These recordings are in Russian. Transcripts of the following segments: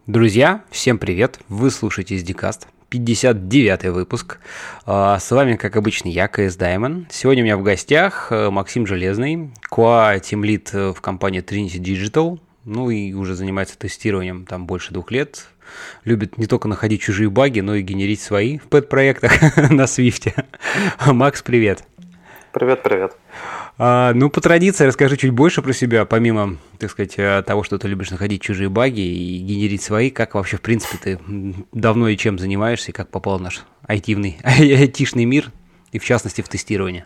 Друзья, всем привет! Вы слушаете SDCast, 59-й выпуск. С вами, как обычно, я, КС Даймон. Сегодня у меня в гостях Максим Железный, QA Team Lead в компании Trinity Digital. Ну и уже занимается тестированием там больше 2 лет. Любит не только находить чужие баги, но и генерить свои в пэт-проектах на Swift. Макс, привет! Привет. Ну, по традиции, расскажи чуть больше про себя, помимо, так сказать, того, что ты любишь находить чужие баги и генерить свои, как вообще, в принципе, ты давно и чем занимаешься, и как попал в наш айтишный мир, и в частности в тестирование?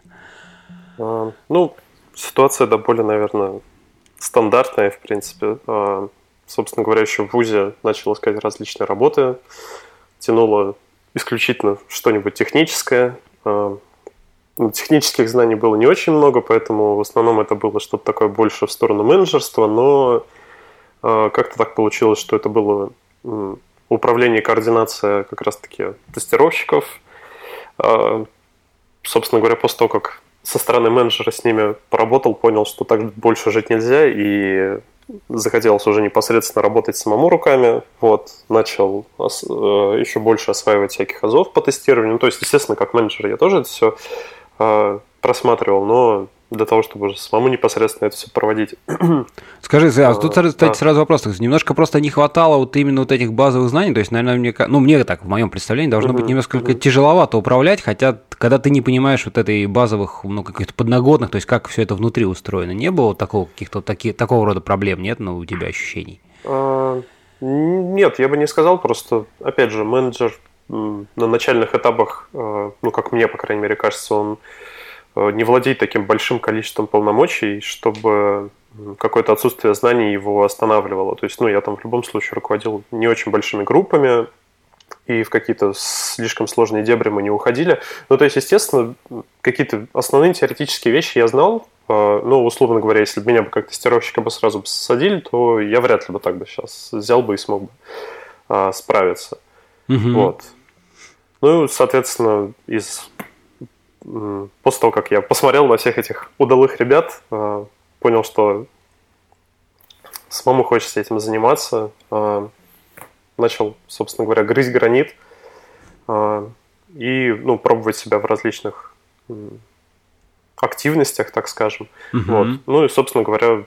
Ситуация довольно, наверное, стандартная, в принципе. Собственно говоря, еще в ВУЗе начал искать различные работы, тянуло исключительно что-нибудь техническое. Технических знаний было не очень много, поэтому в основном это было что-то такое больше в сторону менеджерства, но как-то так получилось, что это было управление и координация как раз-таки тестировщиков. Собственно говоря, после того, как со стороны менеджера с ними поработал, понял, что так больше жить нельзя, и захотелось уже непосредственно работать самому руками. Начал еще больше осваивать всяких азов по тестированию. То есть, естественно, как менеджер я тоже это все просматривал, но для того, чтобы уже самому непосредственно это все проводить. Скажи, тут, кстати, сразу вопрос. Немножко просто не хватало именно этих базовых знаний, то есть, наверное, мне так, в моем представлении, должно быть немножко тяжеловато управлять, хотя, когда ты не понимаешь этой базовых, каких-то подноготных, то есть, как все это внутри устроено, не было такого рода проблем, нет, у тебя ощущений? Нет, я бы не сказал, просто, опять же, менеджер на начальных этапах, как мне, по крайней мере, кажется, он не владеет таким большим количеством полномочий, чтобы какое-то отсутствие знаний его останавливало. То есть, я там в любом случае руководил не очень большими группами, и в какие-то слишком сложные дебри мы не уходили. То есть, естественно, какие-то основные теоретические вещи я знал. Условно говоря, если бы меня как тестировщика сразу посадили, то я вряд ли бы так бы сейчас взял бы и смог бы справиться. Соответственно, после того, как я посмотрел на всех этих удалых ребят, понял, что самому хочется этим заниматься. Начал, собственно говоря, грызть гранит и пробовать себя в различных активностях, так скажем. И, собственно говоря,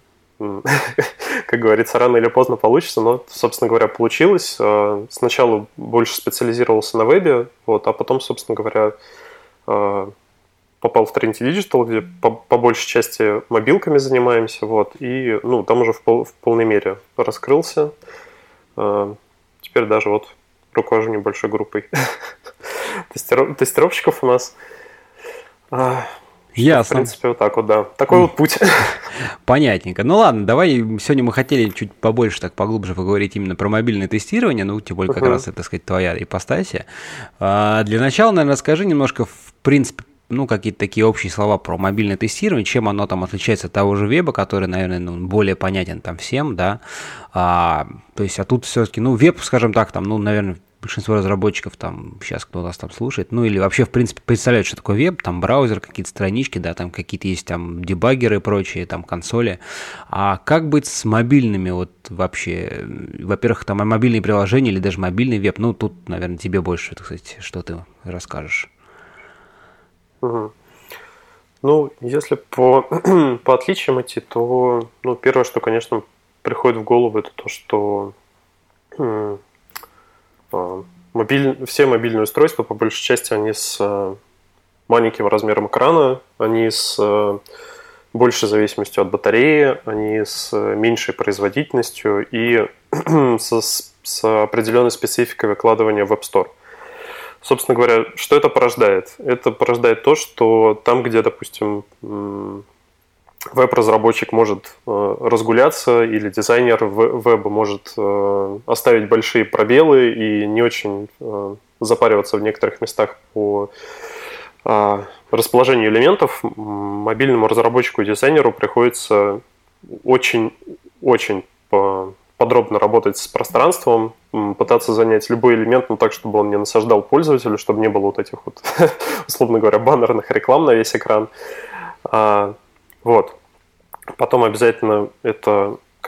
как говорится, рано или поздно получится, но, собственно говоря, получилось. Сначала больше специализировался на вебе, а потом, собственно говоря, попал в Trinity Digital, где по большей части мобилками занимаемся, и там уже в полной мере раскрылся. Теперь даже руковожу небольшой группой тестировщиков у нас. Ясно. В принципе, да. Такой путь. Понятненько. Ладно, давай, сегодня мы хотели чуть побольше, так поглубже поговорить именно про мобильное тестирование, тем более как раз это, так сказать, твоя ипостасия. Для начала, наверное, расскажи немножко, в принципе, какие-то такие общие слова про мобильное тестирование, чем оно там отличается от того же веба, который, наверное, более понятен там всем, да. То есть, тут все-таки, веб, скажем так, там, наверное, большинство разработчиков там сейчас, кто нас там слушает, или вообще, в принципе, представляют, что такое веб, там браузер, какие-то странички, да, там какие-то есть там дебаггеры и прочие, там консоли. А как быть с мобильными вообще? Во-первых, там мобильные приложения или даже мобильный веб, тут, наверное, тебе больше, так сказать, что ты расскажешь. Если по отличиям идти, то, первое, что, конечно, приходит в голову, это то, что все мобильные устройства, по большей части, они с маленьким размером экрана, они с большей зависимостью от батареи, они с меньшей производительностью и с определенной спецификой выкладывания в App Store. Собственно говоря, что это порождает? Это порождает то, что там, где, допустим, веб-разработчик может разгуляться или дизайнер веба может оставить большие пробелы и не очень запариваться в некоторых местах по расположению элементов, мобильному разработчику и дизайнеру приходится очень-очень подробно работать с пространством, пытаться занять любой элемент, так, чтобы он не насаждал пользователю, чтобы не было этих условно говоря, баннерных реклам на весь экран. Потом обязательно это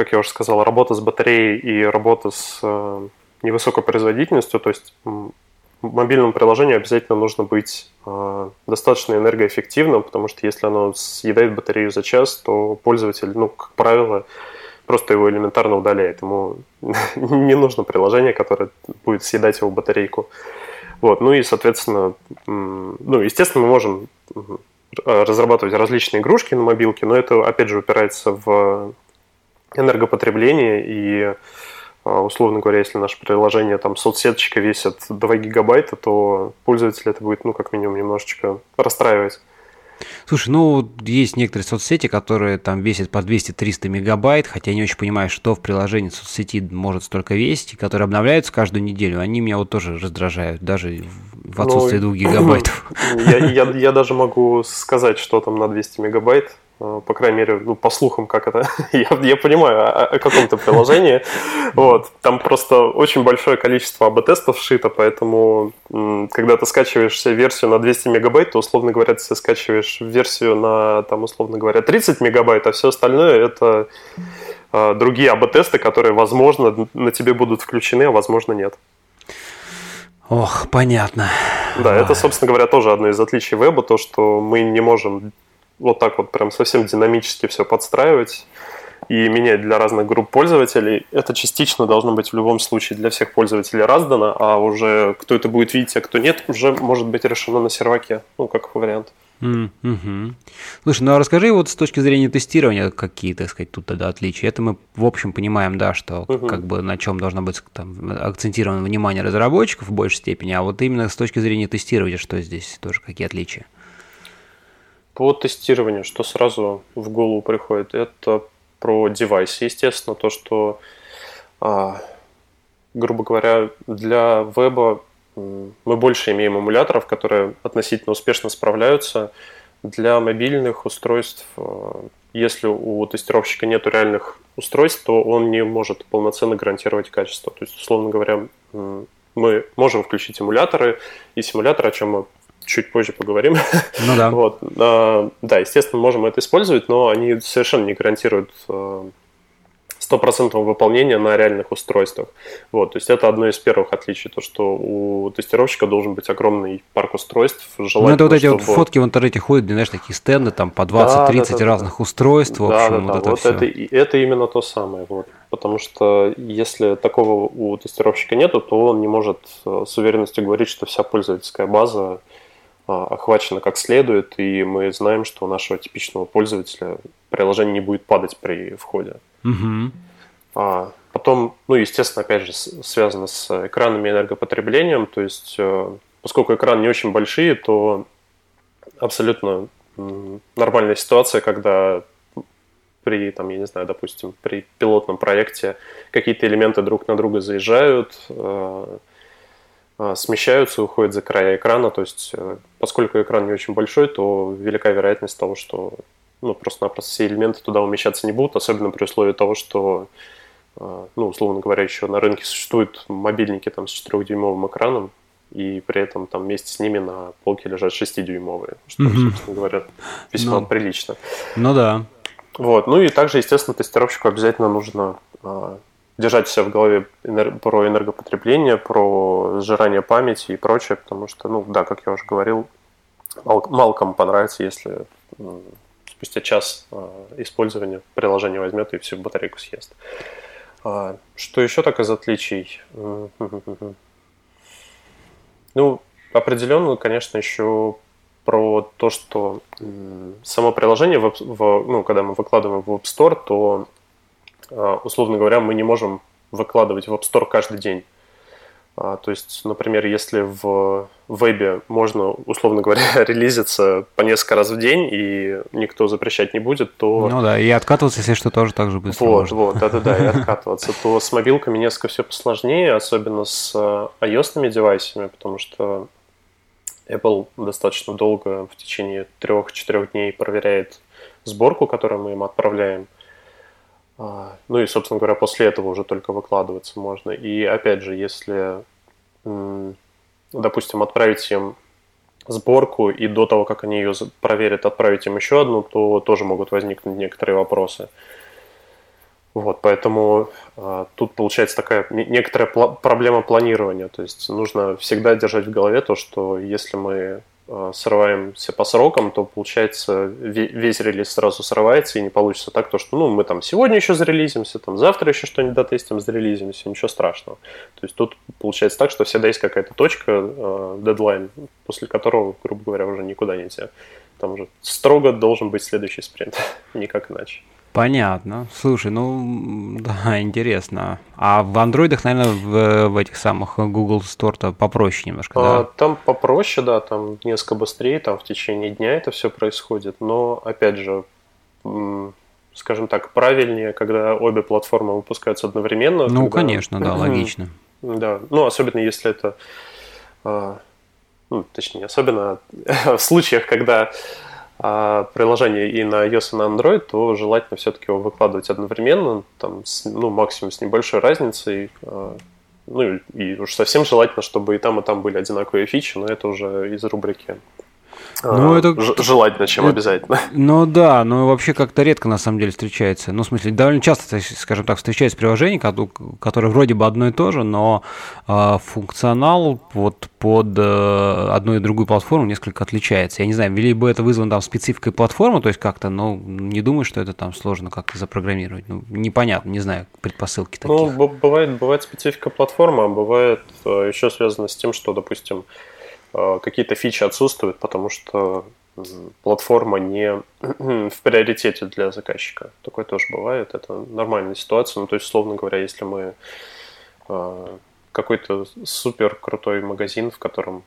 как я уже сказал, работа с батареей и работа с невысокой производительностью, то есть мобильному приложению обязательно нужно быть достаточно энергоэффективным, потому что если оно съедает батарею за час, то пользователь, как правило, просто его элементарно удаляет. Ему не нужно приложение, которое будет съедать его батарейку. Вот. Ну и, соответственно, естественно, мы можем разрабатывать различные игрушки на мобилке, но это, опять же, упирается в энергопотребление и, условно говоря, если наше приложение, там, соцсеточка весит 2 гигабайта, то пользователя это будет, как минимум, немножечко расстраивать. Слушай, есть некоторые соцсети, которые там весят по 200-300 мегабайт, хотя я не очень понимаю, что в приложении соцсети может столько весить, и которые обновляются каждую неделю. Они меня тоже раздражают, даже в отсутствии 2 гигабайтов. Я даже могу сказать, что там на 200 мегабайт. По крайней мере, по слухам, как это. Я понимаю о каком-то приложении. Вот. Там просто очень большое количество АБ-тестов вшито, поэтому, когда ты скачиваешь версию на 200 мегабайт, то, условно говоря, ты скачиваешь версию на, там, условно говоря, 30 мегабайт, а все остальное — это другие АБ-тесты, которые, возможно, на тебе будут включены, а возможно, нет. Ох, понятно. Да, это, собственно говоря, тоже одно из отличий веба, то, что мы не можем вот так вот прям совсем динамически все подстраивать и менять для разных групп пользователей. Это частично должно быть в любом случае для всех пользователей раздано, а уже кто это будет видеть, а кто нет, уже может быть решено на серваке, как вариант. Слушай, а расскажи вот с точки зрения тестирования, какие, так сказать, тут тогда отличия. Это мы в общем понимаем, да, что как бы на чем должно быть там акцентировано внимание разработчиков в большей степени, а вот именно с точки зрения тестирования, что здесь тоже, какие отличия? По тестированию, что сразу в голову приходит, это про девайсы, естественно, то, что, грубо говоря, для веба мы больше имеем эмуляторов, которые относительно успешно справляются. Для мобильных устройств, если у тестировщика нет реальных устройств, то он не может полноценно гарантировать качество. То есть, условно говоря, мы можем включить эмуляторы, и симуляторы, о чем мы чуть позже поговорим. Ну да. Вот. Да, естественно, можем это использовать, но они совершенно не гарантируют стопроцентного выполнения на реальных устройствах. Вот. То есть это одно из первых отличий, то, что у тестировщика должен быть огромный парк устройств. Желательно, это вот эти вот фотки в интернете ходят, знаешь, такие стенды там по 20-30 разных устройств. В общем, вот это именно то самое. Вот. Потому что если такого у тестировщика нету, то он не может с уверенностью говорить, что вся пользовательская база охвачена как следует, и мы знаем, что у нашего типичного пользователя приложение не будет падать при входе. Потом, естественно, опять же, связано с экранами и энергопотреблением, то есть, поскольку экраны не очень большие, то абсолютно нормальная ситуация, когда при, там, я не знаю, допустим, при пилотном проекте какие-то элементы друг на друга заезжают, смещаются, уходят за края экрана. То есть, поскольку экран не очень большой, то велика вероятность того, что просто-напросто все элементы туда умещаться не будут, особенно при условии того, что, условно говоря, еще на рынке существуют мобильники там, с 4-дюймовым экраном, и при этом там вместе с ними на полке лежат 6-дюймовые, что, собственно говоря, весьма прилично. Ну да. Вот. И также, естественно, тестировщику обязательно нужно держать себя в голове про энергопотребление, про сжирание памяти и прочее, потому что, как я уже говорил, мало кому понравится, если спустя час использования приложение возьмет и всю батарейку съест. Что еще так из отличий? Определенно, конечно, еще про то, что само приложение, когда мы выкладываем в App Store, то, условно говоря, мы не можем выкладывать в App Store каждый день. То есть, например, если в вебе можно, условно говоря, релизиться по несколько раз в день, и никто запрещать не будет, то... и откатываться, если что, тоже так же быстро можно. И откатываться. То с мобилками несколько все посложнее, особенно с iOS-ными девайсами, потому что Apple достаточно долго, в течение 3-4 дней проверяет сборку, которую мы им отправляем. И, собственно говоря, после этого уже только выкладываться можно. И, опять же, если, допустим, отправить им сборку, и до того, как они ее проверят, отправить им еще одну, то тоже могут возникнуть некоторые вопросы. Вот, поэтому тут получается такая некоторая проблема планирования. То есть нужно всегда держать в голове то, что если мы срываемся по срокам, то получается весь релиз сразу срывается, и не получится так, то, что мы там сегодня еще зарелизимся, там завтра еще что-нибудь дотестим, зарелизимся, ничего страшного. То есть тут получается так, что всегда есть какая-то точка, дедлайн, после которого, грубо говоря, уже никуда нельзя. Там уже строго должен быть следующий спринт, никак иначе. Понятно. Слушай, да, интересно. А в андроидах, наверное, в этих самых Google Store-то попроще немножко, да? Там попроще, да, там несколько быстрее, там в течение дня это все происходит, но, опять же, скажем так, правильнее, когда обе платформы выпускаются одновременно. Ну, конечно, да, логично. Да, особенно если это, точнее, особенно в случаях, когда приложение и на iOS, и на Android, то желательно все-таки его выкладывать одновременно, там, максимум с небольшой разницей. И уж совсем желательно, чтобы и там были одинаковые фичи, но это уже из рубрики желательно, чем обязательно. Да, но вообще как-то редко на самом деле встречается. В смысле, довольно часто, скажем так, встречаются приложения, которые вроде бы одно и то же, но функционал вот под одну и другую платформу несколько отличается. Я не знаю, или бы это вызвано там спецификой платформы, то есть как-то, не думаю, что это там сложно как-то запрограммировать. Непонятно, не знаю, предпосылки таких. Бывает специфика платформы, а бывает еще связано с тем, что, допустим, какие-то фичи отсутствуют, потому что платформа не в приоритете для заказчика. Такое тоже бывает, это нормальная ситуация. То есть, условно говоря, если мы какой-то супер крутой магазин, в котором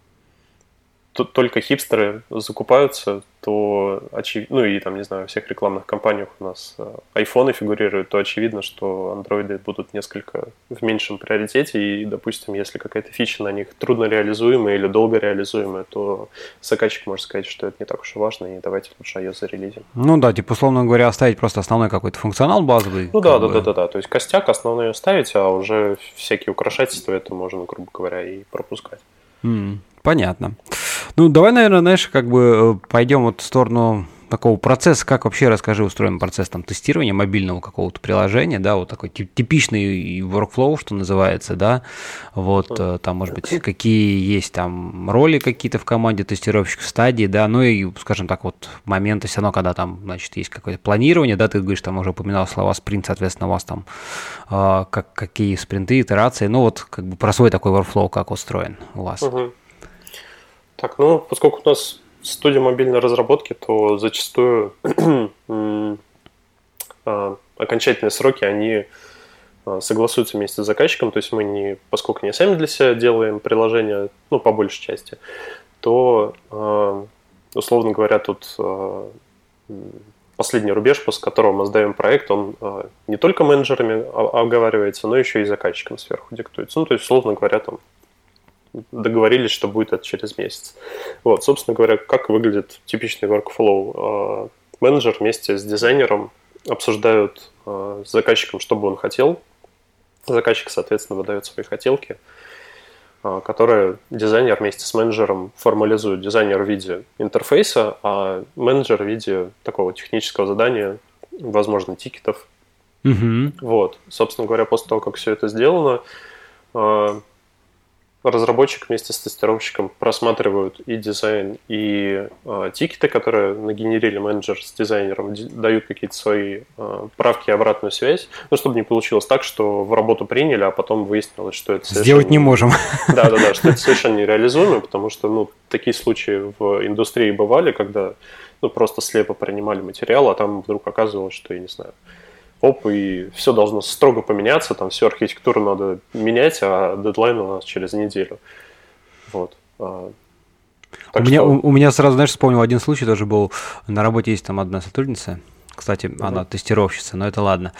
только хипстеры закупаются, то очевидно, и там, не знаю, во всех рекламных кампаниях у нас айфоны фигурируют, то очевидно, что андроиды будут несколько в меньшем приоритете, и, допустим, если какая-то фича на них трудно реализуемая или долго реализуемая, то заказчик может сказать, что это не так уж и важно, и давайте лучше iOS зарелизим. Условно говоря, оставить просто основной какой-то функционал базовый. Да. То есть костяк основной оставить, а уже всякие украшательства это можно, грубо говоря, и пропускать. Понятно. Давай, наверное, знаешь, пойдем в сторону такого процесса, как вообще, расскажи, устроен процесс там тестирования мобильного какого-то приложения, да, вот такой типичный workflow, что называется, да, там, может быть, какие есть там роли какие-то в команде тестировщиков, стадии, да, и, скажем так, моменты все равно, когда там, значит, есть какое-то планирование, да, ты говоришь, там уже упоминал слова спринт, соответственно, у вас там какие спринты, итерации, про свой такой workflow, как устроен у вас. Так, поскольку у нас студия мобильной разработки, то зачастую окончательные сроки, они согласуются вместе с заказчиком, то есть мы поскольку не сами для себя делаем приложение, по большей части, то, условно говоря, тут последний рубеж, после которого мы сдаем проект, он не только менеджерами оговаривается, но еще и заказчиком сверху диктуется. То есть, условно говоря, там договорились, что будет это через месяц. Собственно говоря, как выглядит типичный workflow. Менеджер вместе с дизайнером обсуждают с заказчиком, что бы он хотел. Заказчик, соответственно, выдает свои хотелки, которые дизайнер вместе с менеджером формализует. Дизайнер в виде интерфейса, а менеджер в виде такого технического задания, возможно, тикетов. Собственно говоря, после того, как все это сделано, разработчик вместе с тестировщиком просматривают и дизайн, и тикеты, которые нагенерили менеджер с дизайнером, дают какие-то свои правки и обратную связь, чтобы не получилось так, что в работу приняли, а потом выяснилось, что это совершенно... Сделать не можем. Да, что это совершенно нереализуемо, потому что такие случаи в индустрии бывали, когда просто слепо принимали материал, а там вдруг оказывалось, что, я не знаю, и все должно строго поменяться, там всю архитектуру надо менять, а дедлайн у нас через неделю. У меня сразу, знаешь, вспомнил один случай, тоже был, на работе есть там одна сотрудница, кстати, она тестировщица, но это ладно.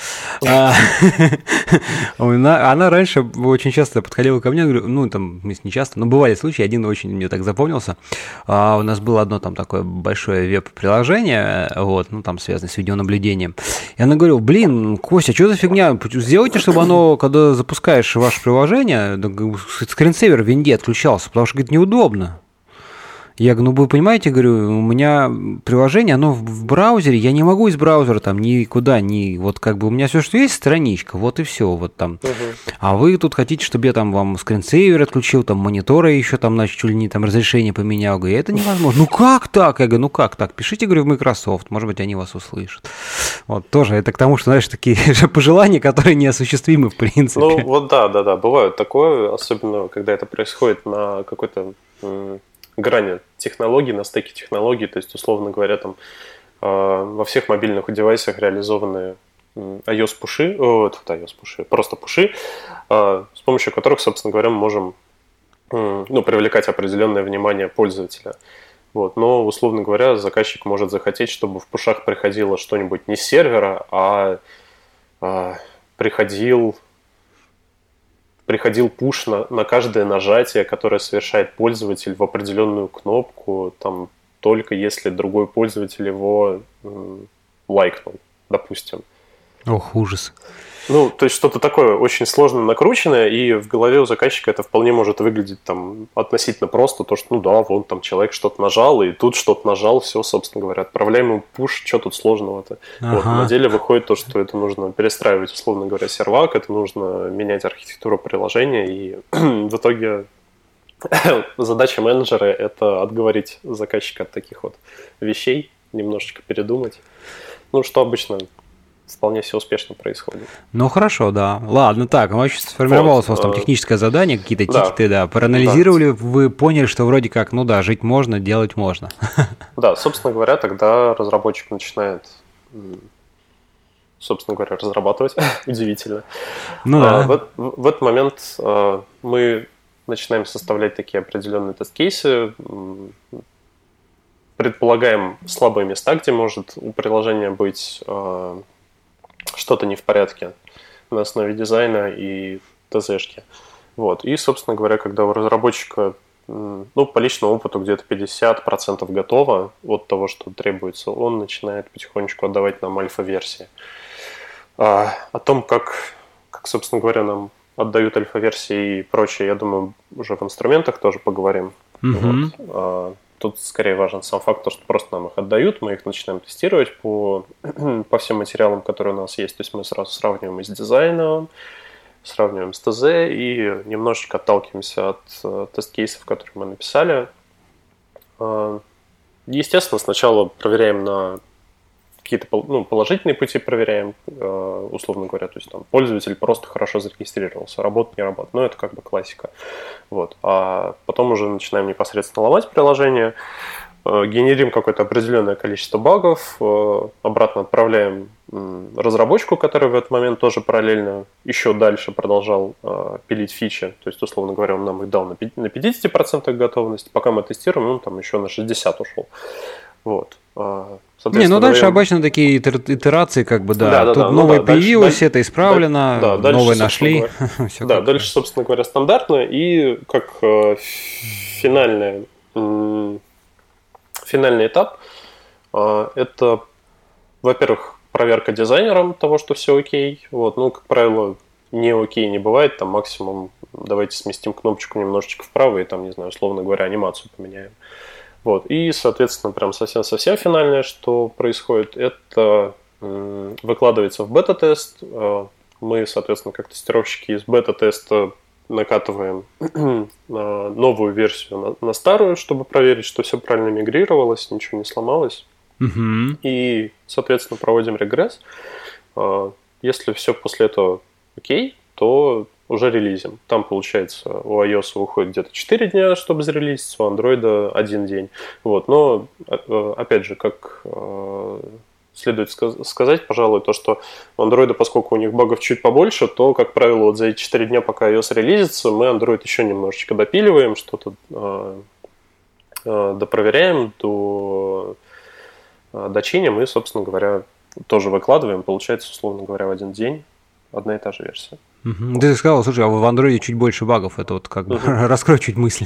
Она раньше очень часто подходила ко мне, говорю, не часто, но бывали случаи, один очень мне так запомнился. У нас было одно там такое большое веб-приложение, там связанное с видеонаблюдением. И она говорила, Костя, что за фигня? Сделайте, чтобы оно, когда запускаешь ваше приложение, скринсейвер в винде отключался, потому что, говорит, неудобно. Я говорю, ну вы понимаете, говорю, у меня приложение, оно в браузере, я не могу из браузера там никуда, вот как бы у меня все, что есть, страничка, вот и все, вот там. А вы тут хотите, чтобы я там вам скринсейвер отключил, там мониторы еще там, значит, чуть ли не там разрешение поменял. Говорю, это невозможно. Ну как так? Я говорю, ну как так? Пишите, говорю, в Microsoft, может быть, они вас услышат. Вот тоже это к тому, что, знаешь, такие же пожелания, которые неосуществимы в принципе. Ну вот да, бывает такое, особенно когда это происходит на какой-то грани технологий, на стеке технологий, то есть, условно говоря, там во всех мобильных девайсах реализованы iOS-пуши, просто пуши, с помощью которых, собственно говоря, мы можем привлекать определенное внимание пользователя. Вот. Но, условно говоря, заказчик может захотеть, чтобы в пушах приходило что-нибудь не с сервера, а приходил пуш на каждое нажатие, которое совершает пользователь в определенную кнопку, там, только если другой пользователь его лайкнул, допустим. Ох, ужас. Ну, то есть что-то такое очень сложно накрученное, и в голове у заказчика это вполне может выглядеть там относительно просто, то, что, ну да, вон там человек что-то нажал, и тут что-то нажал, все, собственно говоря, отправляем ему пуш, что тут сложного-то. Ага. Вот, на деле выходит то, что это нужно перестраивать, условно говоря, сервак, это нужно менять архитектуру приложения, и в итоге задача менеджера – это отговорить заказчика от таких вот вещей, немножечко передумать. Ну, что обычно вполне все успешно происходит. Ну, хорошо, да. Ладно, так, значит, сформировалось у вас там техническое задание, какие-то тикеты, да, проанализировали, вы поняли, что вроде как, ну да, жить можно, делать можно. Да, собственно говоря, тогда разработчик начинает, собственно говоря, разрабатывать. Удивительно. Ну да. В этот момент мы начинаем составлять такие определенные тест-кейсы, предполагаем слабые места, где может у приложения быть что-то не в порядке на основе дизайна и ТЗшки. Вот. И, собственно говоря, когда у разработчика, по личному опыту где-то 50% готово от того, что требуется, он начинает потихонечку отдавать нам альфа-версии. О том, как, собственно говоря, нам отдают альфа-версии и прочее, я думаю, уже в инструментах тоже поговорим. Вот. Тут скорее важен сам факт, что просто нам их отдают, мы их начинаем тестировать по всем материалам, которые у нас есть. То есть мы сразу сравниваем и с дизайном, сравниваем с ТЗ и немножечко отталкиваемся от тест-кейсов, которые мы написали. Естественно, сначала проверяем на какие-то положительные пути, проверяем, условно говоря, то есть там пользователь просто хорошо зарегистрировался, работает, не работает, но это как бы классика. Вот. А потом уже начинаем непосредственно ломать приложение, генерим какое-то определенное количество багов, обратно отправляем разработчику, который в этот момент тоже параллельно еще дальше продолжал пилить фичи, то есть, условно говоря, он нам их дал на 50% готовности, пока мы тестируем, он там еще на 60% ушел. Вот. Дальше обычно такие итерации, как бы, да. Тут новое появилось, это исправлено, новое нашли. Дальше, собственно говоря, стандартно. И как финальный этап, это, во-первых, проверка дизайнером того, что все окей. Вот. Ну, как правило, не окей не бывает. Там максимум давайте сместим кнопочку немножечко вправо и там, не знаю, условно говоря, анимацию поменяем. Вот. И, соответственно, прям совсем финальное, что происходит, это выкладывается в бета-тест. Мы, соответственно, как тестировщики из бета-теста накатываем новую версию на старую, чтобы проверить, что все правильно мигрировалось, ничего не сломалось. И, соответственно, проводим регресс. Если все после этого окей, то уже релизим. Там, получается, у iOS уходит где-то 4 дня, чтобы зарелизиться, у Android 1 день. Вот. Но, опять же, как следует сказать, пожалуй, то, что у Android, поскольку у них багов чуть побольше, то, как правило, вот за эти 4 дня, пока iOS релизится, мы Android еще немножечко допиливаем, что-то допроверяем, дочиним и, собственно говоря, тоже выкладываем. Получается, условно говоря, в один день одна и та же версия. Ты сказал, слушай, а в Android чуть больше багов, это вот как бы раскрой чуть мысли.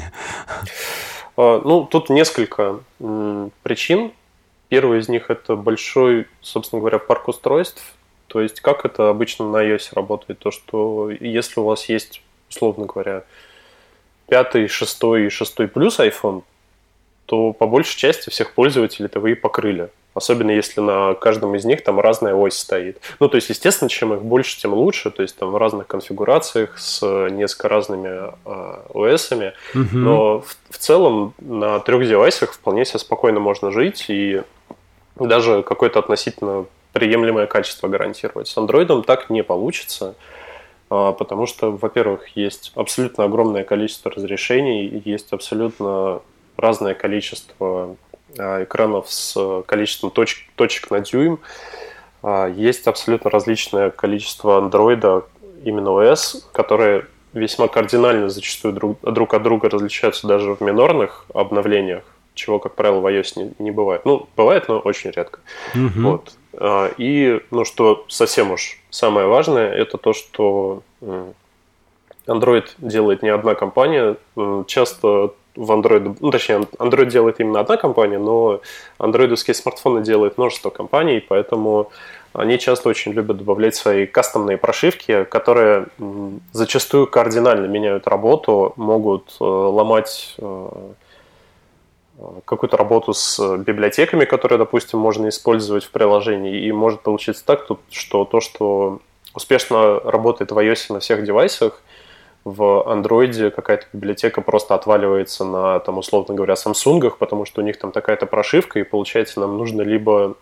Тут несколько причин. Первый из них это большой, собственно говоря, парк устройств. То есть как это обычно на iOS работает, то что если у вас есть, условно говоря, 5, 6 и 6 плюс iPhone, то по большей части всех пользователей вы и покрыли. Особенно если на каждом из них там разная ось стоит. Ну, то есть, естественно, чем их больше, тем лучше. То есть, там в разных конфигурациях с несколько разными ОСами. Но в целом на 3 девайсах вполне себе спокойно можно жить и даже какое-то относительно приемлемое качество гарантировать. С Android так не получится, потому что, во-первых, есть абсолютно огромное количество разрешений, есть абсолютно разное количество экранов с количеством точек на дюйм. Есть абсолютно различное количество Android, именно OS, которые весьма кардинально зачастую друг от друга различаются даже в минорных обновлениях, чего, как правило, в iOS не бывает. Ну, бывает, но очень редко. Вот. И, что совсем уж самое важное, это то, что Android делает не одна компания. Часто в Android, точнее, Android делает именно одна компания, но андроидовские смартфоны делает множество компаний, поэтому они часто очень любят добавлять свои кастомные прошивки, которые зачастую кардинально меняют работу, могут ломать какую-то работу с библиотеками, которые, допустим, можно использовать в приложении, и может получиться так, что то, что успешно работает в iOS на всех девайсах, в Android какая-то библиотека просто отваливается на, там, условно говоря, Samsung, потому что у них там такая-то прошивка, и получается нам нужно либо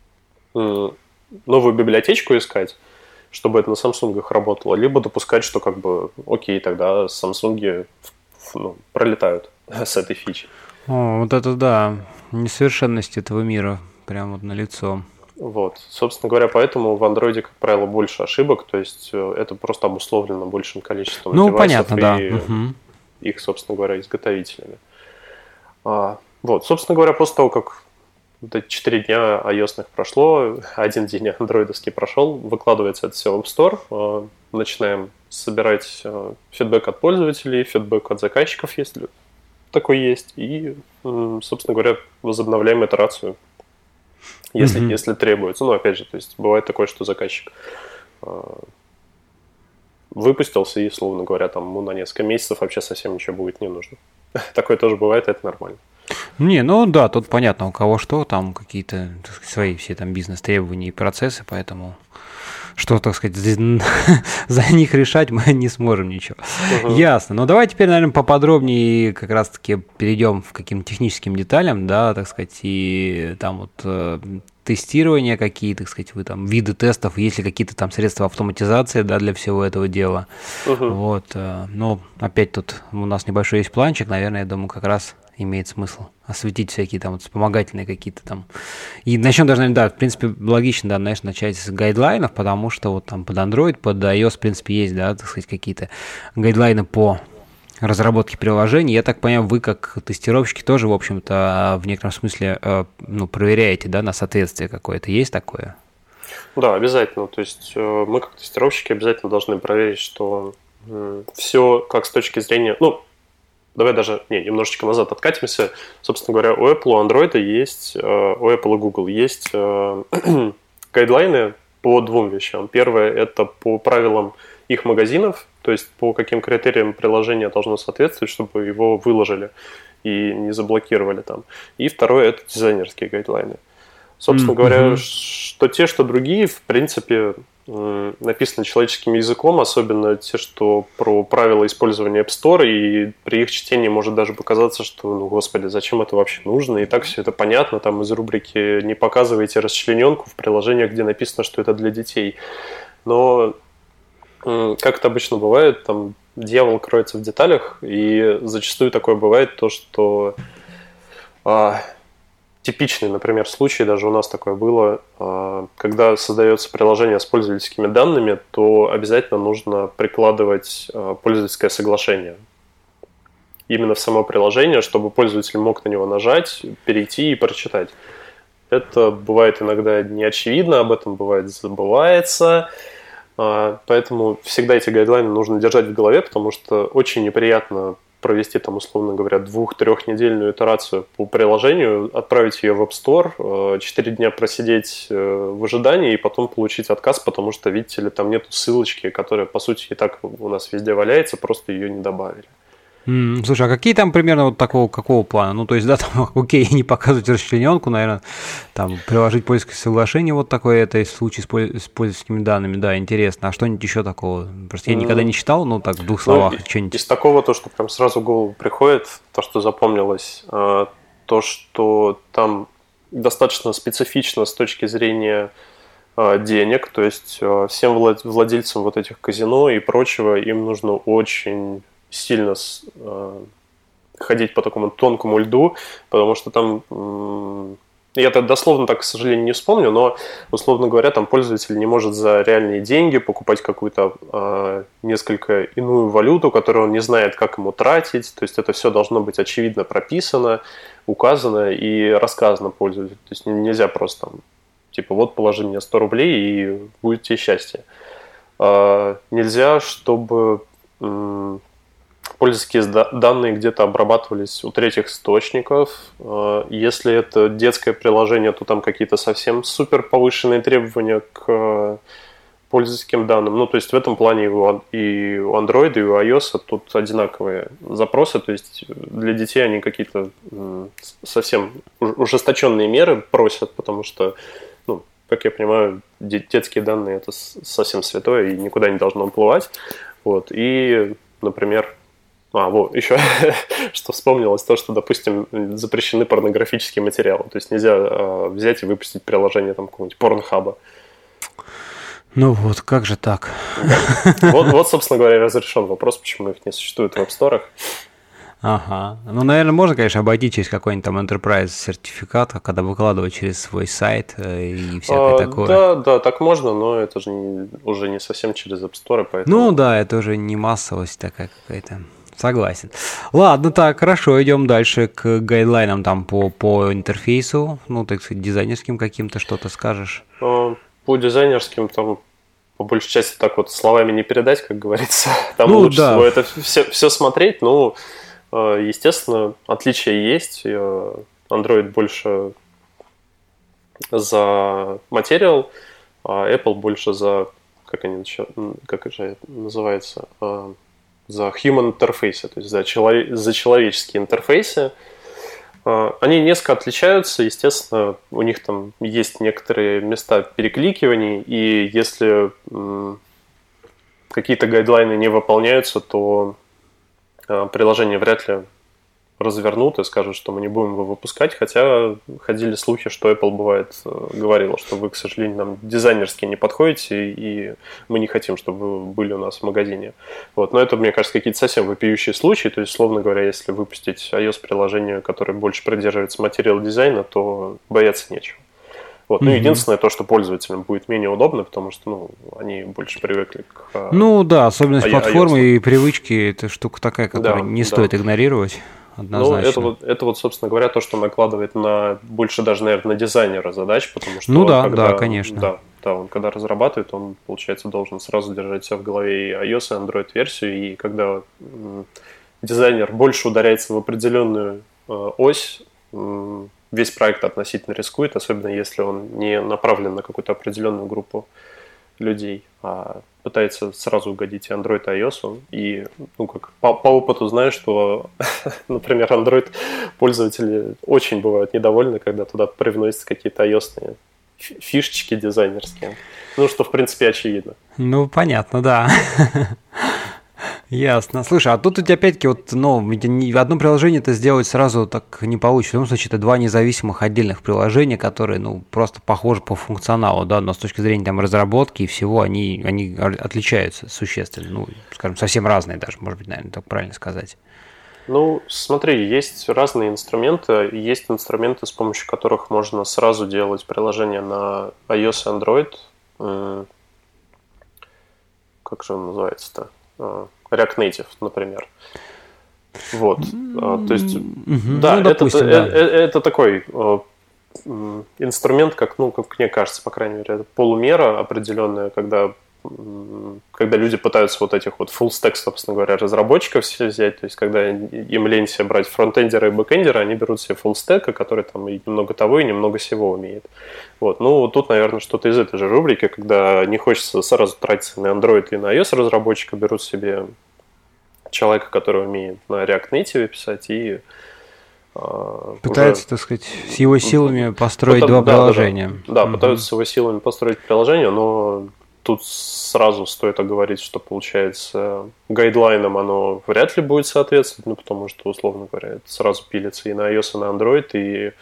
новую библиотечку искать, чтобы это на Samsung работало, либо допускать, что как бы окей, тогда Samsung пролетают с этой фичи. О, вот это да, несовершенность этого мира прямо вот налицо. Вот, собственно говоря, поэтому в Android, как правило, больше ошибок, то есть это просто обусловлено большим количеством девайсов понятно, да. И их, собственно говоря, изготовителями. Вот, собственно говоря, после того, как 4 дня iOS-ных прошло, 1 день андроидовский прошел, выкладывается это все в App Store, начинаем собирать фидбэк от пользователей, фидбэк от заказчиков, если такой есть, и, собственно говоря, возобновляем итерацию. Если требуется. Ну, опять же, то есть бывает такое, что заказчик выпустился и, словно говоря, там ему на несколько месяцев вообще совсем ничего будет не нужно. Такое тоже бывает, это нормально. Да, тут понятно, у кого что, там какие-то, так сказать, свои все там бизнес-требования и процессы, поэтому что, так сказать, за них решать мы не сможем ничего. Ясно. Но давай теперь, наверное, поподробнее как раз-таки перейдем к каким-то техническим деталям, да, так сказать, и там вот тестирования какие, так сказать, вы там виды тестов, есть ли какие-то там средства автоматизации, да, для всего этого дела. Вот. Но опять тут у нас небольшой есть планчик, наверное, я думаю, как раз имеет смысл осветить всякие там вот вспомогательные какие-то там. И начнем даже, наверное, да, в принципе, логично, да, знаешь, начать с гайдлайнов, потому что вот там под Android, под iOS, в принципе, есть, да, так сказать, какие-то гайдлайны по разработке приложений. Я так понимаю, вы как тестировщики тоже, в общем-то, в некотором смысле, проверяете, да, на соответствие какое-то. Есть такое? Да, обязательно. То есть мы как тестировщики обязательно должны проверить, что все как с точки зрения... Давай даже немножечко назад откатимся. Собственно говоря, у Apple, у Android есть, у Apple и Google есть гайдлайны по 2 вещам. Первое – это по правилам их магазинов, то есть по каким критериям приложение должно соответствовать, чтобы его выложили и не заблокировали там. И второе – это дизайнерские гайдлайны. Собственно говоря, что те, что другие, в принципе, написаны человеческим языком, особенно те, что про правила использования App Store, и при их чтении может даже показаться, что, господи, зачем это вообще нужно, и так все это понятно, там из рубрики «Не показывайте расчлененку» в приложениях, где написано, что это для детей. Но, как это обычно бывает, там дьявол кроется в деталях, и зачастую такое бывает, то, что... Типичный, например, случай, даже у нас такое было, когда создается приложение с пользовательскими данными, то обязательно нужно прикладывать пользовательское соглашение именно в само приложение, чтобы пользователь мог на него нажать, перейти и прочитать. Это бывает иногда не очевидно, об этом бывает забывается, поэтому всегда эти гайдлайны нужно держать в голове, потому что очень неприятно провести, там, условно говоря, 2-3-недельную итерацию по приложению, отправить ее в App Store, 4 дня просидеть в ожидании и потом получить отказ, потому что, видите ли, там нету ссылочки, которая, по сути, и так у нас везде валяется, просто ее не добавили. Слушай, а какие там примерно вот какого плана? Ну, то есть, да, там, окей, не показывать расчлененку, наверное, там, приложить пользовательское соглашение, вот такое, это случай с пользовательскими данными, да, интересно. А что-нибудь еще такого? Просто я никогда не читал, но так, в двух словах, что-нибудь. Из такого, то, что прям сразу в голову приходит, то, что запомнилось, то, что там достаточно специфично с точки зрения денег, то есть всем владельцам вот этих казино и прочего, им нужно очень сильно ходить по такому тонкому льду, потому что там, я это дословно так, к сожалению, не вспомню, но, условно говоря, там пользователь не может за реальные деньги покупать какую-то несколько иную валюту, которую он не знает, как ему тратить, то есть это все должно быть очевидно прописано, указано и рассказано пользователю, то есть нельзя просто там, типа, вот положи мне 100 рублей и будет тебе счастье. Нельзя, чтобы пользовательские данные где-то обрабатывались у третьих источников. Если это детское приложение, то там какие-то совсем супер повышенные требования к пользовательским данным. Ну, то есть в этом плане и у Android, и у iOS тут одинаковые запросы. То есть для детей они какие-то совсем ужесточенные меры просят, потому что, ну, как я понимаю, детские данные это совсем святое и никуда не должно уплывать. Вот. И, например, вот, еще что вспомнилось, то, что, допустим, запрещены порнографические материалы. То есть нельзя взять и выпустить приложение там какого-нибудь порнхаба. Ну вот, как же так? Вот, собственно говоря, разрешен вопрос, почему их не существует в App Store. Ага. Ну, наверное, можно, конечно, обойти через какой-нибудь там enterprise сертификат, когда выкладывать через свой сайт и всякое такое. Да, так можно, но это же уже не совсем через App Store, поэтому... Ну да, это уже не массовость такая какая-то. Согласен. Ладно, так, хорошо, идем дальше к гайдлайнам там по интерфейсу, ну, так сказать, дизайнерским каким-то что-то скажешь? По дизайнерским там по большей части так вот словами не передать, как говорится. Там лучше всего это все смотреть, но, естественно, отличия есть. Android больше за материал, а Apple больше за, как же называется, за human интерфейсы, то есть за человеческие интерфейсы. Они несколько отличаются, естественно, у них там есть некоторые места перекликиваний, и если какие-то гайдлайны не выполняются, то приложение вряд ли развернут и скажут, что мы не будем его выпускать, хотя ходили слухи, что Apple бывает говорила, что вы, к сожалению, нам дизайнерски не подходите, и мы не хотим, чтобы вы были у нас в магазине. Вот. Но это, мне кажется, какие-то совсем вопиющие случаи, то есть, условно говоря, если выпустить iOS-приложение, которое больше придерживается материал дизайна, то бояться нечего. Вот. Ну, единственное, то, что пользователям будет менее удобно, потому что, они больше привыкли к... Ну, да, особенность платформы и привычки, это штука такая, которую не стоит игнорировать. Однозначно. Ну, это вот, собственно говоря, то, что накладывает больше даже, наверное, на дизайнера задач, потому что да, конечно. Да, он когда разрабатывает, он, получается, должен сразу держать себя в голове и iOS, и Android-версию, и когда дизайнер больше ударяется в определенную ось, весь проект относительно рискует, особенно если он не направлен на какую-то определенную группу людей, а пытается сразу угодить и Android, и iOS. И, по опыту знаю, что, например, Android пользователи очень бывают недовольны, когда туда привносятся какие-то iOS-ные фишечки дизайнерские. Ну, что, в принципе, очевидно. Ну, понятно, да. Ясно. Слушай, а тут у тебя опять-таки одно приложение это сделать сразу так не получится. В любом случае, это два независимых отдельных приложения, которые, просто похожи по функционалу, да, но с точки зрения там разработки и всего, они отличаются существенно. Скажем, совсем разные даже, может быть, наверное, так правильно сказать. Ну, смотри, есть разные инструменты. Есть инструменты, с помощью которых можно сразу делать приложение на iOS и Android. Как же он называется-то? React Native, например. Вот. То есть, да, допустим, это такой инструмент, как мне кажется, по крайней мере, это полумера определенная, когда люди пытаются вот этих вот full stack, собственно говоря, разработчиков все взять, то есть когда им лень себе брать фронтендера и бэкендера, они берут себе full stack, который там и немного того, и немного всего умеет. Вот. Ну, тут, наверное, что-то из этой же рубрики, когда не хочется сразу тратиться на Android и на iOS разработчика, берут себе человека, который умеет на React Native писать, и пытается, так сказать, с его силами построить два приложения. Да, пытаются с его силами построить приложение, но тут сразу стоит оговорить, что, получается, гайдлайнам оно вряд ли будет соответствовать, ну, потому что, условно говоря, это сразу пилится и на iOS, и на Android, и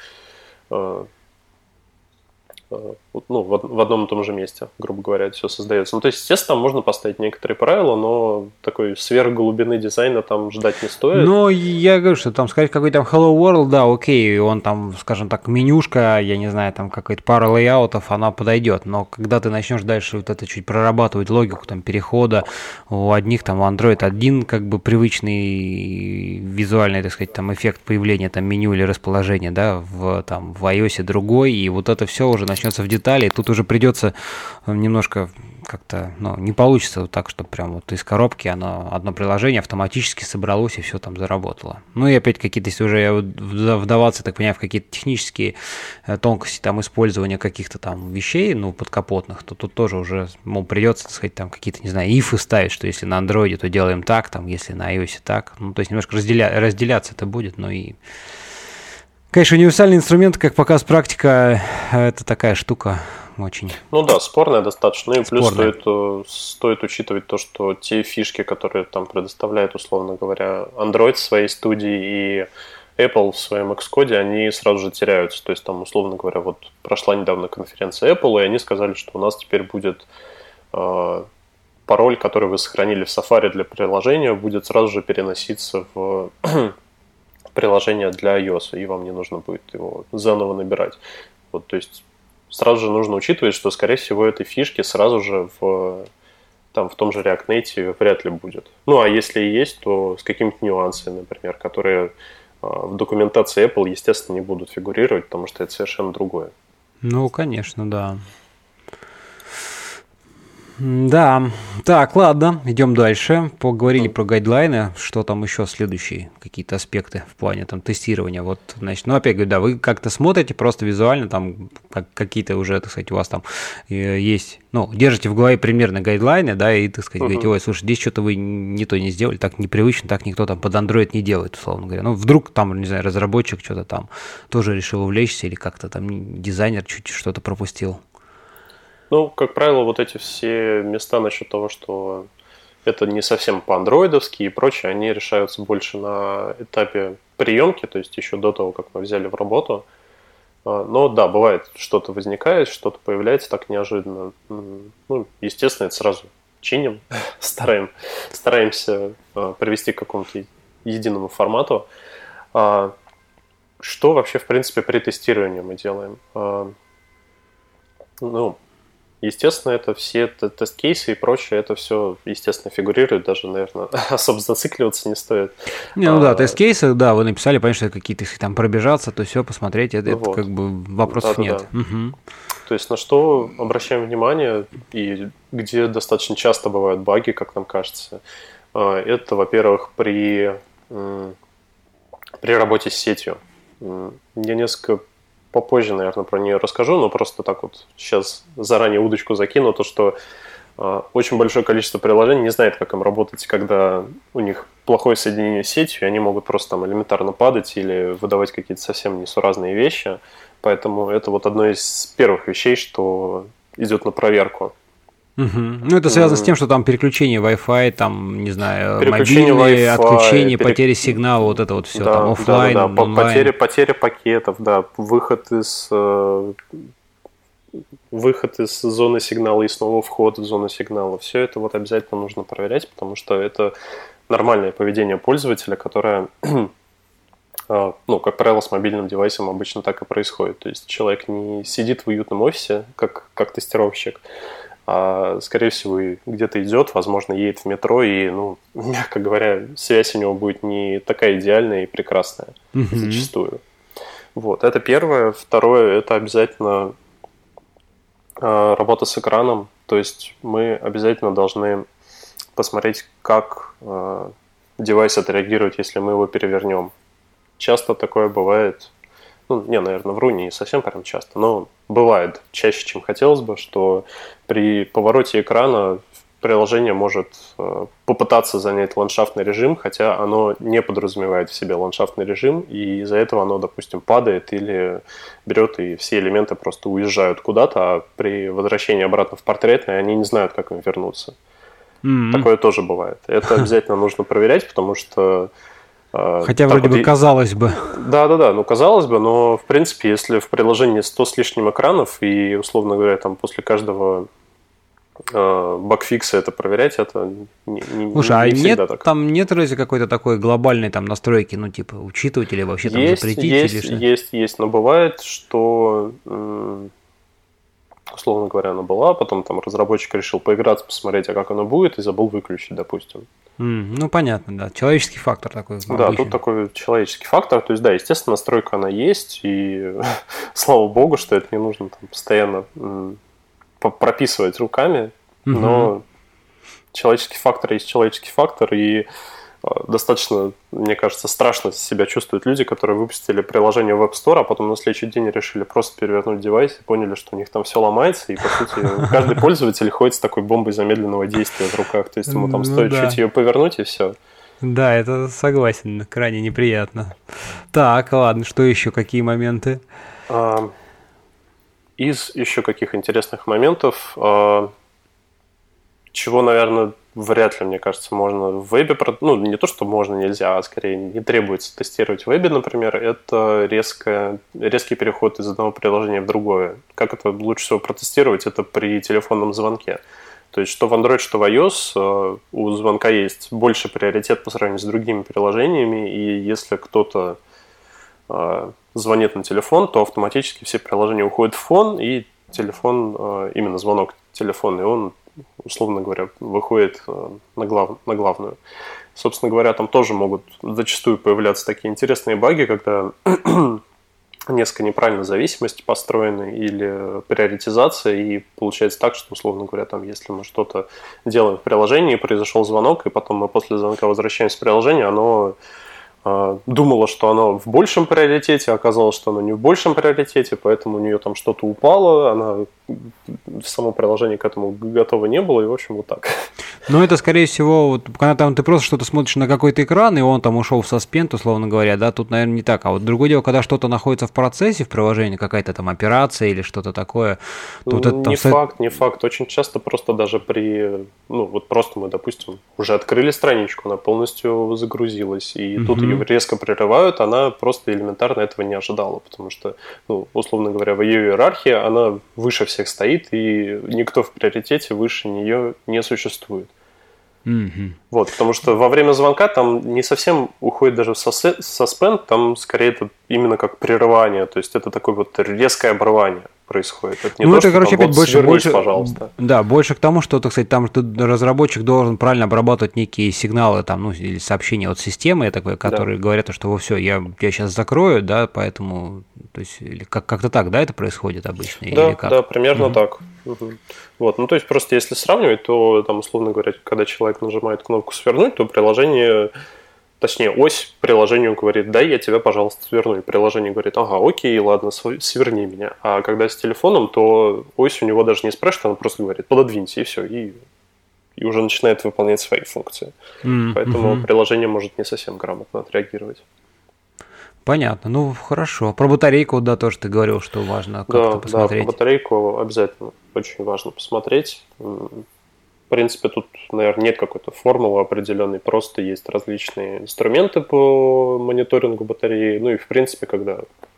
в одном и том же месте, грубо говоря, это все создается. Ну, то есть, естественно, там можно поставить некоторые правила, но такой сверхглубины дизайна там ждать не стоит. Ну, я говорю, что там сказать какой-то там Hello World, да, окей, он там, скажем так, менюшка, я не знаю, там какая-то пара лейаутов, она подойдет, но когда ты начнешь дальше вот это чуть прорабатывать логику там перехода, у одних там у Android один как бы привычный визуальный, так сказать, там эффект появления там меню или расположения, да, в iOS другой, и вот это все уже начнется в детали, и тут уже придется немножко как-то, не получится вот так, чтобы прям вот из коробки одно приложение автоматически собралось и все там заработало. Ну и опять какие-то, если уже вдаваться, так понимаю, в какие-то технические тонкости там использования каких-то там вещей, подкапотных, то тут тоже уже, придется, так сказать, там какие-то, не знаю, ифы ставить, что если на Android, то делаем так, там, если на iOS так, то есть немножко разделяться это будет, и... Конечно, универсальный инструмент, как показывает практика, это такая штука очень... Ну да, спорная достаточно. И плюс стоит учитывать то, что те фишки, которые там предоставляет, условно говоря, Android в своей студии и Apple в своем Xcode, они сразу же теряются. То есть там, условно говоря, вот прошла недавно конференция Apple, и они сказали, что у нас теперь будет пароль, который вы сохранили в Safari для приложения, будет сразу же переноситься в... приложение для iOS, и вам не нужно будет его заново набирать. Вот, то есть сразу же нужно учитывать, что, скорее всего, этой фишки сразу же в том же React Native вряд ли будет. Ну, а если и есть, то с какими-то нюансами, например, которые в документации Apple, естественно, не будут фигурировать, потому что это совершенно другое. Ну, конечно, да. Да, так, ладно, идем дальше. Поговорили про гайдлайны, что там еще следующие какие-то аспекты в плане там тестирования. Вот, значит, опять говорю, да, вы как-то смотрите просто визуально, там какие-то уже, так сказать, у вас там есть, держите в голове примерно гайдлайны, да, и, так сказать, говорите, ой, слушай, здесь что-то вы не то не сделали, так непривычно, так никто там под Android не делает, условно говоря. Вдруг там, не знаю, разработчик что-то там тоже решил увлечься или как-то там дизайнер чуть что-то пропустил. Как правило, вот эти все места насчет того, что это не совсем по-андроидовски и прочее, они решаются больше на этапе приемки, то есть еще до того, как мы взяли в работу. Но да, бывает, что-то возникает, что-то появляется так неожиданно. Естественно, это сразу чиним, стараемся привести к какому-то единому формату. Что вообще, в принципе, при тестировании мы делаем? Естественно, это все тест-кейсы и прочее, это все, естественно, фигурирует, даже, наверное, особо зацикливаться не стоит. Тест-кейсы, да, вы написали, понятно, что какие-то, если там пробежаться, то все, посмотреть, это как бы вопросов нет. Угу. То есть на что обращаем внимание и где достаточно часто бывают баги, как нам кажется, это, во-первых, при работе с сетью. Я несколько попозже, наверное, про нее расскажу, но просто так вот сейчас заранее удочку закину, то что очень большое количество приложений не знает, как им работать, когда у них плохое соединение с сетью, и они могут просто там элементарно падать или выдавать какие-то совсем несуразные вещи. Поэтому это вот одно из первых вещей, что идет на проверку. Угу. Это связано с тем, что там переключение Wi-Fi, там, не знаю, мобильные, отключение, потери сигнала, вот это вот все, да, там офлайн, онлайн. Потеря пакетов, да, выход из зоны сигнала и снова вход в зону сигнала. Все это вот обязательно нужно проверять, потому что это нормальное поведение пользователя, которое, как правило, с мобильным девайсом обычно так и происходит. То есть человек не сидит в уютном офисе, как тестировщик, а, скорее всего, где-то идет, возможно, едет в метро, и, мягко говоря, связь у него будет не такая идеальная и прекрасная зачастую. Вот, это первое. Второе, это обязательно работа с экраном. То есть мы обязательно должны посмотреть, как девайс отреагирует, если мы его перевернем. Часто такое бывает. Наверное, вру, не совсем прям часто, но бывает чаще, чем хотелось бы, что при повороте экрана приложение может попытаться занять ландшафтный режим, хотя оно не подразумевает в себе ландшафтный режим, и из-за этого оно, допустим, падает или берет, и все элементы просто уезжают куда-то, а при возвращении обратно в портретный они не знают, как им вернуться. Такое тоже бывает. Это обязательно нужно проверять, потому что... Хотя вроде бы казалось бы. Да, ну казалось бы, но в принципе, если в приложении 100 с лишним экранов, и, условно говоря, там после каждого багфикса это проверять, это Слушай, не всегда так. Там нет разве какой-то такой глобальной там настройки, ну типа учитывать или вообще там запретить? Есть, но бывает, что... условно говоря, она была, потом там разработчик решил поиграться, посмотреть, а как оно будет, и забыл выключить, допустим. Ну, понятно, да. Человеческий фактор такой. Да, обычный. Тут такой человеческий фактор. То есть, да, естественно, настройка она есть, и слава богу, что это не нужно там постоянно прописывать руками, но человеческий фактор есть человеческий фактор, и достаточно, мне кажется, страшно себя чувствуют люди, которые выпустили приложение в App Store, а потом на следующий день решили просто перевернуть девайс и поняли, что у них там все ломается, и, по сути, каждый пользователь ходит с такой бомбой замедленного действия в руках. То есть ему там стоит чуть ее повернуть, и все. Да, это согласен, крайне неприятно. Так, ладно, что еще, какие моменты? Из еще каких интересных моментов, чего, наверное, вряд ли, мне кажется, можно в вебе, ну, не то, что можно, нельзя, а скорее не требуется тестировать в вебе, например, это резкий переход из одного приложения в другое. Как это лучше всего протестировать? Это при телефонном звонке. То есть, что в Android, что в iOS у звонка есть больше приоритет по сравнению с другими приложениями, и если кто-то звонит на телефон, то автоматически все приложения уходят в фон, и телефон, именно звонок телефонный, он, условно говоря, выходит на главную. Собственно говоря, там тоже могут зачастую появляться такие интересные баги, когда несколько неправильно зависимости построены или приоритизация, и получается так, что, условно говоря, там, если мы что-то делаем в приложении, произошел звонок, и потом мы после звонка возвращаемся в приложение, оно думала, что оно в большем приоритете, оказалось, что оно не в большем приоритете, поэтому у нее там что-то упало, она в само приложение к этому готова не было, и, в общем, вот так. Ну, это, скорее всего, вот, когда там ты просто что-то смотришь на какой-то экран, и он там ушел в саспенд, условно говоря, да, тут, наверное, не так. А вот другое дело, когда что-то находится в процессе в приложении, какая-то там операция или что-то такое. Тут это, там... Не факт. Очень часто просто даже ну, вот просто мы, допустим, уже открыли страничку, она полностью загрузилась, и тут ее резко прерывают, она просто элементарно этого не ожидала, потому что, ну, условно говоря, в ее иерархии она выше всех стоит, и никто в приоритете выше нее не существует. Вот, потому что во время звонка там не совсем уходит даже в саспенд, там скорее это именно как прерывание, то есть это такое вот резкое обрывание происходит. Это не ну, то, это, что короче, там, опять вот, больше, пожалуйста. Да, больше к тому, что, так сказать, там разработчик должен правильно обрабатывать некие сигналы там, ну, или сообщения от системы, такой, которые говорят, что все, я сейчас закрою, да, поэтому, то есть, как-то так, да, это происходит обычно? Да, или как? Да, примерно так. Вот, ну, то есть, просто если сравнивать, то, там, условно говоря, когда человек нажимает кнопку «Свернуть», то приложение... Точнее, ось приложению говорит: дай я тебя, пожалуйста, сверну. И приложение говорит: ага, окей, ладно, сверни меня. А когда с телефоном, то ось у него даже не спрашивает, она просто говорит: пододвиньте, и все. И уже начинает выполнять свои функции. Поэтому приложение может не совсем грамотно отреагировать. Понятно, ну хорошо. Про батарейку, да, тоже ты говорил, что важно как-то посмотреть. Да, про батарейку обязательно очень важно посмотреть. В принципе, тут, наверное, нет какой-то формулы определенной, просто есть различные инструменты по мониторингу батареи. Ну и, в принципе, когда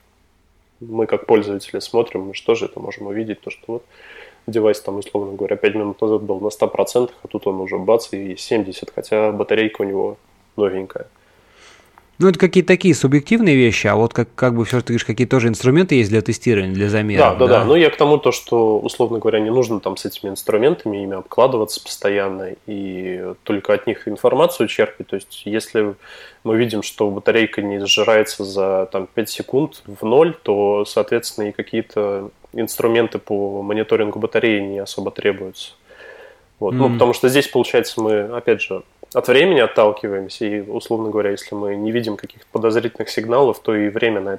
мы как пользователи смотрим, мы что же это можем увидеть, то что вот девайс там, условно говоря, 5 минут назад был на 100%, а тут он уже бац и 70%, хотя батарейка у него новенькая. Ну, это какие-то такие субъективные вещи, а вот как бы все-таки какие тоже инструменты есть для тестирования, для замера. Да. Ну, я к тому, что, условно говоря, не нужно там с этими инструментами, ими обкладываться постоянно и только от них информацию черпать. То есть, если мы видим, что батарейка не сжирается за там, 5 секунд в ноль, то, соответственно, и какие-то инструменты по мониторингу батареи не особо требуются. Вот. Ну, потому что здесь, получается, мы, опять же, от времени отталкиваемся, и, условно говоря, если мы не видим каких-то подозрительных сигналов, то и время на этот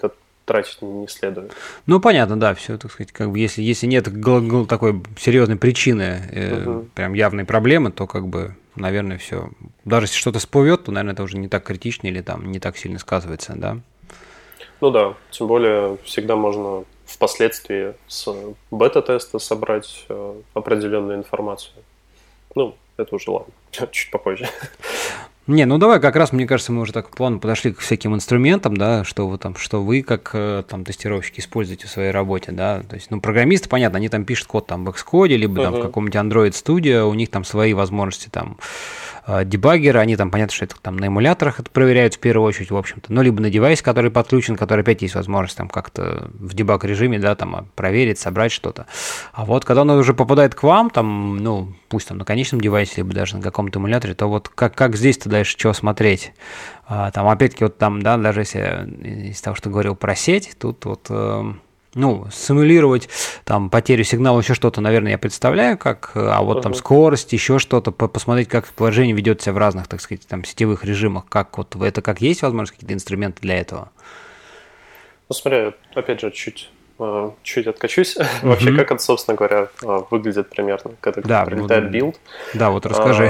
тратить не следует. Ну, понятно, да, все, так сказать, как бы если нет такой серьезной причины, прям явной проблемы, то как бы, наверное, все. Даже если что-то всплывет, то, наверное, это уже не так критично или там не так сильно сказывается, да? Ну да, тем более всегда можно впоследствии с бета-теста собрать определенную информацию. Ну, это уже ладно, чуть попозже. Не, ну давай как раз, мне кажется, мы уже так плавно подошли к всяким инструментам, да, что вы как там тестировщики используете в своей работе, да, то есть, ну, программисты, понятно, они там пишут код там в Xcode, либо там в каком-нибудь Android Studio, у них там свои возможности там дебаггеры, они там, понятно, что это там на эмуляторах это проверяют в первую очередь, в общем-то, ну, либо на девайсе, который подключен, который опять есть возможность там как-то в дебаг режиме, да, там проверить, собрать что-то. А вот когда оно уже попадает к вам, там, ну, пусть там на конечном девайсе, либо даже на каком-то эмуляторе, то вот как здесь-то дальше что смотреть? Там, опять-таки, вот там, да, даже если из того, что говорил про сеть, тут вот... Ну, симулировать там потерю сигнала, еще что-то, наверное, я представляю, как, а вот там скорость, еще что-то, посмотреть, как приложение ведет себя в разных, так сказать, там сетевых режимах, как вот это, как есть возможность, какие-то инструменты для этого? Ну, смотри, опять же, чуть откачусь. Вообще, как это, собственно говоря, выглядит примерно, когда прилетает билд. Да, вот расскажи.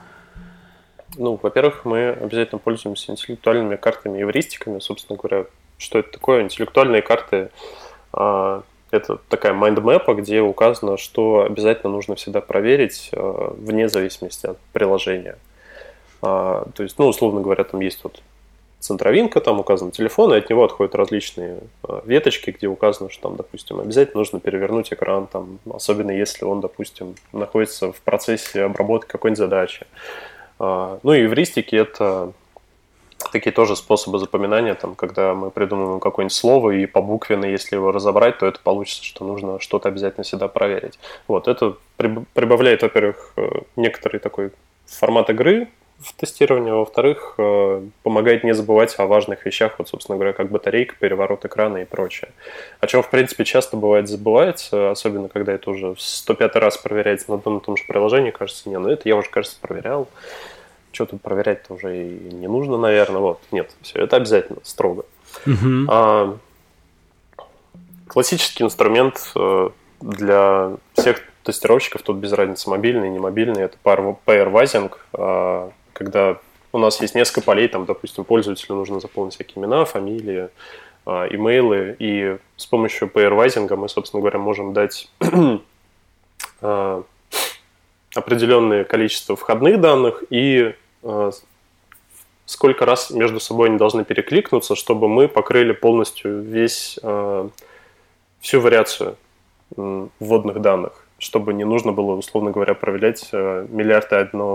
Ну, во-первых, мы обязательно пользуемся интеллектуальными картами и эвристиками, собственно говоря. Что это такое? Интеллектуальные карты – это такая майндмэпа, где указано, что обязательно нужно всегда проверить вне зависимости от приложения. То есть, ну, условно говоря, там есть вот центровинка, там указан телефон, и от него отходят различные веточки, где указано, что там, допустим, обязательно нужно перевернуть экран, там, особенно если он, допустим, находится в процессе обработки какой-нибудь задачи. Ну и эвристики – это такие тоже способы запоминания, там, когда мы придумываем какое-нибудь слово, и по буквенно, если его разобрать, то это получится, что нужно что-то обязательно всегда проверить. Вот, это прибавляет, во-первых, некоторый такой формат игры в тестировании, а во-вторых, помогает не забывать о важных вещах, вот, собственно говоря, как батарейка, переворот экрана и прочее. О чем, в принципе, часто бывает забывается, особенно когда это уже в 105-й раз проверяется на одном и том же приложении, кажется, ну это я уже, кажется, проверял. Что тут проверять-то уже и не нужно, наверное. Вот, нет, все это обязательно, строго. Классический инструмент для всех тестировщиков, тут без разницы, мобильный, не мобильный, это pairwasing, когда у нас есть несколько полей, там, допустим, пользователю нужно заполнить всякие имена, фамилии, имейлы, и с помощью pairwasing мы, собственно говоря, можем дать определенное количество входных данных и сколько раз между собой они должны перекликнуться, чтобы мы покрыли полностью всю вариацию вводных данных, чтобы не нужно было, условно говоря, проверять миллиард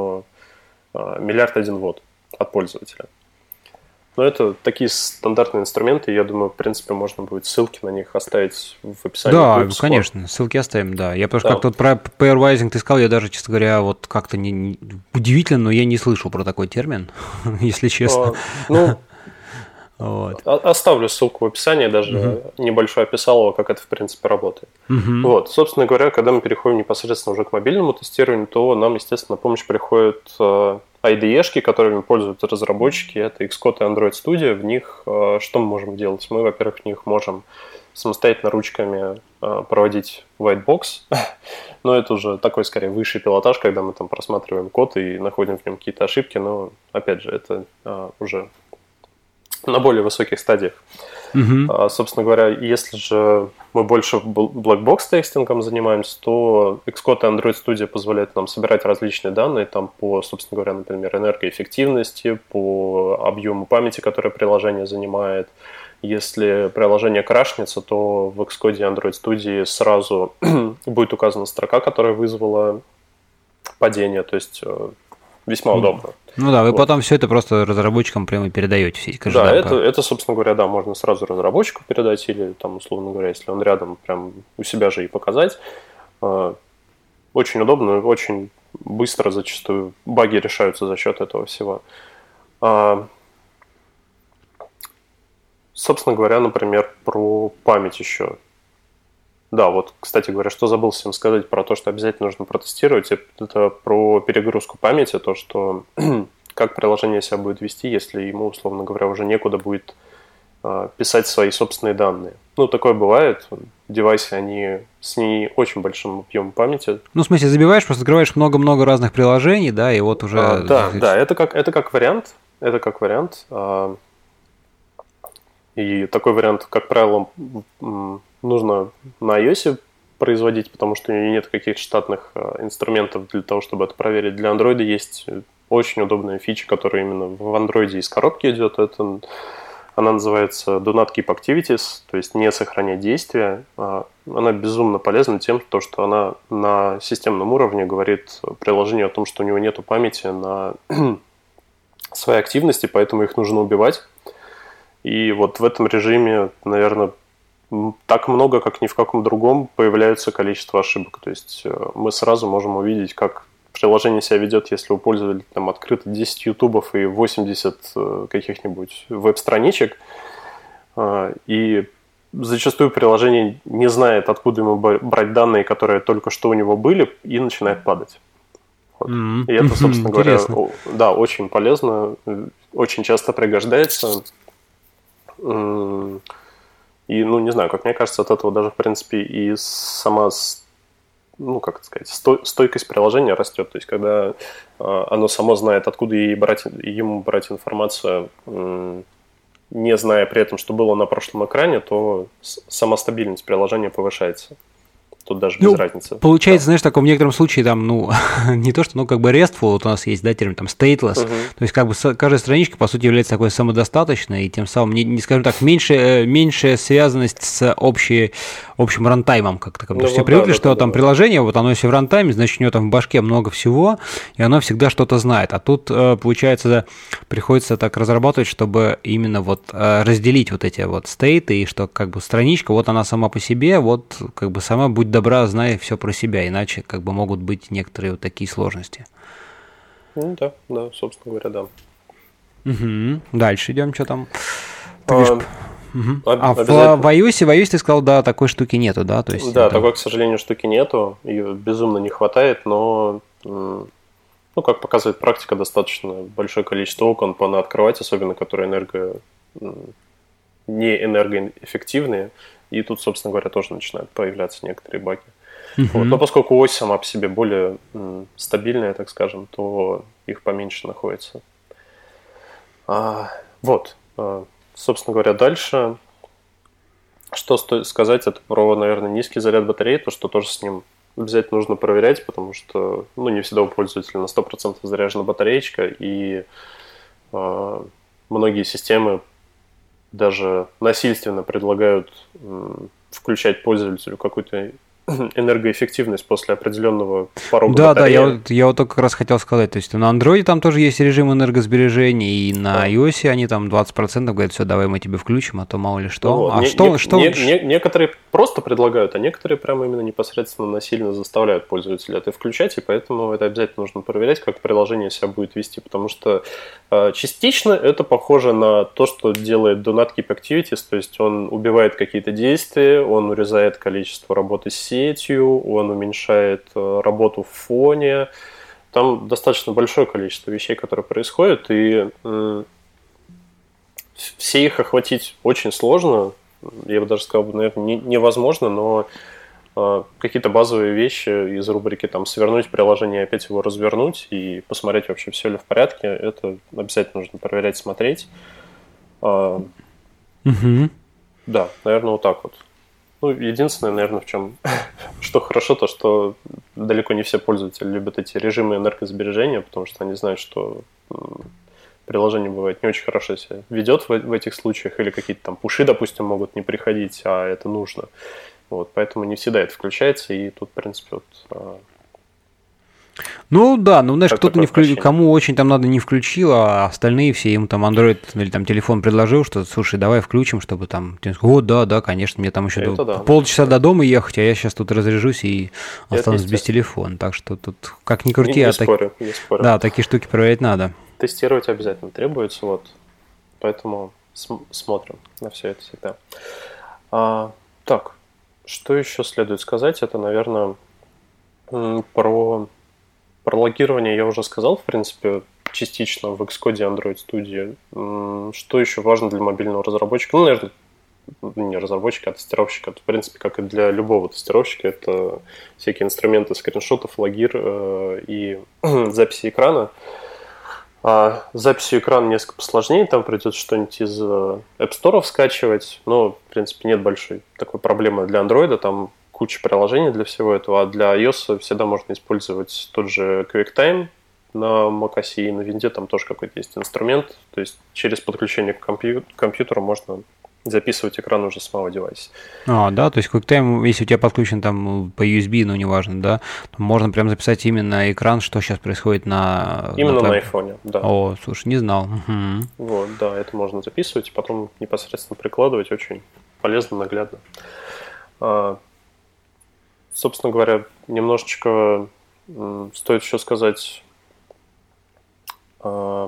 один ввод от пользователя. Но это такие стандартные инструменты, я думаю, в принципе, можно будет ссылки на них оставить в описании. Да, конечно, ссылки оставим, да. Я просто как-то вот про pairwasing ты сказал, я даже, честно говоря, вот как-то удивительно, но я не слышал про такой термин, если честно. Вот. Оставлю ссылку в описании, даже небольшое описал его, как это, в принципе, работает. Вот, собственно говоря, когда мы переходим непосредственно уже к мобильному тестированию, то нам, естественно, на помощь приходят IDE-шки, которыми пользуются разработчики, это Xcode и Android Studio. В них что мы можем делать? Мы, во-первых, в них можем самостоятельно ручками проводить whitebox, но это уже такой, скорее, высший пилотаж, когда мы там просматриваем код и находим в нем какие-то ошибки, но, опять же, это уже на более высоких стадиях. Собственно говоря, если же мы больше blackbox тестингом занимаемся, то Xcode и Android Studio позволяют нам собирать различные данные там по, собственно говоря, например, энергоэффективности, по объему памяти, которое приложение занимает. Если приложение крашнется, то в Xcode и Android Studio сразу будет указана строка, которая вызвала падение, то есть весьма удобно. Ну да, вы потом все это просто разработчикам прямо передаете, все эти координаты. Да, это, собственно говоря, да, можно сразу разработчику передать, или там, условно говоря, если он рядом, прям у себя же и показать. Очень удобно, очень быстро зачастую баги решаются за счет этого всего. Собственно говоря, например, про память еще. Да, вот, кстати говоря, что забыл всем сказать про то, что обязательно нужно протестировать, это про перегрузку памяти, то, что как приложение себя будет вести, если ему, условно говоря, уже некуда будет писать свои собственные данные. Ну, такое бывает. Девайсы, они с не очень большим объемом памяти. Ну, в смысле, забиваешь, просто открываешь много-много разных приложений, да, и вот уже... Да, это как вариант. Это как вариант. И такой вариант, как правило, нужно на iOS производить, потому что у нее нет каких-то штатных инструментов для того, чтобы это проверить. Для Android есть очень удобная фича, которая именно в Android из коробки идет. Она называется Do Not Keep Activities, то есть не сохранять действия. Она безумно полезна тем, что она на системном уровне говорит приложению о том, что у него нет памяти на свои активности, поэтому их нужно убивать. И вот в этом режиме, наверное, так много, как ни в каком другом, появляется количество ошибок. То есть мы сразу можем увидеть, как приложение себя ведет, если у пользователя там открыто 10 ютубов и 80 каких-нибудь веб-страничек. И зачастую приложение не знает, откуда ему брать данные, которые только что у него были, и начинает падать. Вот. И это, собственно говоря, да, очень полезно, очень часто пригождается. И, не знаю, как мне кажется, от этого даже, в принципе, и сама, как сказать, стойкость приложения растет. То есть, когда оно само знает, откуда ему брать информацию, не зная при этом, что было на прошлом экране, то сама стабильность приложения повышается. Тут даже без разницы. Получается, знаешь, в некотором случае там, не то, что, как бы RESTful, вот у нас есть, да, термин, там, stateless, то есть, как бы, каждая страничка, по сути, является такой самодостаточной, и тем самым, не скажем так, меньшая связанность с общим рантаймом как-то. Потому что все привыкли, что там приложение, вот оно если в рантайме, значит, у него там в башке много всего, и оно всегда что-то знает. А тут, получается, приходится так разрабатывать, чтобы именно вот разделить вот эти вот стейты, и что, как бы, страничка, вот она сама по себе, вот, как бы, сама будет добра, знай все про себя, иначе как бы могут быть некоторые вот такие сложности. Да, собственно говоря, да. Угу. Дальше идем, что там? В iOS ты сказал, да, такой штуки нету, да? То есть да, такой, к сожалению, штуки нету, ее безумно не хватает, но, как показывает практика, достаточно большое количество окон понаоткрывать, особенно которые не энергоэффективные. И тут, собственно говоря, тоже начинают появляться некоторые баги. Вот. Но поскольку ось сама по себе более стабильная, так скажем, то их поменьше находится. Собственно говоря, дальше. Что стоит сказать, это про, наверное, низкий заряд батареи, то, что тоже с ним обязательно нужно проверять, потому что не всегда у пользователя на 100% заряжена батареечка, и многие системы даже насильственно предлагают включать пользователю какую-то энергоэффективность после определенного порога батареи. Да, я вот только как раз хотел сказать, то есть на Android там тоже есть режим энергосбережения, и на iOS они там 20% говорят, все, давай мы тебе включим, а то мало ли что. Некоторые просто предлагают, а некоторые прямо именно непосредственно насильно заставляют пользователя это включать, и поэтому это обязательно нужно проверять, как приложение себя будет вести, потому что частично это похоже на то, что делает Do Not Keep Activities, то есть он убивает какие-то действия, он урезает количество работы с сетью, он уменьшает работу в фоне. Там достаточно большое количество вещей, которые происходят, и все их охватить очень сложно. Я бы даже сказал, наверное, невозможно, но какие-то базовые вещи из рубрики там свернуть приложение, опять его развернуть и посмотреть вообще, все ли в порядке, это обязательно нужно проверять, смотреть. Да, наверное, вот так вот. Единственное, наверное, в чем что хорошо, то что далеко не все пользователи любят эти режимы энергосбережения, потому что они знают, что приложение бывает не очень хорошо себя ведет в этих случаях, или какие-то там пуши, допустим, могут не приходить, а это нужно. Вот, поэтому не всегда это включается, и тут, в принципе, знаешь, кто-то не включил, кому очень там надо не включил, а остальные все, ему там Android или там телефон предложил, что, слушай, давай включим, чтобы там, да, конечно, мне там еще полчаса до дома ехать, а я сейчас тут разряжусь и останусь без телефона, так что тут как ни крути, не спорю. Да, такие штуки проверять надо. Тестировать обязательно требуется, вот, поэтому смотрим на все это всегда. Так, что еще следует сказать, это, наверное, про логирование я уже сказал, в принципе, частично в Xcode Android Studio. Что еще важно для мобильного разработчика? Ну, наверное, не разработчика, а тестировщика. В принципе, как и для любого тестировщика, это всякие инструменты скриншотов, логир и записи экрана. А с записью экрана несколько посложнее, там придется что-нибудь из App Store скачивать, но, в принципе, нет большой такой проблемы для Android, там куча приложений для всего этого, а для iOS всегда можно использовать тот же QuickTime на macOS и на Винде, там тоже какой-то есть инструмент, то есть через подключение к компьютеру можно записывать экран уже с самого девайса. Да, то есть QuickTime, если у тебя подключен там по USB, ну, неважно, да, то можно прям записать именно экран, что сейчас происходит Именно на iPhone, да. О, слушай, не знал. Угу. Вот, да, это можно записывать и потом непосредственно прикладывать, очень полезно, наглядно. Собственно говоря, немножечко стоит еще сказать про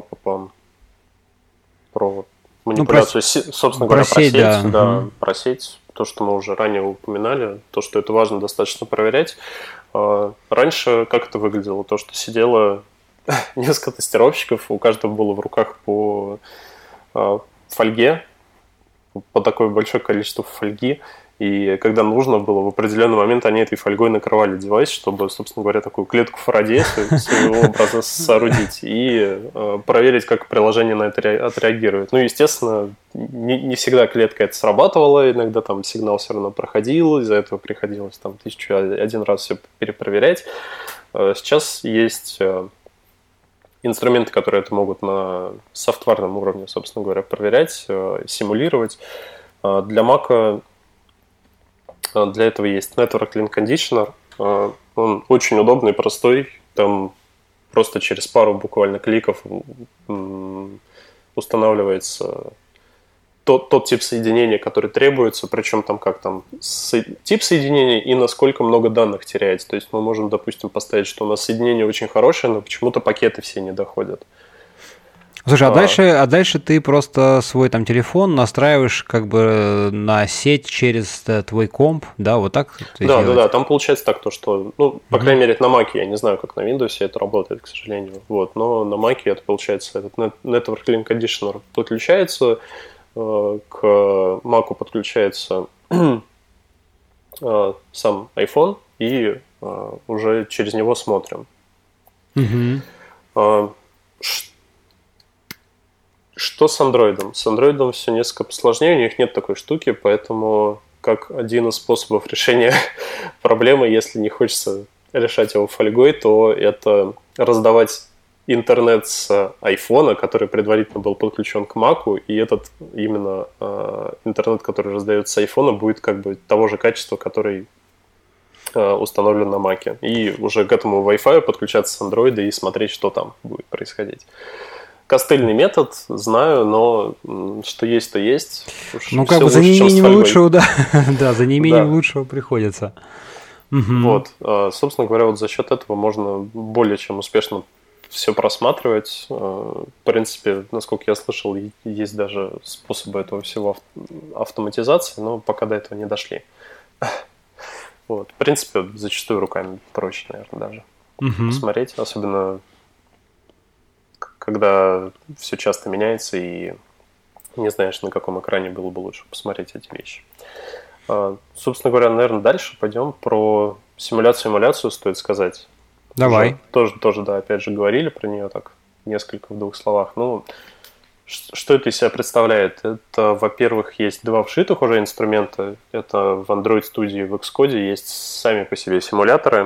манипуляцию, собственно говоря, про сеть, да, про сеть, то, что мы уже ранее упоминали, то, что это важно достаточно проверять. Раньше как это выглядело? То, что сидело несколько тестировщиков, у каждого было в руках по фольге, по такое большое количество фольги, и когда нужно было, в определенный момент они этой фольгой накрывали девайс, чтобы, собственно говоря, такую клетку Фарадея своего образа соорудить и проверить, как приложение на это отреагирует. Ну, естественно, не всегда клетка это срабатывала, иногда там сигнал все равно проходил, из-за этого приходилось там 1001 раз все перепроверять. Сейчас есть инструменты, которые это могут на софтварном уровне, собственно говоря, проверять, симулировать. Для Mac для этого есть Network Link Conditioner. Он очень удобный, простой. Там просто через пару буквально кликов устанавливается тот тип соединения, который требуется, причем там тип соединения и насколько много данных теряется. То есть мы можем, допустим, поставить, что у нас соединение очень хорошее, но почему-то пакеты все не доходят. Слушай, а дальше ты просто свой там телефон настраиваешь как бы на сеть через твой комп, да, вот так? Да, там получается так, что, ну, по крайней мере, на Mac, я не знаю, как на Windows это работает, к сожалению, вот, но на Mac это получается, этот Network Link Conditioner подключается, к Mac подключается сам iPhone, и уже через него смотрим. Что с Android? С Android все несколько посложнее, у них нет такой штуки, поэтому как один из способов решения проблемы, если не хочется решать его фольгой, то это раздавать интернет с iPhone, который предварительно был подключен к Mac, и этот именно интернет, который раздается с iPhone, будет как бы того же качества, который установлен на Mac. И уже к этому Wi-Fi подключаться с Android и смотреть, что там будет происходить. Костыльный метод, знаю, но что есть, то есть. Ну, как бы за неимением лучшего, да. Да, за неимением лучшего приходится. Вот, собственно говоря, вот за счет этого можно более чем успешно все просматривать. В принципе, насколько я слышал, есть даже способы этого всего автоматизации, но пока до этого не дошли. Вот, в принципе, зачастую руками проще, наверное, даже посмотреть, особенно когда все часто меняется и не знаешь, на каком экране было бы лучше посмотреть эти вещи. Собственно говоря, наверное, дальше пойдем про симуляцию-эмуляцию, стоит сказать. Давай. Тоже, да, опять же, говорили про нее так несколько в двух словах. Ну, что это из себя представляет? Это, во-первых, есть два вшитых уже инструмента. Это в Android Studio и в Xcode есть сами по себе симуляторы.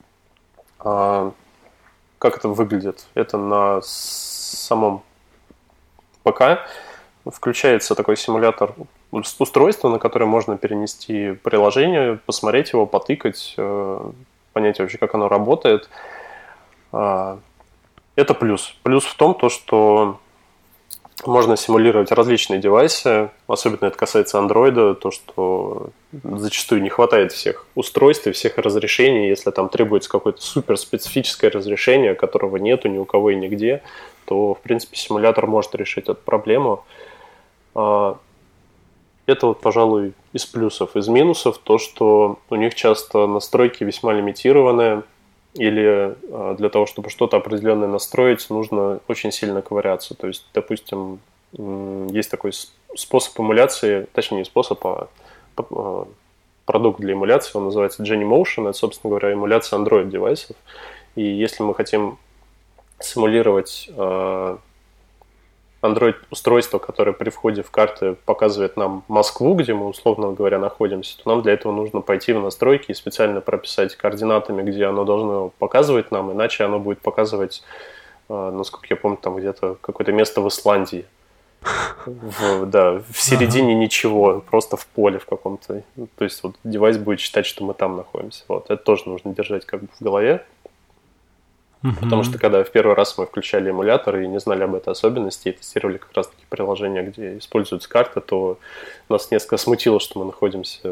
Как это выглядит? Это на самом ПК включается такой симулятор устройства, на которое можно перенести приложение, посмотреть его, потыкать, понять вообще, как оно работает. Это плюс. Плюс в том, что можно симулировать различные девайсы, особенно это касается Android, то, что зачастую не хватает всех устройств и всех разрешений. Если там требуется какое-то суперспецифическое разрешение, которого нету ни у кого и нигде, то, в принципе, симулятор может решить эту проблему. Это вот, пожалуй, из плюсов. Из минусов то, что у них часто настройки весьма лимитированные. или для того, чтобы что-то определенное настроить, нужно очень сильно ковыряться. То есть, допустим, есть такой способ эмуляции, точнее не способ, а продукт для эмуляции, он называется Genymotion, это, собственно говоря, эмуляция Android-девайсов. И если мы хотим симулировать Android-устройство, которое при входе в карты показывает нам Москву, где мы, условно говоря, находимся, то нам для этого нужно пойти в настройки и специально прописать координатами, где оно должно показывать нам, иначе оно будет показывать, насколько я помню, там где-то какое-то место в Исландии. В середине ничего, просто в поле в каком-то. То есть вот девайс будет считать, что мы там находимся. Вот. Это тоже нужно держать как бы в голове. Потому что когда в первый раз мы включали эмулятор и не знали об этой особенности, и тестировали как раз-таки приложения, где используются карты, то нас несколько смутило, что мы находимся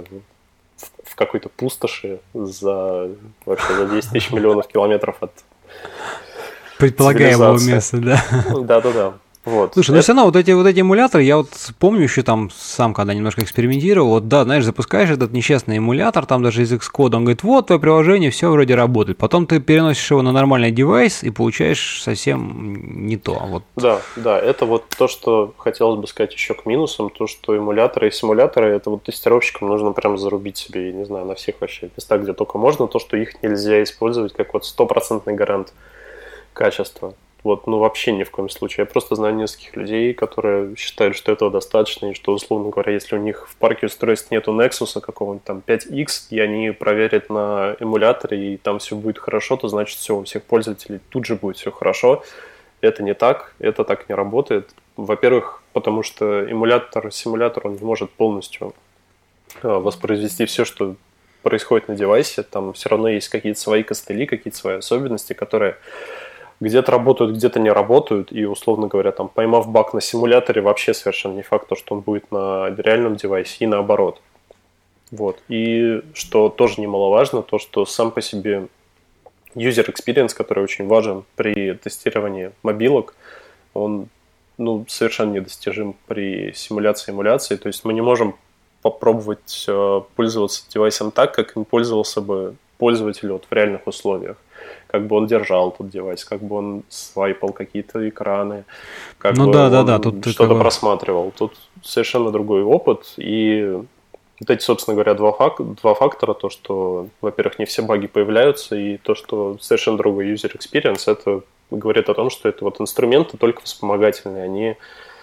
в какой-то пустоши за 10 тысяч миллионов километров от предполагаемого места, да? Да. Вот. Слушай, ну все равно вот эти эмуляторы, я вот помню еще там сам, когда немножко экспериментировал, вот да, знаешь, запускаешь этот несчастный эмулятор, там даже из Xcode, он говорит, вот, твое приложение, все вроде работает. Потом ты переносишь его на нормальный девайс и получаешь совсем не то. Вот. Да, это вот то, что хотелось бы сказать еще к минусам, то, что эмуляторы и симуляторы, это вот тестировщикам нужно прям зарубить себе, я не знаю, на всех вообще местах, где только можно, то, что их нельзя использовать как вот стопроцентный гарант качества. Вот, ну вообще ни в коем случае. Я просто знаю нескольких людей, которые считают, что этого достаточно, и что, условно говоря, если у них в парке устройств нету Nexus какого-нибудь там 5X, и они проверят на эмуляторе, и там все будет хорошо, то значит все, у всех пользователей тут же будет все хорошо. Это не так, это так не работает. Во-первых, потому что симулятор, он не может полностью воспроизвести все, что происходит на девайсе. Там все равно есть какие-то свои костыли, какие-то свои особенности, которые где-то работают, где-то не работают, и, условно говоря, там, поймав баг на симуляторе, вообще совершенно не факт, что он будет на реальном девайсе, и наоборот. Вот. И что тоже немаловажно, то, что сам по себе user experience, который очень важен при тестировании мобилок, он совершенно недостижим при симуляции эмуляции. То есть мы не можем попробовать пользоваться девайсом так, как им пользовался бы пользователь вот в реальных условиях. Как бы он держал тот девайс, как бы он свайпал какие-то экраны, как бы он тут что-то просматривал. Тут совершенно другой опыт. И вот эти, собственно говоря, два фактора, то, что, во-первых, не все баги появляются, и то, что совершенно другой user experience, это говорит о том, что это вот инструменты только вспомогательные, они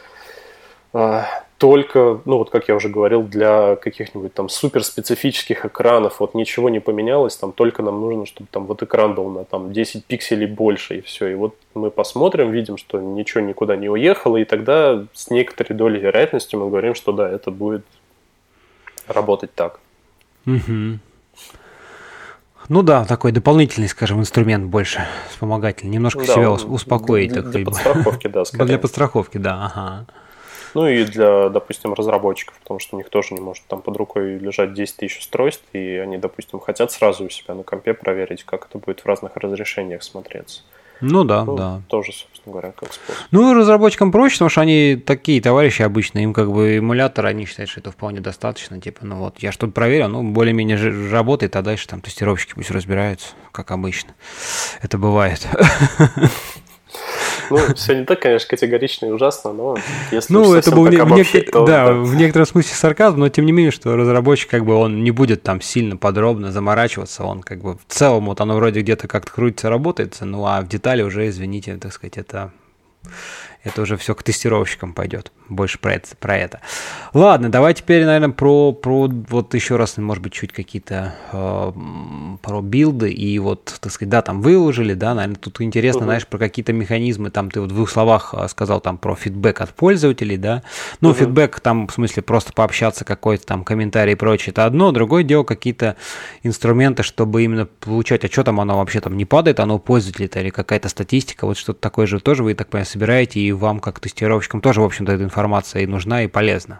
только, вот как я уже говорил, для каких-нибудь там суперспецифических экранов, вот ничего не поменялось, там только нам нужно, чтобы там вот экран был на там 10 пикселей больше, и все. И вот мы посмотрим, видим, что ничего никуда не уехало, и тогда с некоторой долей вероятности мы говорим, что да, это будет работать так. Угу. Ну да, такой дополнительный, скажем, инструмент больше вспомогательный, немножко себя успокоить. Для подстраховки, да, скорее. Для подстраховки, да, ага. Ну и для, допустим, разработчиков, потому что у них тоже не может там под рукой лежать 10 тысяч устройств, и они, допустим, хотят сразу у себя на компе проверить, как это будет в разных разрешениях смотреться. Ну да. Тоже, собственно говоря, как способ. Ну и разработчикам проще, потому что они такие товарищи обычно, им как бы эмулятор, они считают, что это вполне достаточно, типа, я что-то проверил, более-менее работает, а дальше там тестировщики пусть разбираются, как обычно. Это бывает. Все не так, конечно, категорично и ужасно, но если это был в некотором смысле сарказм, но тем не менее, что разработчик как бы он не будет там сильно подробно заморачиваться, он как бы в целом вот оно вроде где-то как-то крутится, работает, а в детали уже, извините, так сказать, это уже все к тестировщикам пойдет. Больше про это. Ладно, давай теперь, наверное, про вот еще раз, может быть, чуть какие-то про билды. И вот, так сказать, да, там выложили, да, наверное, тут интересно, знаешь, про какие-то механизмы. Там ты вот в двух словах сказал там про фидбэк от пользователей, да. Фидбэк там, в смысле, просто пообщаться, какой-то там комментарий и прочее, это одно. Другое дело, какие-то инструменты, чтобы именно получать, а что там оно вообще там не падает, оно у пользователей-то или какая-то статистика, вот что-то такое же тоже вы, так понимаю, собираете, и вам, как тестировщикам, тоже, в общем-то, эта информация и нужна, и полезна.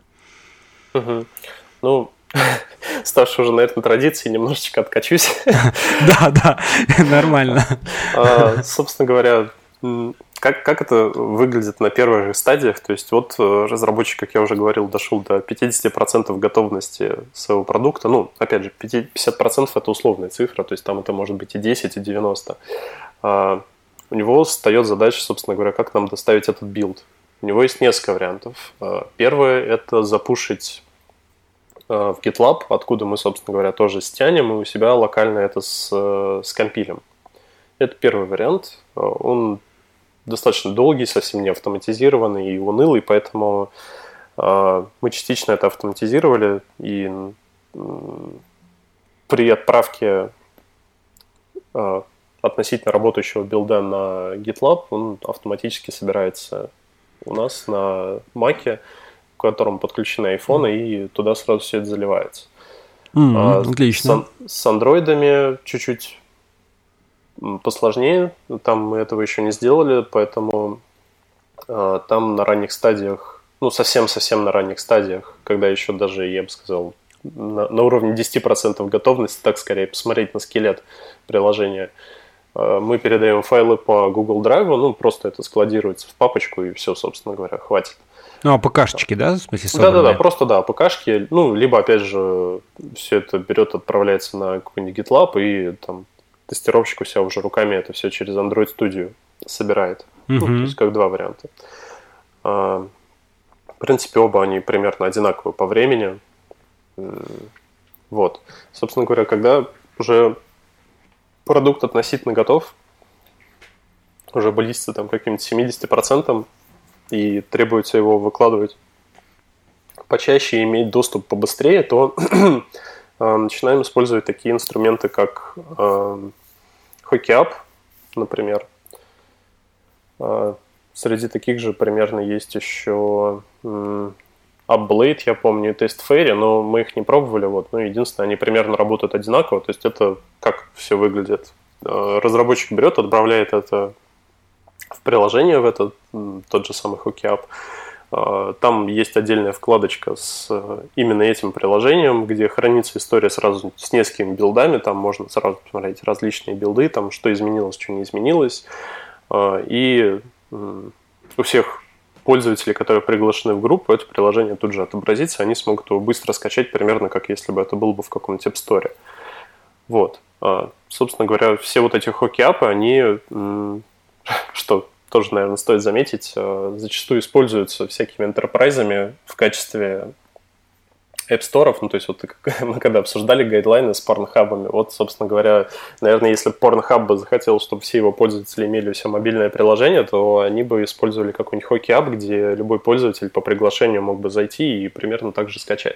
Ставши уже на этой традиции, немножечко откачусь. Да, нормально. Собственно говоря, Как это выглядит на первых же стадиях? То есть вот разработчик, как я уже говорил, дошел до 50% готовности своего продукта. Ну, опять же, 50% это условная цифра, то есть там это может быть и 10, и 90. У него встает задача, собственно говоря, как нам доставить этот билд. У него есть несколько вариантов. Первое – это запушить в GitLab, откуда мы, собственно говоря, тоже стянем, и у себя локально это скомпилим. Это первый вариант. Он достаточно долгий, совсем не автоматизированный и унылый, поэтому мы частично это автоматизировали, и при отправке относительно работающего билда на GitLab он автоматически собирается у нас на Mac'е, к которому подключены айфоны, и туда сразу все это заливается. Отлично. С андроидами чуть-чуть посложнее, там мы этого еще не сделали, поэтому там на ранних стадиях, ну совсем-совсем на ранних стадиях, когда еще даже, я бы сказал, на уровне 10% готовности, так скорее посмотреть на скелет приложения, мы передаем файлы по Google Drive, ну просто это складируется в папочку и все, собственно говоря, хватит. Ну, АПК-шечки, да, в смысле собранные? Да-да-да, просто, да, АПК-шки, ну, либо, опять же, все это берет, отправляется на какой-нибудь GitLab, и там тестировщик у себя уже руками это все через Android Studio собирает. Ну, то есть, как два варианта. В принципе, оба они примерно одинаковые по времени. Вот. Собственно говоря, когда уже продукт относительно готов, уже близится там каким-то 70%, и требуется его выкладывать почаще и иметь доступ побыстрее, то начинаем использовать такие инструменты, как HookieUp, например. Среди таких же примерно есть еще UpBlade, я помню, и TestFairy, но мы их не пробовали. Вот. Но единственное, они примерно работают одинаково. То есть это как все выглядит. Разработчик берет, отправляет это в приложение, в этот тот же самый HookieUp. Там есть отдельная вкладочка с именно этим приложением, где хранится история сразу с несколькими билдами. Там можно сразу посмотреть различные билды, там что изменилось, что не изменилось. И у всех пользователей, которые приглашены в группу, это приложение тут же отобразится, они смогут его быстро скачать, примерно как если бы это было бы в каком-нибудь App Store. Вот. Собственно говоря, все вот эти HookieUp, они, что тоже, наверное, стоит заметить, зачастую используются всякими энтерпрайзами в качестве App Store. Ну, то есть, вот мы когда обсуждали гайдлайны с порнохабами, вот, собственно говоря, наверное, если бы Pornhub бы захотел, чтобы все его пользователи имели у себя мобильное приложение, то они бы использовали какой-нибудь HookieUp, где любой пользователь по приглашению мог бы зайти и примерно так же скачать.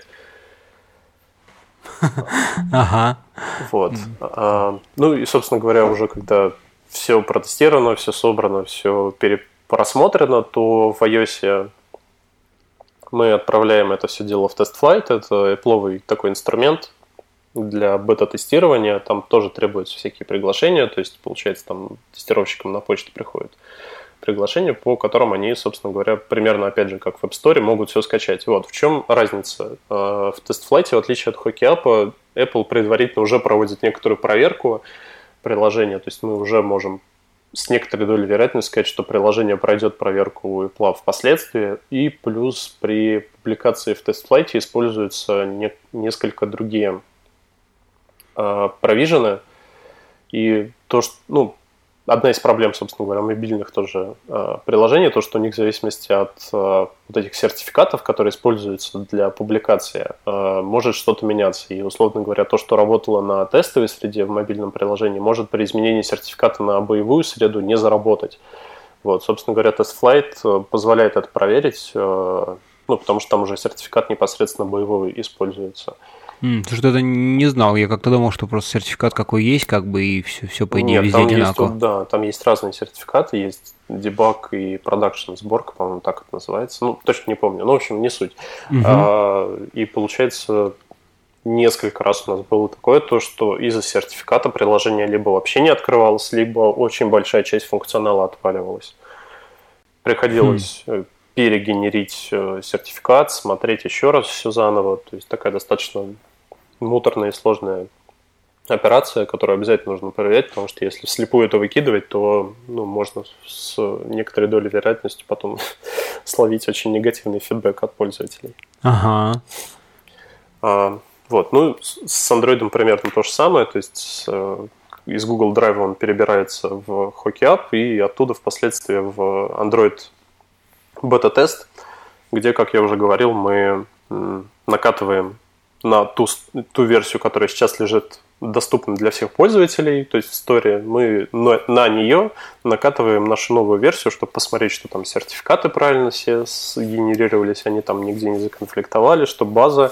Ага. Вот. Ну и, собственно говоря, уже когда все протестировано, все собрано, все просмотрено, то в iOS мы отправляем это все дело в TestFlight. Это Apple такой инструмент для бета-тестирования. Там тоже требуются всякие приглашения. То есть, получается, там тестировщикам на почту приходит приглашение, по которым они, собственно говоря, примерно, опять же, как в App Store, могут все скачать. Вот в чем разница. В TestFlight, в отличие от HookieUp, Apple предварительно уже проводит некоторую проверку приложения. То есть мы уже можем с некоторой долей вероятности сказать, что приложение пройдет проверку у Apple впоследствии, и плюс при публикации в TestFlight используются несколько другие провижены, и то, что, ну, одна из проблем, собственно говоря, мобильных тоже приложений, то, что у них в зависимости от вот этих сертификатов, которые используются для публикации, может что-то меняться. И, условно говоря, то, что работало на тестовой среде в мобильном приложении, может при изменении сертификата на боевую среду не заработать. Вот, собственно говоря, TestFlight позволяет это проверить, ну, потому что там уже сертификат непосредственно боевой используется. Ты что-то не знал, я как-то думал, что просто сертификат какой есть, как бы, и все по идее везде одинаково. Есть, да, там есть разные сертификаты, есть дебаг и продакшн сборка, по-моему, так это называется. Ну, точно не помню, но, в общем, не суть. И получается, несколько раз у нас было такое, то, что из-за сертификата приложение либо вообще не открывалось, либо очень большая часть функционала отваливалась. Приходилось перегенерить сертификат, смотреть еще раз все заново. То есть такая достаточно муторная и сложная операция, которую обязательно нужно проверять, потому что если вслепую это выкидывать, то можно с некоторой долей вероятности потом словить очень негативный фидбэк от пользователей. Ага. Вот, с Android примерно то же самое, то есть из Google Drive он перебирается в Hockey App и оттуда впоследствии в Android бета-тест, где, как я уже говорил, мы накатываем на ту версию, которая сейчас лежит доступна для всех пользователей, то есть в Store, мы на нее накатываем нашу новую версию, чтобы посмотреть, что там сертификаты правильно все сгенерировались, они там нигде не законфликтовали, что база,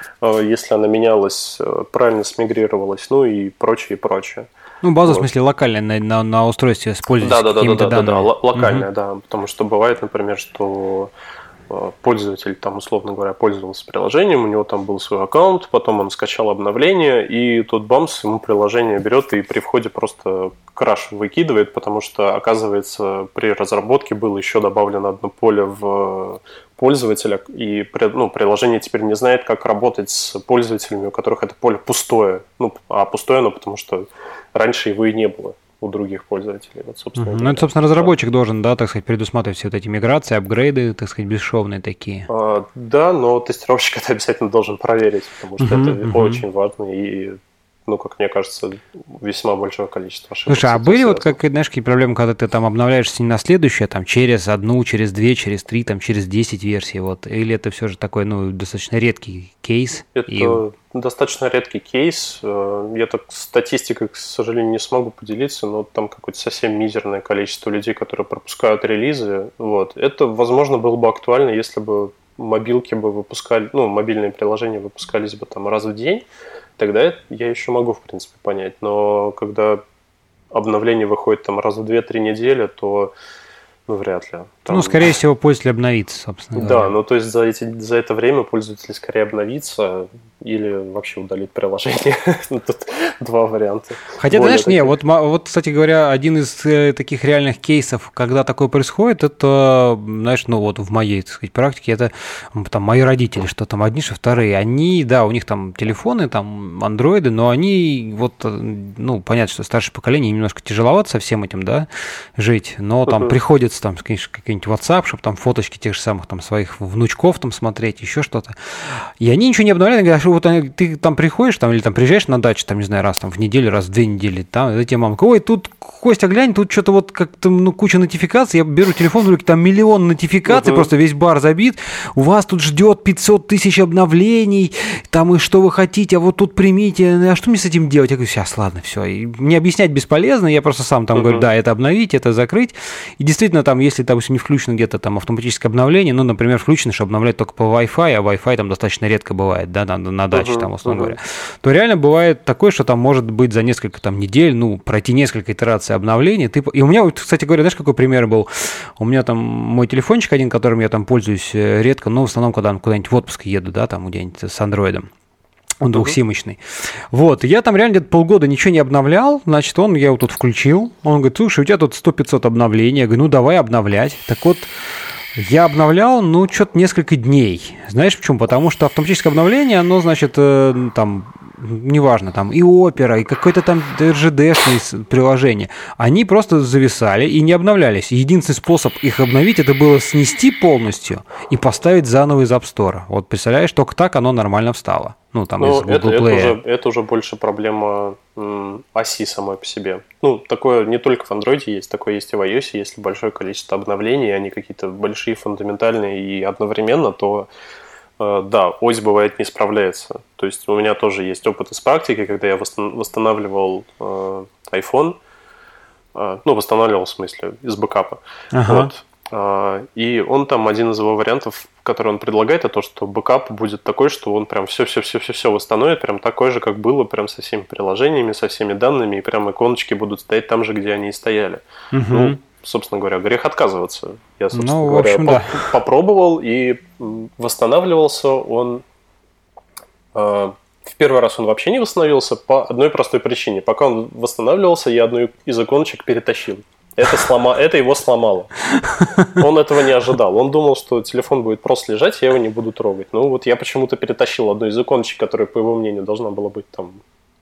если она менялась, правильно смигрировалась, и прочее, и прочее. База, в смысле, локальная на устройстве с пользователем. Да, локальная, да, потому что бывает, например, что пользователь, там, условно говоря, пользовался приложением, у него там был свой аккаунт, потом он скачал обновление, и тут бамс, ему приложение берет и при входе просто краш выкидывает, потому что, оказывается, при разработке было еще добавлено одно поле в пользователя, и приложение теперь не знает, как работать с пользователями, у которых это поле пустое. А пустое оно, потому что раньше его и не было у других пользователей. Вот, собственно, это, собственно, разработчик должен, да, так сказать, предусматривать все вот эти миграции, апгрейды, так сказать, бесшовные такие. Да, но тестировщик это обязательно должен проверить, потому что это очень важно и, как мне кажется, весьма большое количество ошибок. Слушай, а были вот, знаешь, какие проблемы, когда ты там обновляешься не на следующее, там, через одну, через две, через три, там, через 10 версий, вот, или это все же такой, достаточно редкий кейс? Это достаточно редкий кейс. Я так статистикой, к сожалению, не смогу поделиться, но там какое-то совсем мизерное количество людей, которые пропускают релизы. Вот. Это, возможно, было бы актуально, если бы мобилки бы выпускали, мобильные приложения выпускались бы там раз в день. Тогда я еще могу, в принципе, понять. Но когда обновление выходит там раз в 2-3 недели, то вряд ли. Скорее всего, пользователь обновится, собственно говоря. Да, то есть за это время пользователь скорее обновится или вообще удалит приложение. Тут два варианта. Хотя, знаешь, вот, кстати говоря, один из таких реальных кейсов, когда такое происходит, это, знаешь, в моей, так сказать, практике, это там мои родители, что там одни, что вторые, они, да, у них там телефоны, там андроиды, но они понятно, что старшее поколение немножко тяжеловато со всем этим, да, жить, но там приходится там, конечно, какой-нибудь WhatsApp, чтобы там фоточки тех же самых там своих внучков там смотреть, еще что-то. И они ничего не обновляли, говорят, что вот ты там приходишь, там, или там приезжаешь на дачу, там, не знаю, раз там в неделю, раз в 2 недели, там, и тебе мамка, ой, тут, Костя, глянь, тут что-то вот как-то, куча нотификаций, я беру телефон, говорю, там миллион нотификаций, просто весь бар забит, у вас тут ждет 500 тысяч обновлений, там, и что вы хотите, а вот тут примите, а что мне с этим делать? Я говорю, сейчас, ладно, все, и мне объяснять бесполезно, я просто сам там говорю, да, это обновить, это закрыть, и действительно, там, если, допустим, не включено где-то там автоматическое обновление, например, включено, что обновлять только по Wi-Fi, а Wi-Fi там достаточно редко бывает, да, на даче, там, условно говоря, то реально бывает такое, что там может быть за несколько там недель, пройти несколько итераций обновлений. И у меня, кстати говоря, знаешь, какой пример был? У меня там мой телефончик один, которым я там пользуюсь редко, в основном, когда куда-нибудь в отпуск еду, да, там где-нибудь с андроидом. Он двухсимочный. Вот, я там реально где-то полгода ничего не обновлял, значит, я его тут включил, он говорит, слушай, у тебя тут 100-500 обновлений, я говорю, давай обновлять. Так вот, я обновлял, что-то несколько дней. Знаешь почему? Потому что автоматическое обновление, оно, значит, там, неважно, там и Opera, и какое-то там RGD-шное приложение, они просто зависали и не обновлялись. Единственный способ их обновить, это было снести полностью и поставить заново из App Store. Вот представляешь, только так оно нормально встало. Там из Google Play. Это уже больше проблема оси самой по себе. Такое не только в Android есть, такое есть и в iOS, если большое количество обновлений, они какие-то большие, фундаментальные и одновременно, то да, ось бывает не справляется. То есть у меня тоже есть опыт из практики, когда я восстанавливал iPhone, восстанавливал в смысле из бэкапа. Вот. И он там, один из его вариантов, который он предлагает, это то, что бэкап будет такой, что он прям все восстановит, прям такой же, как было, прям со всеми приложениями, со всеми данными, и прям иконочки будут стоять там же, где они и стояли. Собственно говоря, грех отказываться. Я, собственно говоря, попробовал, и восстанавливался он... В первый раз он вообще не восстановился по одной простой причине. Пока он восстанавливался, я одну из иконочек перетащил. Это его сломало. Он этого не ожидал. Он думал, что телефон будет просто лежать, я его не буду трогать. Я почему-то перетащил одну из иконочек, которая, по его мнению, должна была быть там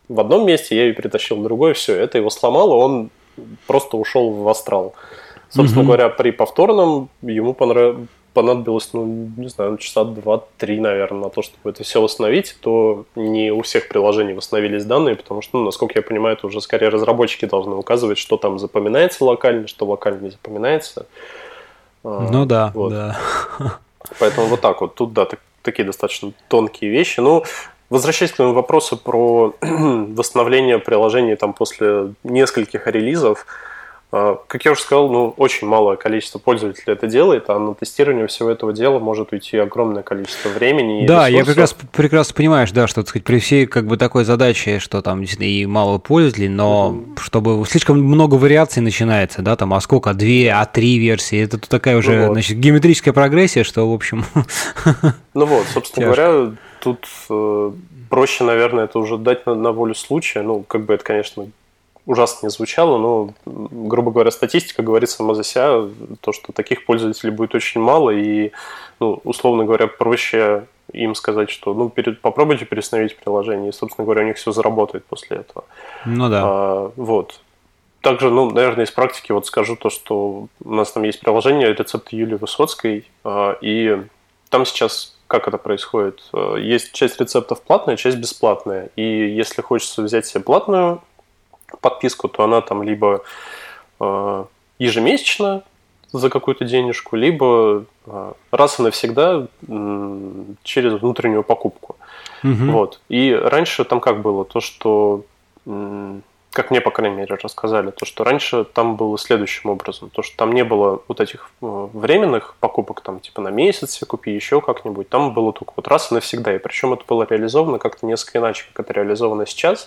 в одном месте, я ее перетащил в другое, все, это его сломало, он просто ушел в астрал. Собственно говоря, при повторном ему понадобилось, не знаю, часа 2-3, наверное, на то, чтобы это все восстановить, то не у всех приложений восстановились данные, потому что, насколько я понимаю, это уже скорее разработчики должны указывать, что там запоминается локально, что локально не запоминается. Ну да, вот. Да. Поэтому вот так вот. Тут, да, такие достаточно тонкие вещи. Ну, возвращаясь к твоему вопросу про восстановление приложений там, после нескольких релизов, как я уже сказал, очень малое количество пользователей это делает, а на тестирование всего этого дела может уйти огромное количество времени и да, ресурсов. Я как раз прекрасно понимаешь, да, что, так сказать, при всей как бы такой задаче, что там действительно и мало пользователей, но чтобы слишком много вариаций начинается, да, там, а сколько, 2, 3 версии, это тут такая уже, значит, геометрическая прогрессия, что, в общем... Ну вот, собственно говоря, тут проще, наверное, это уже дать на волю случая, как бы это, конечно... ужасно не звучало, но, грубо говоря, статистика говорит сама за себя, то, что таких пользователей будет очень мало, и, условно говоря, проще им сказать, что попробуйте переустановить приложение, и, собственно говоря, у них все заработает после этого. Ну да. Вот. Также, наверное, из практики вот скажу то, что у нас там есть приложение «Рецепты Юлии Высоцкой», и там сейчас... Как это происходит? Есть часть рецептов платная, часть бесплатная, и если хочется взять себе платную подписку, то она там либо ежемесячно за какую-то денежку, либо раз и навсегда через внутреннюю покупку. Вот. И раньше там как было? То, что, как мне, по крайней мере, рассказали, то, что раньше там было следующим образом. То, что там не было вот этих временных покупок, там, типа на месяц себе купи, еще как-нибудь. Там было только вот раз и навсегда. И причем это было реализовано как-то несколько иначе, как это реализовано сейчас.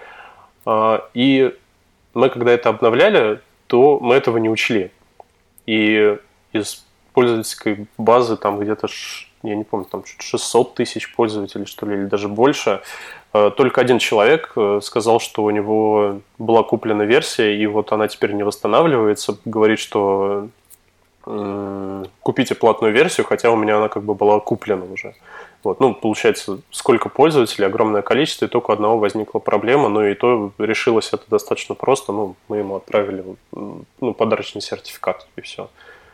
И мы, когда это обновляли, то мы этого не учли. И из пользовательской базы там где-то, я не помню, там 600 тысяч пользователей, что ли, или даже больше, только один человек сказал, что у него была куплена версия, и вот она теперь не восстанавливается, говорит, что купите платную версию, хотя у меня она как бы была куплена уже. Вот. Получается, сколько пользователей, огромное количество, и только у одного возникла проблема, и то решилось это достаточно просто, мы ему отправили подарочный сертификат, и все.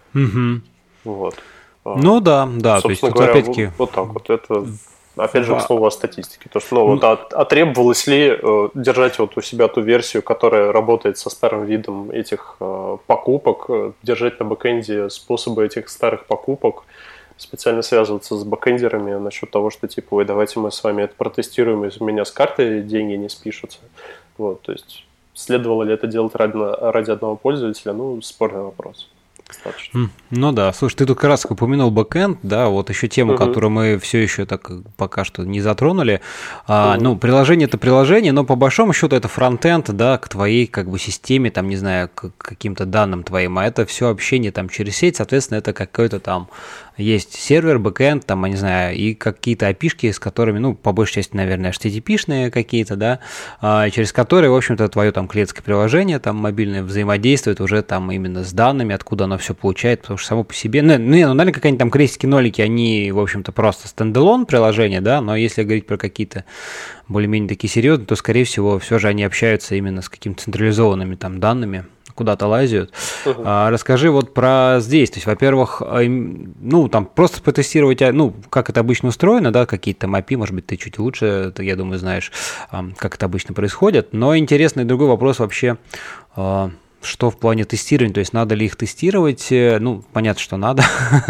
Вот. Ну да, собственно то есть говоря, опять-таки... вот так вот, это... Опять же, к слову о статистике. То, что, требовалось ли держать вот у себя ту версию, которая работает со старым видом этих покупок, держать на бэкэнде способы этих старых покупок, специально связываться с бэкэндерами насчет того, что типа, ой, давайте мы с вами это протестируем, и у меня с карты деньги не спишутся. Вот, то есть, следовало ли это делать ради одного пользователя, спорный вопрос. Достаточно. Ну да, слушай, ты тут как раз упомянул бэкэнд, да, вот еще тему, которую мы все еще так пока что не затронули. Приложение это приложение, но по большому счету это фронтенд, да, к твоей как бы системе, там, не знаю, к каким-то данным твоим, а это все общение там через сеть, соответственно, это какой-то там есть сервер, бэкэнд, там, я не знаю, и какие-то API-шки, с которыми, по большей части, наверное, HTTP-шные какие-то, да, через которые, в общем-то, твое там клиентское приложение, там, мобильное взаимодействует уже там именно с данными, откуда оно все получает, потому что само по себе, наверное, какие-нибудь там крестики-нолики, они, в общем-то, просто стендалон приложения, да, но если говорить про какие-то более-менее такие серьезные, то, скорее всего, все же они общаются именно с какими-то централизованными там данными, куда-то лазят. Расскажи вот про здесь. То есть, во-первых, там просто потестировать, как это обычно устроено, да, какие-то там API, может быть, ты чуть лучше, я думаю, знаешь, как это обычно происходит. Но интересный другой вопрос вообще, что в плане тестирования, то есть надо ли их тестировать? Понятно, что надо.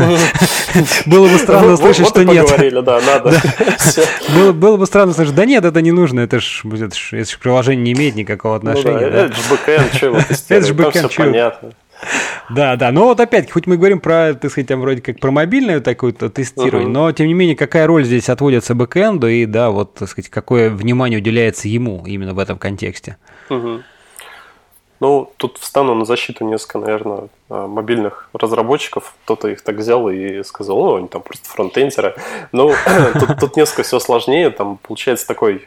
Было бы странно услышать, что нет. Поговорили, да, надо. Было бы странно услышать, да нет, это не нужно, это ж приложение не имеет никакого отношения. Это же бэкэнд, что его тестировать? Это же бэкэнд, все понятно. Да, но вот опять, хоть мы говорим про, так сказать, там вроде как про мобильное такое-то тестирование, но тем не менее, какая роль здесь отводится бэкэнду и, да, вот, так сказать, какое внимание уделяется ему именно в этом контексте? Тут встану на защиту несколько, наверное, мобильных разработчиков. Кто-то их так взял и сказал, они там просто фронтендеры. Тут несколько все сложнее. Там получается такой...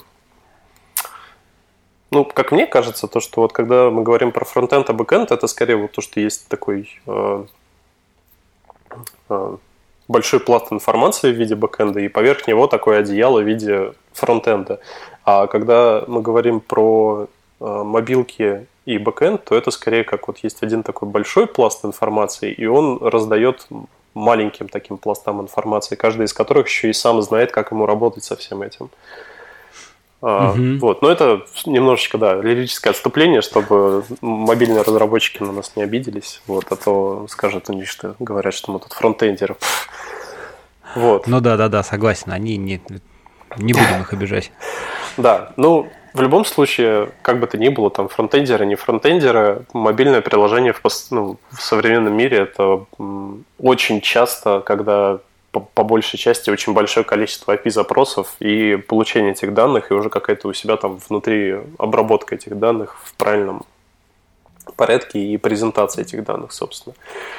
как мне кажется, то, что вот когда мы говорим про фронтенд, а бэкенд, это скорее вот то, что есть такой большой пласт информации в виде бэкэнда, и поверх него такое одеяло в виде фронтенда. А когда мы говорим про мобилки и бэкэнд, то это скорее как вот есть один такой большой пласт информации, и он раздает маленьким таким пластам информации, каждый из которых еще и сам знает, как ему работать со всем этим. Вот. Но это немножечко, да, лирическое отступление, чтобы мобильные разработчики на нас не обиделись, вот, а то скажут они, что говорят, что мы тут фронтендеры. Вот. Ну да, согласен, они не будем их обижать. Да, ну, в любом случае, как бы то ни было, там фронтендеры, не фронтендеры, мобильное приложение в современном мире это очень часто, когда по большей части очень большое количество API-запросов и получение этих данных, и уже какая-то у себя там внутри обработка этих данных в правильном порядке и презентация этих данных, собственно.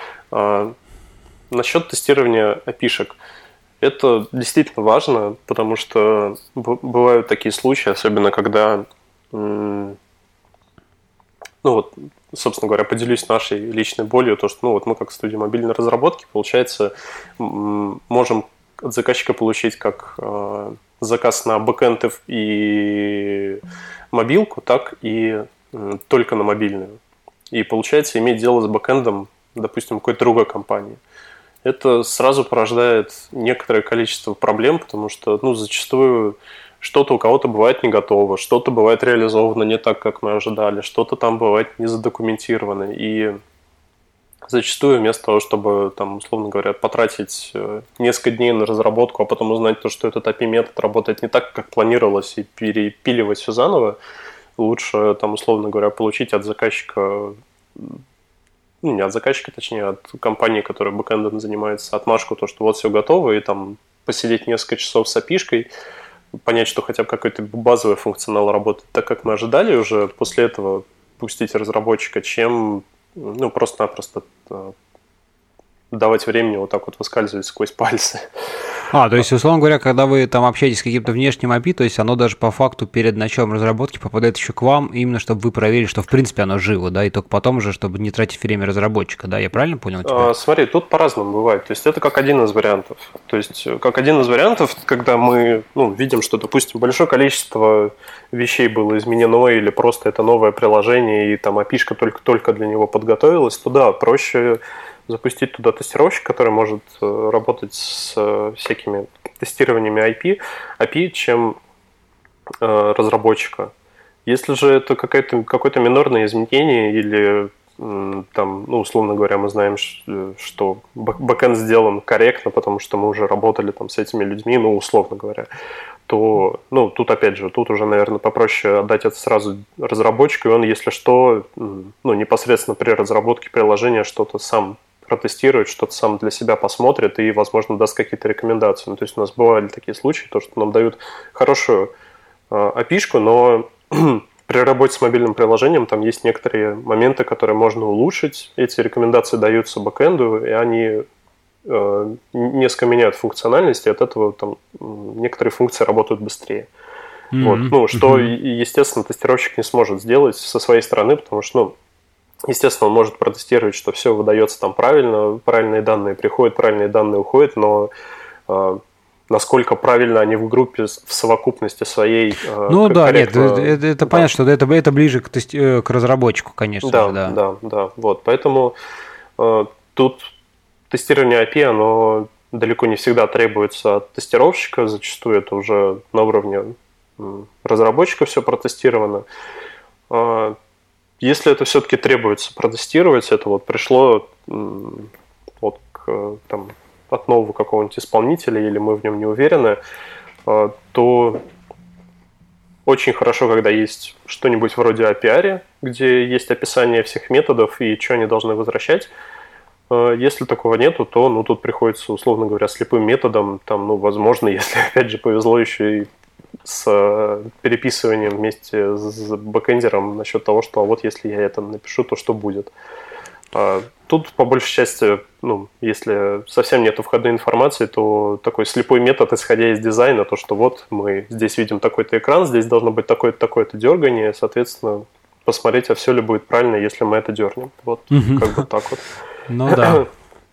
Насчет тестирования API-шек. Это действительно важно, потому что бывают такие случаи, особенно когда, ну вот, собственно говоря, поделюсь нашей личной болью, то, что ну, вот мы как студия мобильной разработки, получается, можем от заказчика получить как заказ на бэкэнд и мобилку, так и только на мобильную. И получается иметь дело с бэкэндом, допустим, какой-то другой компании. Это сразу порождает некоторое количество проблем, потому что ну, зачастую что-то у кого-то бывает не готово, что-то бывает реализовано не так, как мы ожидали, что-то там бывает не задокументировано. И зачастую вместо того, чтобы, там, условно говоря, потратить несколько дней на разработку, а потом узнать то, что этот API-метод работает не так, как планировалось, и перепиливать все заново, лучше, там, условно говоря, получить от заказчика... Ну, не от заказчика, точнее, от компании, которая бэкэндом занимается, отмашку, то, что вот все готово, и там посидеть несколько часов с API-шкой, понять, что хотя бы какой-то базовый функционал работает так, как мы ожидали, уже после этого пустить разработчика, чем ну, просто-напросто давать времени вот так вот выскальзывать сквозь пальцы. То есть, условно говоря, когда вы там общаетесь с каким-то внешним API, то есть оно даже по факту перед началом разработки попадает еще к вам, именно чтобы вы проверили, что в принципе оно живо, да, и только потом уже, чтобы не тратить время разработчика, да, я правильно понял тебя? Смотри, тут по-разному бывает, то есть это как один из вариантов, то есть как один из вариантов, когда мы видим, что, допустим, большое количество вещей было изменено или просто это новое приложение и там API-шка только для него подготовилась, то да, проще запустить туда тестировщик, который может работать с всякими тестированиями API, чем разработчика. Если же это какое-то минорное изменение или там, ну, условно говоря, мы знаем, что бэкэнд сделан корректно, потому что мы уже работали там с этими людьми, ну, условно говоря, то, ну, тут опять же, тут уже, наверное, попроще отдать это сразу разработчику, и он, если что, ну, непосредственно при разработке приложения что-то сам протестирует, что-то сам для себя посмотрит и, возможно, даст какие-то рекомендации. Ну, то есть у нас бывали такие случаи, то, что нам дают хорошую API-шку, но при работе с мобильным приложением там есть некоторые моменты, которые можно улучшить. Эти рекомендации даются бэкэнду, и они несколько меняют функциональность, и от этого там некоторые функции работают быстрее. Вот. Ну, что, естественно, тестировщик не сможет сделать со своей стороны, потому что, ну, естественно, он может протестировать, что все выдается там правильно, правильные данные приходят, правильные данные уходят, но насколько правильно они в группе в совокупности своей ну да, нет, это понятно, что это ближе к разработчику, конечно же, да. Да, вот, поэтому тут тестирование API, оно далеко не всегда требуется от тестировщика, зачастую это уже на уровне разработчика все протестировано. Если это все-таки требуется протестировать, это вот пришло вот там, от нового какого-нибудь исполнителя, или мы в нем не уверены, то очень хорошо, когда есть что-нибудь вроде API, где есть описание всех методов и что они должны возвращать. Если такого нету, то ну, тут приходится, условно говоря, слепым методом, там, ну, возможно, если опять же повезло еще и с переписыванием вместе с бэкэндером насчет того, что а вот если я это напишу, то что будет. Тут, по большей части, ну, если совсем нету входной информации, то такой слепой метод, исходя из дизайна, то, что вот мы здесь видим такой-то экран, здесь должно быть такое-то, такое-то дергание, соответственно, посмотреть, а все ли будет правильно, если мы это дернем. Вот, как бы так вот. Ну да.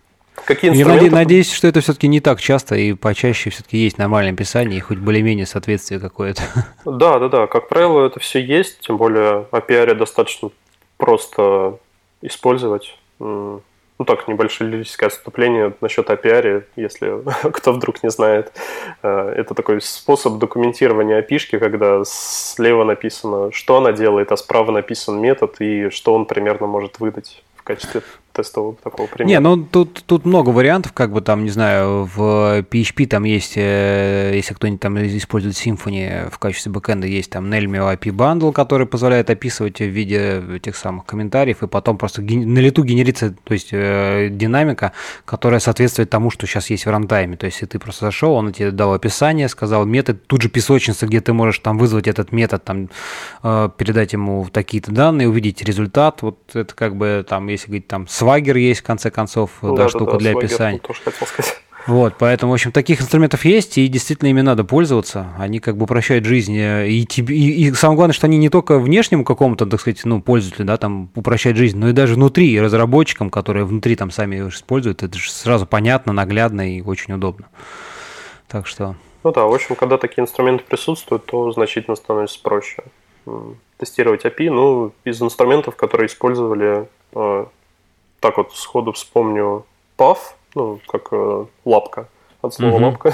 какие Я инструменты... надеюсь, что это все-таки не так часто, и почаще все-таки есть нормальное описание, и хоть более-менее соответствие какое-то. Да, как правило, это все есть, тем более API достаточно просто использовать. Ну так, небольшое лирическое отступление насчет API, если кто вдруг не знает. Это такой способ документирования API-шки, когда слева написано, что она делает, а справа написан метод и что он примерно может выдать в качестве тестового такого примера. Не, ну тут много вариантов, как бы там, не знаю, в PHP там есть, если кто-нибудь там использует Symfony в качестве бэкэнда, есть там Nelmio API Bundle, который позволяет описывать в виде этих самых комментариев, и потом просто на лету генерится, то есть динамика, которая соответствует тому, что сейчас есть в рантайме. То есть, если ты просто зашел, он тебе дал описание, сказал метод, тут же песочница, где ты можешь там вызвать этот метод, там передать ему такие-то данные, увидеть результат. Вот это как бы там, если говорить там Swagger есть, в конце концов, штука для Swagger, описания. Тоже хотел сказать. Вот, поэтому, в общем, таких инструментов есть, и действительно ими надо пользоваться. Они как бы упрощают жизнь. И самое главное, что они не только внешнему какому-то, так сказать, пользователю, да, там упрощают жизнь, но и даже внутри, и разработчикам, которые внутри там сами используют, это же сразу понятно, наглядно и очень удобно. Так что... Ну да, в общем, когда такие инструменты присутствуют, то значительно становится проще тестировать API. Из инструментов, которые использовали, так вот сходу вспомню Puff, как лапка, от слова лапка,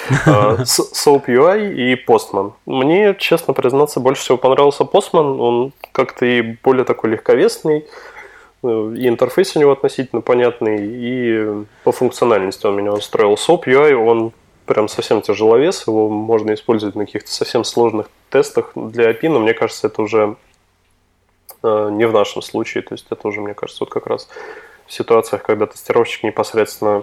SoapUI и Postman. Мне, честно признаться, больше всего понравился Postman. Он как-то и более такой легковесный, и интерфейс у него относительно понятный, и по функциональности он меня устроил. SoapUI, он прям совсем тяжеловес, его можно использовать на каких-то совсем сложных тестах для API, но мне кажется, это уже не в нашем случае, то есть это уже, мне кажется, вот как раз в ситуациях, когда тестировщик непосредственно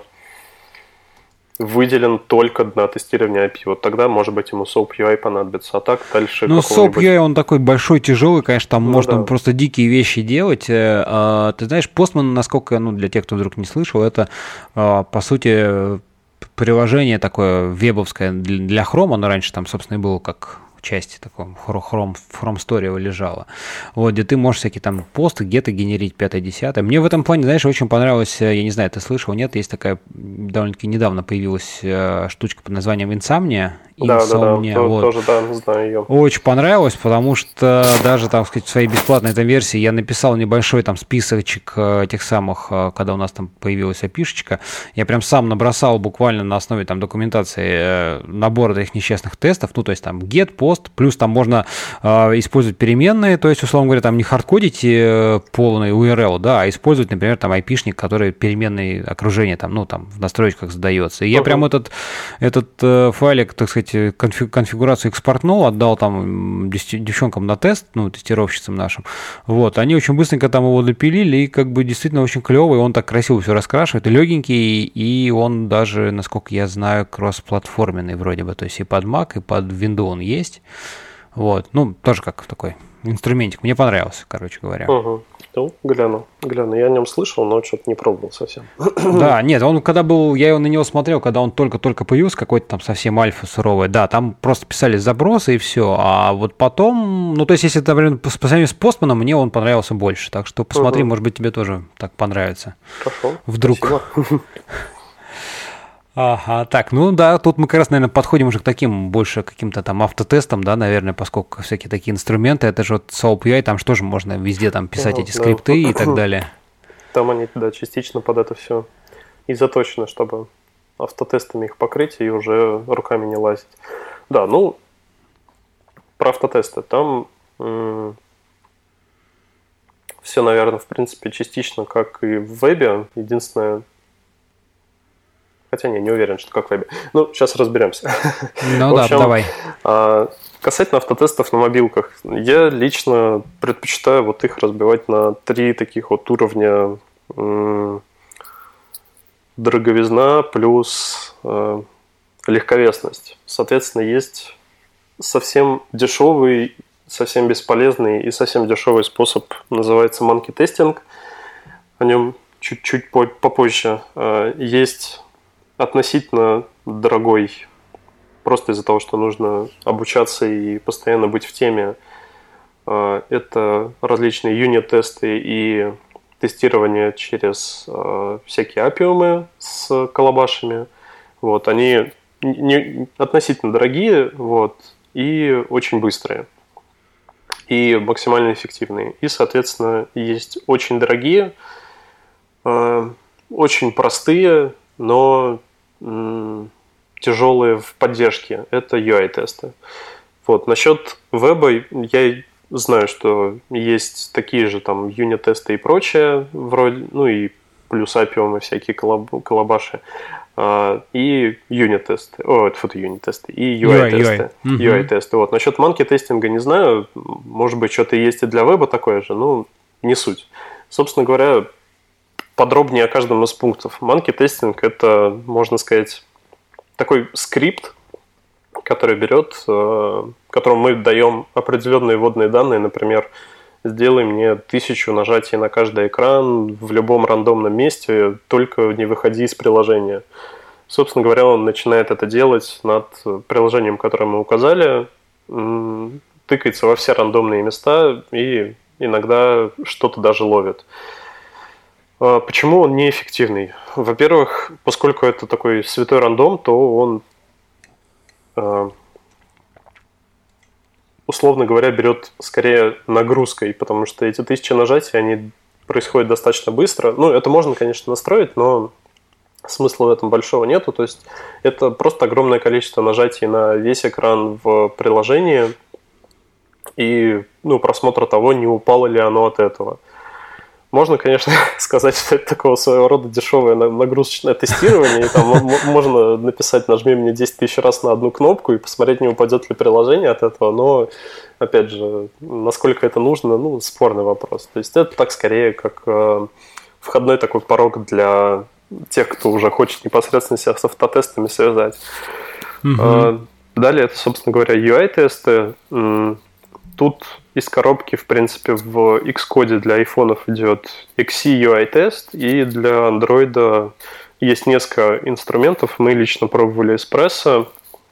выделен только на тестирование API. Вот тогда, может быть, ему SoapUI понадобится, а так дальше... Ну, SoapUI, он такой большой, тяжелый, конечно, там можно просто дикие вещи делать. Ты знаешь, Postman, насколько, для тех, кто вдруг не слышал, это, по сути, приложение такое вебовское для Chrome, оно раньше там, собственно, и было как... части таком Chrome Story лежала. Вот, где ты можешь всякие там посты, геты генерить, 5-10. Мне в этом плане, знаешь, очень понравилось, я не знаю, ты слышал, нет, есть такая, довольно-таки недавно появилась штучка под названием Insomnia. Да, вот. Тоже, знаю ее. Очень понравилось, потому что даже, так сказать, в своей бесплатной этой версии я написал небольшой там списочек тех самых, когда у нас там появилась API-шечка, я прям сам набросал буквально на основе там документации набора этих несчастных тестов, то есть там get, post, плюс там можно использовать переменные, то есть, условно говоря, там не хардкодить полный URL, да, а использовать, например, там IP-шник, который переменные окружения там, там в настройках задается. И я прям этот файлик, так сказать, конфигурацию экспортнул, отдал там девчонкам на тест, тестировщицам нашим. Вот, они очень быстренько там его допилили, и как бы действительно очень клевый, он так красиво все раскрашивает, и легенький, и он даже, насколько я знаю, кроссплатформенный вроде бы, то есть и под Mac, и под Windows он есть. Вот, тоже как такой инструментик. Мне понравился, короче говоря. Гляну. Я о нем слышал, но что-то не пробовал совсем. Да, нет, он когда был, я на него смотрел, когда он только-только появился, какой-то там совсем альфа суровый, да, там просто писали забросы и все, а вот потом, то есть если это, например, по сравнению с Постманом, мне он понравился больше, так что посмотри, может быть, тебе тоже так понравится. Хорошо. Вдруг. Спасибо. Ага, так, тут мы как раз, наверное, подходим уже к таким больше каким-то там автотестам, да, наверное, поскольку всякие такие инструменты, это же вот SoapUI, там что же можно везде там писать эти скрипты и так далее. Там они, частично под это все и заточены, чтобы автотестами их покрыть и уже руками не лазить. Да, про автотесты. Там все, наверное, в принципе, частично как и в вебе. Единственное, хотя не уверен, что как в вебе. Сейчас разберемся. В общем, давай. Касательно автотестов на мобилках, я лично предпочитаю вот их разбивать на 3 таких вот уровня: дороговизна плюс легковесность. Соответственно, есть совсем дешевый, совсем бесполезный и совсем дешевый способ, называется monkey testing. О нем чуть-чуть попозже. Есть относительно дорогой, просто из-за того, что нужно обучаться и постоянно быть в теме. Это различные юнит-тесты и тестирование через всякие апиумы с колобашами. Вот, они относительно дорогие, вот, и очень быстрые, и максимально эффективные. И, соответственно, есть очень дорогие, очень простые, но тяжелые в поддержке. Это UI-тесты. Вот. Насчет веба я знаю, что есть такие же там юнит-тесты и прочее, вроде, ну и плюс апиумы, всякие колобаши, и юнит-тесты, юнит-тесты, и UI-тесты. UI-тесты. Вот. Насчет манки-тестинга не знаю, может быть, что-то есть и для веба такое же, ну, не суть. Собственно говоря, подробнее о каждом из пунктов. Манки-тестинг – это, можно сказать, такой скрипт, который берет, которому мы даем определенные вводные данные, например, сделай мне 1000 нажатий на каждый экран в любом рандомном месте, только не выходи из приложения. Собственно говоря, он начинает это делать над приложением, которое мы указали, тыкается во все рандомные места и иногда что-то даже ловит. Почему он неэффективный? Во-первых, поскольку это такой святой рандом, то он, условно говоря, берет скорее нагрузкой, потому что эти 1000 нажатий, они происходят достаточно быстро. Ну, это можно, конечно, настроить, но смысла в этом большого нету. То есть это просто огромное количество нажатий на весь экран в приложении и просмотр того, не упало ли оно от этого. Можно, конечно, сказать, что это такого своего рода дешевое нагрузочное тестирование, и там можно написать «нажми мне 10 000 раз на одну кнопку» и посмотреть, не упадет ли приложение от этого, но, опять же, насколько это нужно, спорный вопрос. То есть это так скорее как входной такой порог для тех, кто уже хочет непосредственно себя с автотестами связать. Далее это, собственно говоря, UI-тесты. Тут из коробки, в принципе, в Xcode для айфонов идет XC UI-тест, и для Android есть несколько инструментов. Мы лично пробовали Espresso.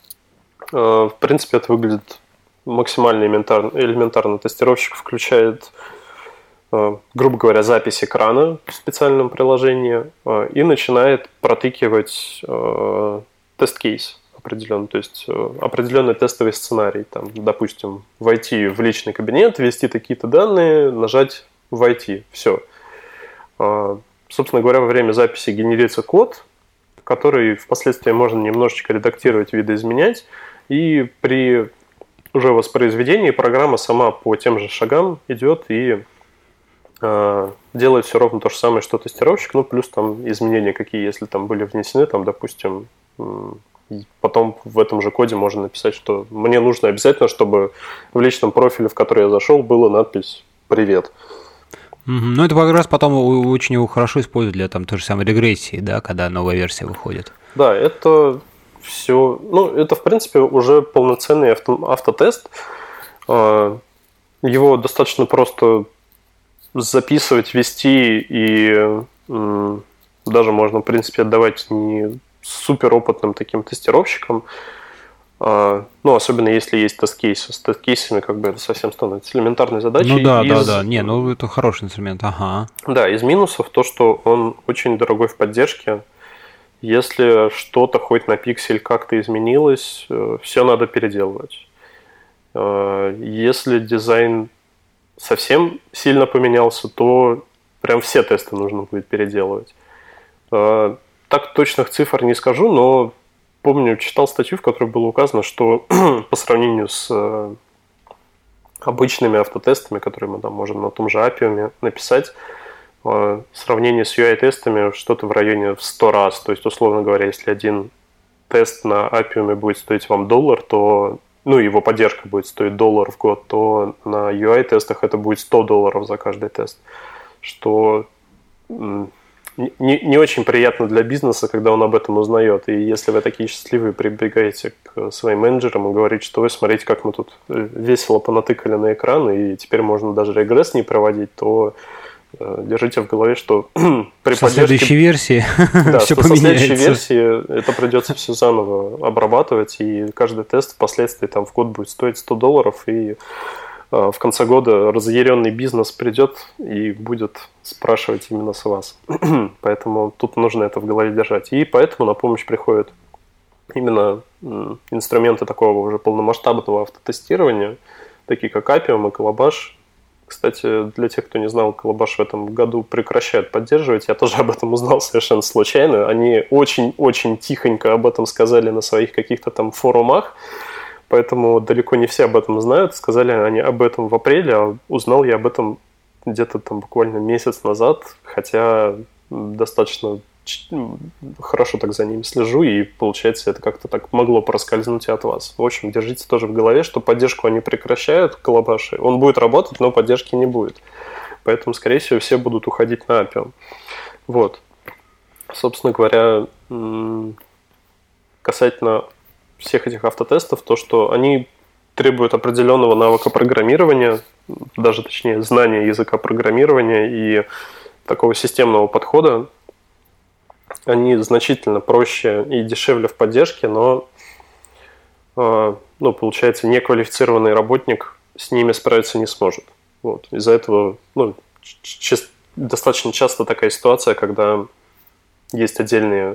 В принципе, это выглядит максимально элементарно. Тестировщик включает, грубо говоря, запись экрана в специальном приложении и начинает протыкивать тест-кейс определенный, то есть определенный тестовый сценарий. Там, допустим, войти в личный кабинет, ввести такие-то данные, нажать «Войти». Все. Собственно говоря, во время записи генерится код, который впоследствии можно немножечко редактировать, видоизменять, и при уже воспроизведении программа сама по тем же шагам идет и делает все ровно то же самое, что тестировщик, плюс там изменения какие, если там были внесены, там, допустим, потом в этом же коде можно написать, что мне нужно обязательно, чтобы в личном профиле, в который я зашел, была надпись «Привет». Ну, это как раз потом очень его хорошо используют для той же самой регрессии, да, когда новая версия выходит. Да, это все... это, в принципе, уже полноценный автотест. Его достаточно просто записывать, вести, и даже можно, в принципе, отдавать не суперопытным таким тестировщикам. Особенно если есть тест-кейсы. С тест-кейсами это совсем становится элементарной задачей. Да. Это хороший инструмент, ага. Да, из минусов то, что он очень дорогой в поддержке. Если что-то хоть на пиксель как-то изменилось, все надо переделывать. Если дизайн совсем сильно поменялся, то прям все тесты нужно будет переделывать. Так точных цифр не скажу, но помню, читал статью, в которой было указано, что по сравнению с обычными автотестами, которые мы там можем на том же Appium написать, сравнение с UI-тестами что-то в районе в 100 раз. То есть, условно говоря, если один тест на Appium будет стоить вам $1, то, его поддержка будет стоить $1 в год, то на UI-тестах это будет $100 за каждый тест. Что не очень приятно для бизнеса, когда он об этом узнает. И если вы такие счастливые прибегаете к своим менеджерам и говорите, что вы смотрите, как мы тут весело понатыкали на экран, и теперь можно даже регресс не проводить, то держите в голове, что при поддержке... следующей версии все поменяется. Со следующей версии это придется все заново обрабатывать, и каждый тест впоследствии в код будет стоить $100, и в конце года разъяренный бизнес придет и будет спрашивать именно с вас. Поэтому тут нужно это в голове держать. И поэтому на помощь приходят именно инструменты такого уже полномасштабного автотестирования, такие как Appium и Calabash. Кстати, для тех, кто не знал, Calabash в этом году прекращают поддерживать. Я тоже об этом узнал совершенно случайно. Они очень-очень тихонько об этом сказали на своих каких-то там форумах. Поэтому далеко не все об этом знают. Сказали они об этом в апреле, а узнал я об этом где-то там буквально месяц назад, хотя достаточно хорошо так за ними слежу, и получается это как-то так могло проскользнуть и от вас. В общем, держите тоже в голове, что поддержку они прекращают, Calabash. Он будет работать, но поддержки не будет. Поэтому, скорее всего, все будут уходить на Appium. Вот. Собственно говоря, касательно всех этих автотестов, то, что они требуют определенного навыка программирования, даже точнее знания языка программирования и такого системного подхода. Они значительно проще и дешевле в поддержке, но получается, неквалифицированный работник с ними справиться не сможет. Вот. Из-за этого достаточно часто такая ситуация, когда есть отдельные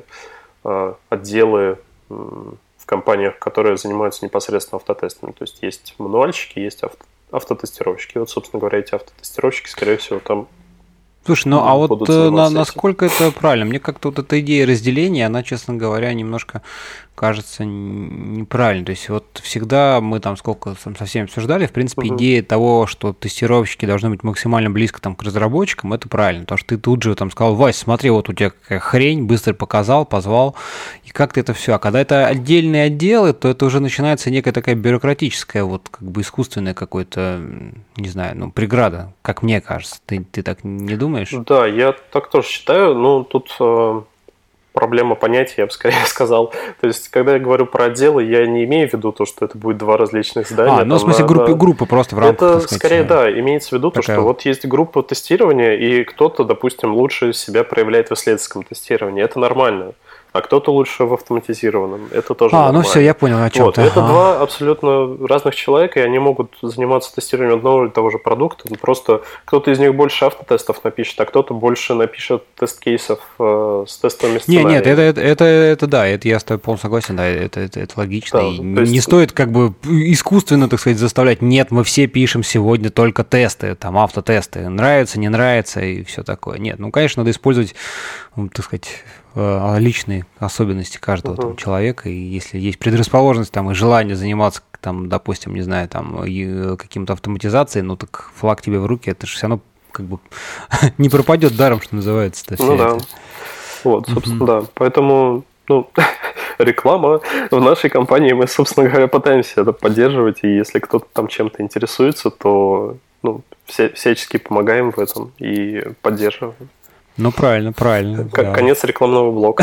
отделы в компаниях, которые занимаются непосредственно автотестами. То есть есть мануальщики, есть автотестировщики. Вот, собственно говоря, эти автотестировщики, скорее всего, там. Слушай, ну а вот насколько это правильно? Мне как-то вот эта идея разделения, она, честно говоря, немножко кажется неправильно. То есть вот всегда мы там сколько со всеми обсуждали, в принципе, идея того, что тестировщики должны быть максимально близко там к разработчикам, это правильно. Потому что ты тут же там сказал: Вась, смотри, вот у тебя какая хрень, быстро показал, позвал, и как-то это все. А когда это отдельные отделы, то это уже начинается некая такая бюрократическая, вот как бы искусственная какой-то, не знаю, преграда, как мне кажется. Ты так не думаешь? Да, я так тоже считаю. Ну, тут проблема понятия, я бы скорее сказал. То есть, когда я говорю про отделы, я не имею в виду то, что это будет два различных здания. В смысле группы просто в рамках, это скорее, да, имеется в виду то, что вот есть группа тестирования, и кто-то, допустим, лучше себя проявляет в исследовательском тестировании. Это нормально. А кто-то лучше в автоматизированном. Это тоже нормально. Ну все, я понял, о чем вот, это два абсолютно разных человека, и они могут заниматься тестированием одного или того же продукта. Просто кто-то из них больше автотестов напишет, а кто-то больше напишет тест-кейсов с тестовыми сценариями. Нет, это да, это я с тобой полностью согласен, да, это логично. Да, и не стоит как бы искусственно, так сказать, заставлять: нет, мы все пишем сегодня только тесты, там автотесты, нравится, не нравится и все такое. Нет, конечно, надо использовать, так сказать, личные особенности каждого там человека, и если есть предрасположенность там и желание заниматься там, допустим, не знаю, там каким-то автоматизацией, так флаг тебе в руки, это же все равно как бы не пропадет даром, что называется. Да. Вот, собственно, да. Поэтому, реклама в нашей компании, мы, собственно говоря, пытаемся это поддерживать, и если кто-то там чем-то интересуется, то всячески помогаем в этом и поддерживаем. Правильно. Конец рекламного блока.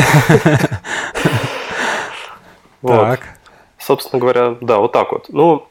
Так. Собственно говоря, да, вот так вот.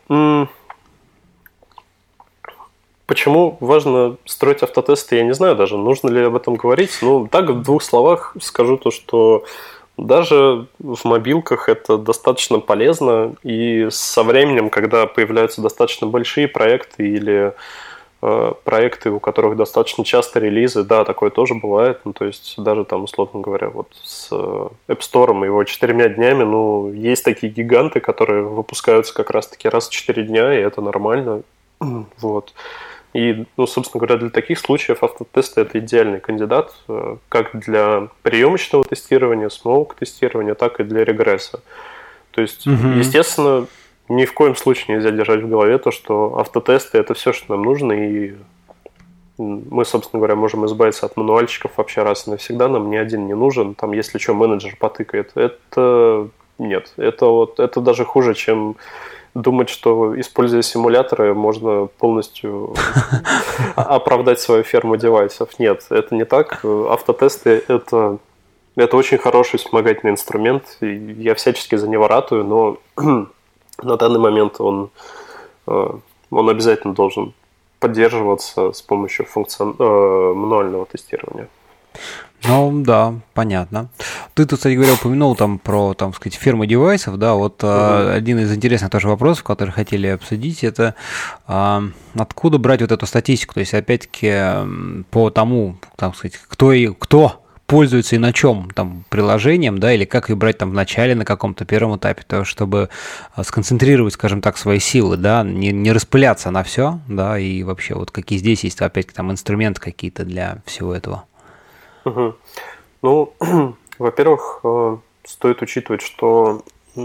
Почему важно строить автотесты, я не знаю даже, нужно ли об этом говорить. Так, в двух словах скажу то, что даже в мобилках это достаточно полезно, и со временем, когда появляются достаточно большие проекты или проекты, у которых достаточно часто релизы, да, такое тоже бывает, то есть даже там, условно говоря, вот с App Store и его 4 днями, есть такие гиганты, которые выпускаются как раз-таки раз в 4 дня, и это нормально, вот. И, собственно говоря, для таких случаев автотесты – это идеальный кандидат, как для приемочного тестирования, смоук-тестирования, так и для регресса. То есть, естественно, ни в коем случае нельзя держать в голове то, что автотесты – это все, что нам нужно, и мы, собственно говоря, можем избавиться от мануальщиков вообще раз и навсегда, нам ни один не нужен, там, если что, менеджер потыкает. Это нет, это даже хуже, чем думать, что, используя симуляторы, можно полностью оправдать свою ферму девайсов. Нет, это не так. Автотесты – это очень хороший вспомогательный инструмент, и я всячески за него ратую, но на данный момент он обязательно должен поддерживаться с помощью мануального тестирования. Ну, да, понятно. Ты тут, кстати говоря, упомянул там про, там, сказать, фирмы девайсов, да, вот один из интересных тоже вопросов, который хотели обсудить, это откуда брать вот эту статистику, то есть, опять-таки, по тому, там, сказать, кто пользуется и на чем там приложением, да, или как ее брать там в начале на каком-то первом этапе, то, чтобы сконцентрировать, скажем так, свои силы, да, не распыляться на все, да, и вообще вот какие здесь есть, опять-таки, там инструменты какие-то для всего этого. Угу. Ну, во-первых, стоит учитывать, что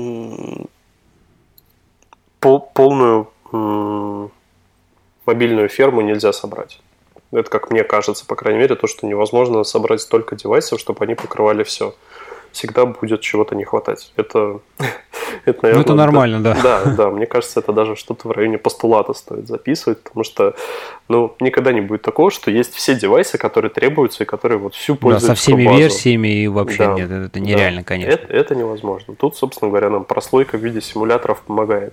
полную мобильную ферму нельзя собрать. Это, как мне кажется, по крайней мере, то, что невозможно собрать столько девайсов, чтобы они покрывали все. Всегда будет чего-то не хватать. Это наверное, ну, это нормально, да. Да, мне кажется, это даже что-то в районе постулата стоит записывать, потому что, никогда не будет такого, что есть все девайсы, которые требуются и которые вот всю пользуются. Да, со всеми версиями и вообще нет, это нереально, конечно. Это невозможно. Тут, собственно говоря, нам прослойка в виде симуляторов помогает.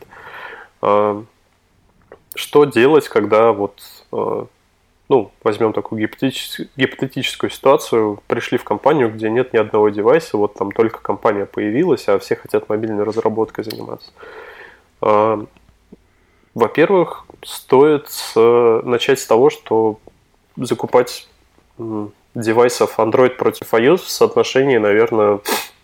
Что делать, когда возьмем такую гипотетическую ситуацию, пришли в компанию, где нет ни одного девайса, вот там только компания появилась, а все хотят мобильной разработкой заниматься. Во-первых, стоит начать с того, что закупать девайсов Android против iOS в соотношении, наверное,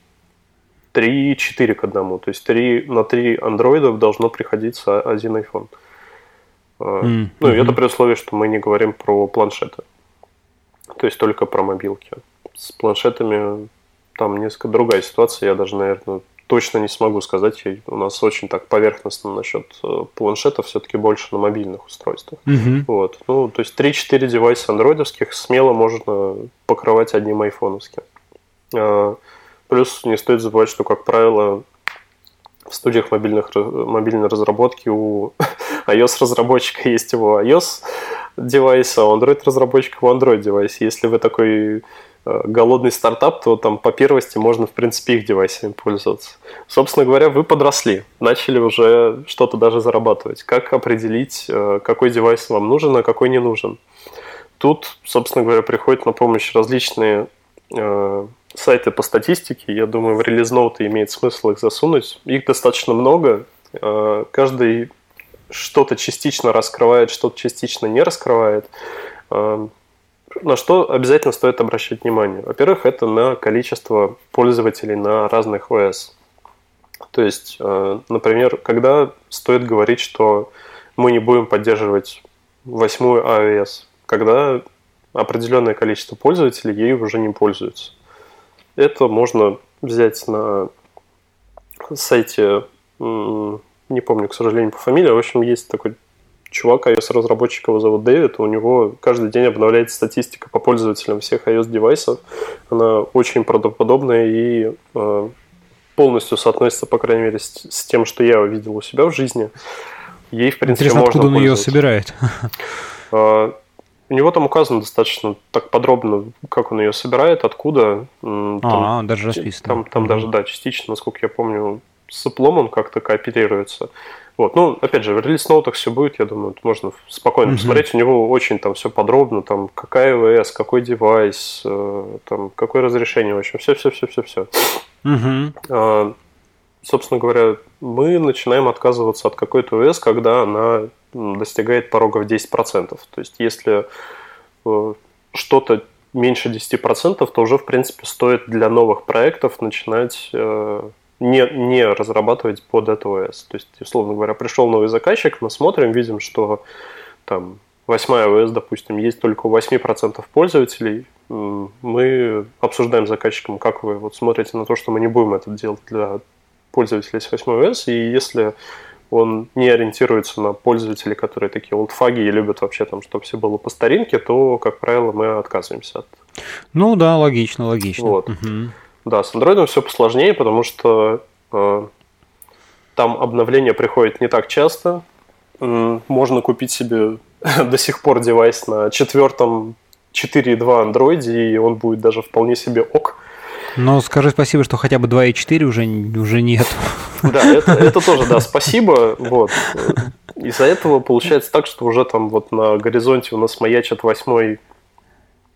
3-4 к 1. То есть на 3 андроидов должно приходиться один iPhone. И это при условии, что мы не говорим про планшеты. То есть только про мобилки. С планшетами там несколько другая ситуация. Я даже, наверное, точно не смогу сказать. У нас очень так поверхностно насчет планшетов, все-таки больше на мобильных устройствах. Вот. То есть 3-4 девайса андроидовских смело можно покрывать одним айфоновским. Плюс не стоит забывать, что, как правило, в студиях мобильной разработки у iOS-разработчика есть его iOS-девайс, а у Android-разработчика его Android-девайс. Если вы такой голодный стартап, то там по первости можно, в принципе, их девайсами пользоваться. Собственно говоря, вы подросли, начали уже что-то даже зарабатывать. Как определить, какой девайс вам нужен, а какой не нужен? Тут, собственно говоря, приходят на помощь различные сайты по статистике. Я думаю, в релиз-ноуты имеет смысл их засунуть. Их достаточно много. Каждый что-то частично раскрывает, что-то частично не раскрывает. На что обязательно стоит обращать внимание? Во-первых, это на количество пользователей на разных ОС. То есть, например, когда стоит говорить, что мы не будем поддерживать 8-ю iOS, когда определенное количество пользователей ею уже не пользуются. Это можно взять на сайте, не помню, к сожалению, по фамилии. В общем, есть такой чувак, iOS-разработчик, его зовут Дэвид. У него каждый день обновляется статистика по пользователям всех iOS-девайсов. Она очень правдоподобная и полностью соотносится, по крайней мере, с тем, что я видел у себя в жизни. Ей, в принципе, интересно, можно откуда он ее собирает? У него там указано достаточно так подробно, как он ее собирает, откуда. Даже расписано. Там даже, да, частично, насколько я помню, с Apple он как-то кооперируется. Вот. Опять же, в релиз-ноутах все будет, я думаю, можно спокойно посмотреть. У него очень там все подробно, там какая ОС, какой девайс, там какое разрешение, в общем, все. Собственно говоря, мы начинаем отказываться от какой-то ОС, когда она достигает порога в 10%. То есть, если что-то меньше 10%, то уже, в принципе, стоит для новых проектов начинать не разрабатывать под это ОС. То есть, условно говоря, пришел новый заказчик, мы смотрим, видим, что там 8-я ОС, допустим, есть только у 8% пользователей. Мы обсуждаем с заказчиком, как вы вот смотрите на то, что мы не будем это делать для пользователей с 8 ОС, и если он не ориентируется на пользователей, которые такие олдфаги и любят вообще там, чтобы все было по старинке, то, как правило, мы отказываемся от... Ну да, логично. Вот. Да, с Android все посложнее, потому что там обновления приходят не так часто. Можно купить себе до сих пор девайс на 4.2 Android, и он будет даже вполне себе ок. Но скажи спасибо, что хотя бы 2.4 уже нет. Да, это тоже, да, спасибо. Вот. Из-за этого получается так, что уже там вот на горизонте у нас маячит 8-й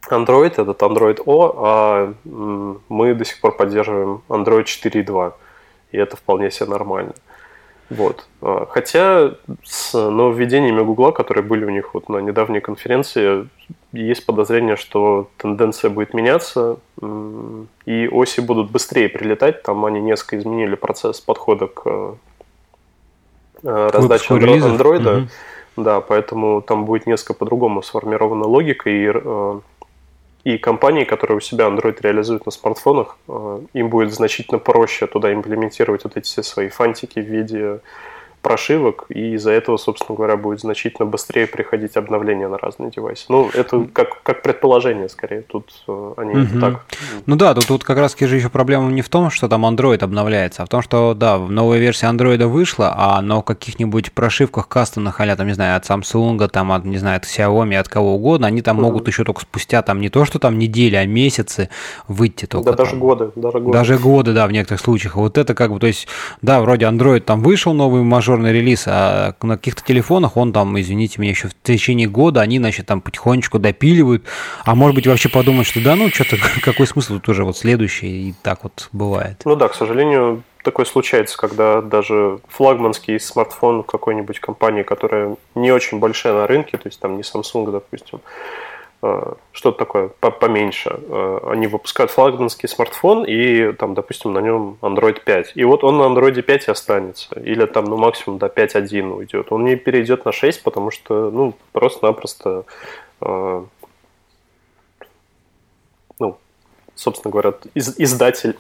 Android, этот Android O, а мы до сих пор поддерживаем Android 4.2, и это вполне себе нормально. Вот. Хотя с нововведениями Гугла, которые были у них вот на недавней конференции, есть подозрение, что тенденция будет меняться, и оси будут быстрее прилетать. Там они несколько изменили процесс подхода к раздаче андроида. Угу. Да, поэтому там будет несколько по-другому сформирована логика, и компании, которые у себя Android реализуют на смартфонах, им будет значительно проще туда имплементировать вот эти все свои фантики в виде прошивок, и из-за этого, собственно говоря, будет значительно быстрее приходить обновления на разные девайсы. Ну, это как предположение, скорее, тут они так... Ну да, тут как раз-таки же еще проблема не в том, что там Android обновляется, а в том, что, да, новая версия Android вышла, а на каких-нибудь прошивках кастомных, а-ля, там, не знаю, от Samsung, там, от, не знаю, от Xiaomi, от кого угодно, они там могут еще только спустя, там, не то, что там недели, а месяцы выйти только. Да, даже годы. Даже годы, да, в некоторых случаях. Вот это как бы, то есть, да, вроде Android там вышел новый мажорный релиз, а на каких-то телефонах он там, извините меня, еще в течение года они, значит, там потихонечку допиливают, а может быть вообще подумать, что да, ну, что-то, какой смысл тут уже вот следующий, и так вот бывает. Ну да, к сожалению, такое случается, когда даже флагманский смартфон какой-нибудь компании, которая не очень большая на рынке, то есть там не Samsung, допустим, что-то такое поменьше. Они выпускают флагманский смартфон, и там, допустим, на нем Android 5. И вот он на Android 5 и останется. Или там, ну, максимум до 5.1 уйдет. Он не перейдет на 6, потому что, ну, просто-напросто, ну, собственно говоря, издатель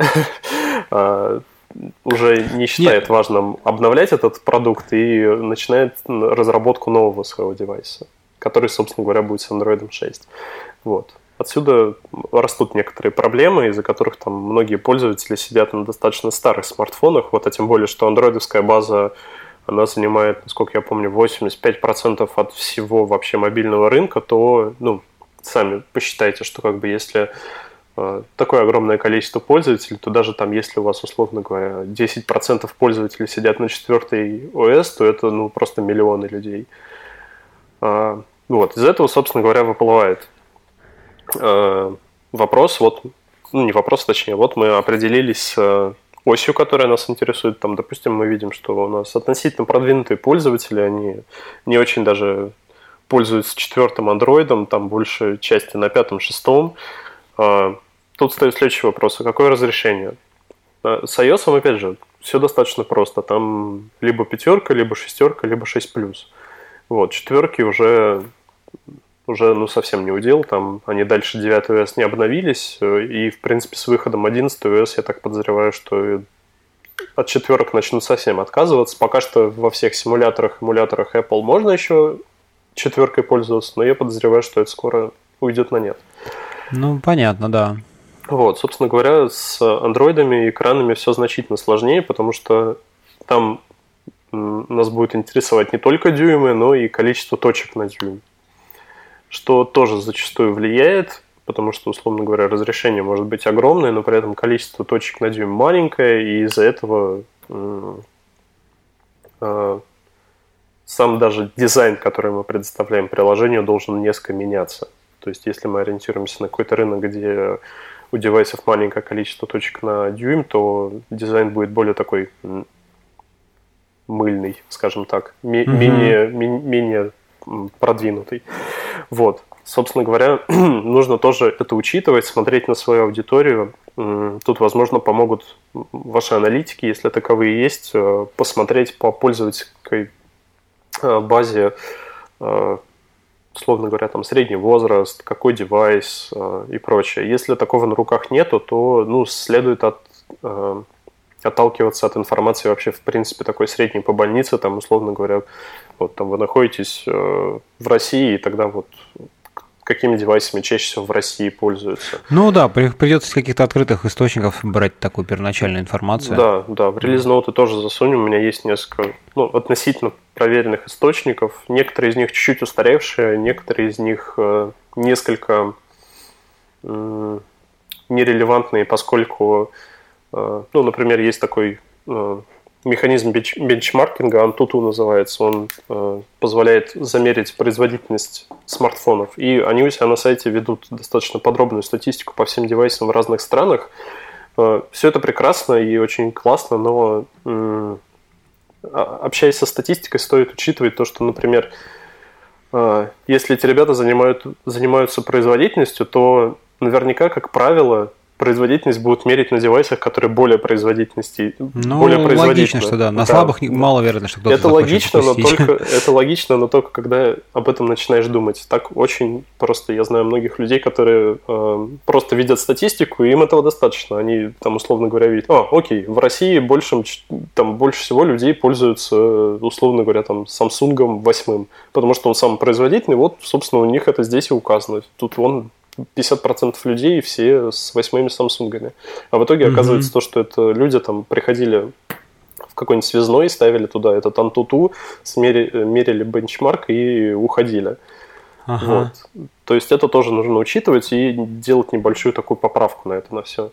уже не считает важным обновлять этот продукт и начинает разработку нового своего девайса, который, собственно говоря, будет с Android 6. Вот. Отсюда растут некоторые проблемы, из-за которых там многие пользователи сидят на достаточно старых смартфонах, вот, а тем более, что андроидовская база, она занимает, насколько я помню, 85% от всего вообще мобильного рынка, то, ну, сами посчитайте, что как бы если такое огромное количество пользователей, то даже там, если у вас, условно говоря, 10% пользователей сидят на 4-й ОС, то это, ну, просто миллионы людей. Вот, из этого, собственно говоря, выплывает вопрос, вот, ну, не вопрос, точнее, вот мы определились с осью, которая нас интересует, там, допустим, мы видим, что у нас относительно продвинутые пользователи, они не очень даже пользуются 4-м андроидом, там больше части на 5-м, 6-м. Тут стоит следующий вопрос, а какое разрешение? С iOS, опять же, все достаточно просто, там либо 5, либо 6, либо 6+. Вот, 4 уже, ну, совсем не удел, там они дальше 9 OS не обновились, и, в принципе, с выходом 11 OS я так подозреваю, что от 4 начнут совсем отказываться. Пока что во всех эмуляторах Apple можно еще 4 пользоваться, но я подозреваю, что это скоро уйдет на нет. Ну, понятно, да. Вот, собственно говоря, с андроидами и экранами все значительно сложнее, потому что там нас будет интересовать не только дюймы, но и количество точек на дюйм, что тоже зачастую влияет, потому что, условно говоря, разрешение может быть огромное, но при этом количество точек на дюйм маленькое, и из-за этого сам даже дизайн, который мы предоставляем приложению, должен несколько меняться. То есть, если мы ориентируемся на какой-то рынок, где у девайсов маленькое количество точек на дюйм, то дизайн будет более такой мыльный, скажем так, менее продвинутый. Вот. Собственно говоря, нужно тоже это учитывать, смотреть на свою аудиторию. Тут, возможно, помогут ваши аналитики, если таковые есть, посмотреть по пользовательской базе, условно говоря, там средний возраст, какой девайс и прочее. Если такого на руках нету, то, ну, следует отталкиваться от информации вообще, в принципе, такой средней по больнице, там, условно говоря, вот там вы находитесь в России, и тогда вот какими девайсами чаще всего в России пользуются. Ну да, придется из каких-то открытых источников брать такую первоначальную информацию. Да, в релиз-ноуты тоже засунем. У меня есть несколько, ну, относительно проверенных источников. Некоторые из них чуть-чуть устаревшие, некоторые из них несколько нерелевантные, поскольку, ну, например, есть такой механизм бенчмаркинга, Antutu называется, он позволяет замерить производительность смартфонов. И они у себя на сайте ведут достаточно подробную статистику по всем девайсам в разных странах. Все это прекрасно и очень классно, но общаясь со статистикой, стоит учитывать то, что, например, если эти ребята занимаются производительностью, то наверняка, как правило, производительность будут мерить на девайсах, которые более производительны. Логично, что да. На слабых маловероятно, что кто-то это логично, но только когда об этом начинаешь думать. Так очень просто. Я знаю многих людей, которые просто видят статистику, и им этого достаточно. Они там, условно говоря, видят, окей, в России больше всего людей пользуются, условно говоря, там, Samsung 8, потому что он самый производительный, вот, собственно, у них это здесь и указано. Тут вон 50% людей все с 8 Самсунгами. А в итоге оказывается то, что это люди там приходили в какой-нибудь связной, ставили туда этот Antutu, мерили бенчмарк и уходили. Вот. То есть это тоже нужно учитывать и делать небольшую такую поправку на это, на все.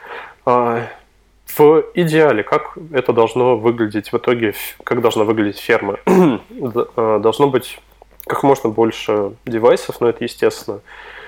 В идеале, как это должно выглядеть в итоге, как должна выглядеть ферма? Должно быть как можно больше девайсов, но это естественно.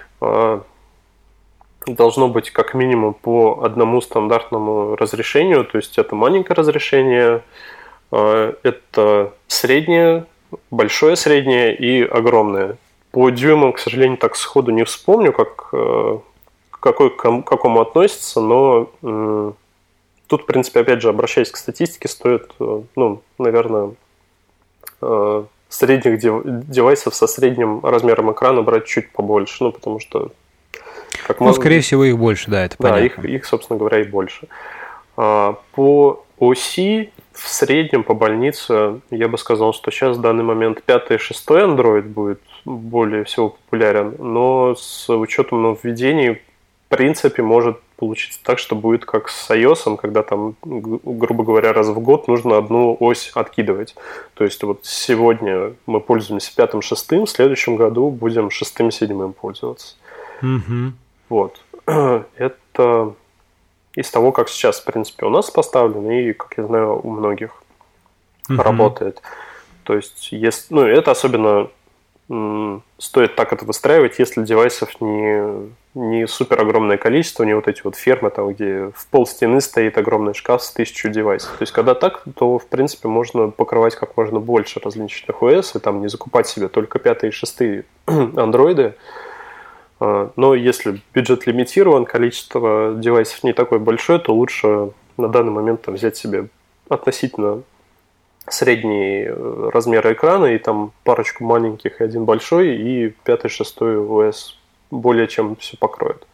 Должно быть как минимум по одному стандартному разрешению, то есть это маленькое разрешение, это среднее, большое среднее и огромное. По дюймам, к сожалению, так сходу не вспомню, к какому относится, но тут, в принципе, опять же, обращаясь к статистике, стоит, наверное, средних девайсов со средним размером экрана брать чуть побольше, потому что... скорее всего, их больше, да, это понятно. Да, их, собственно говоря, и больше. По оси в среднем по больнице я бы сказал, что сейчас в данный момент 5-й и 6-й Android будет более всего популярен, но с учетом нововведений, в принципе, может получиться так, что будет как с iOS, когда там, грубо говоря, раз в год нужно одну ось откидывать. То есть вот сегодня мы пользуемся 5-м, 6-м, в следующем году будем 6-м, 7-м пользоваться. Вот. Это из того, как сейчас, в принципе, у нас поставлено и, как я знаю, у многих работает. То есть, это особенно стоит так это выстраивать, если девайсов не супер огромное количество, не вот эти вот фермы, там, где в пол стены стоит огромный шкаф с 1000 девайсов. То есть, когда так, то, в принципе, можно покрывать как можно больше различных ОС и там не закупать себе только 5-й и 6-й андроиды. Но если бюджет лимитирован, количество девайсов не такое большое, то лучше на данный момент там, взять себе относительно средний размер экрана и там парочку маленьких и один большой, и 5-й, 6-й ОС более чем все покроет.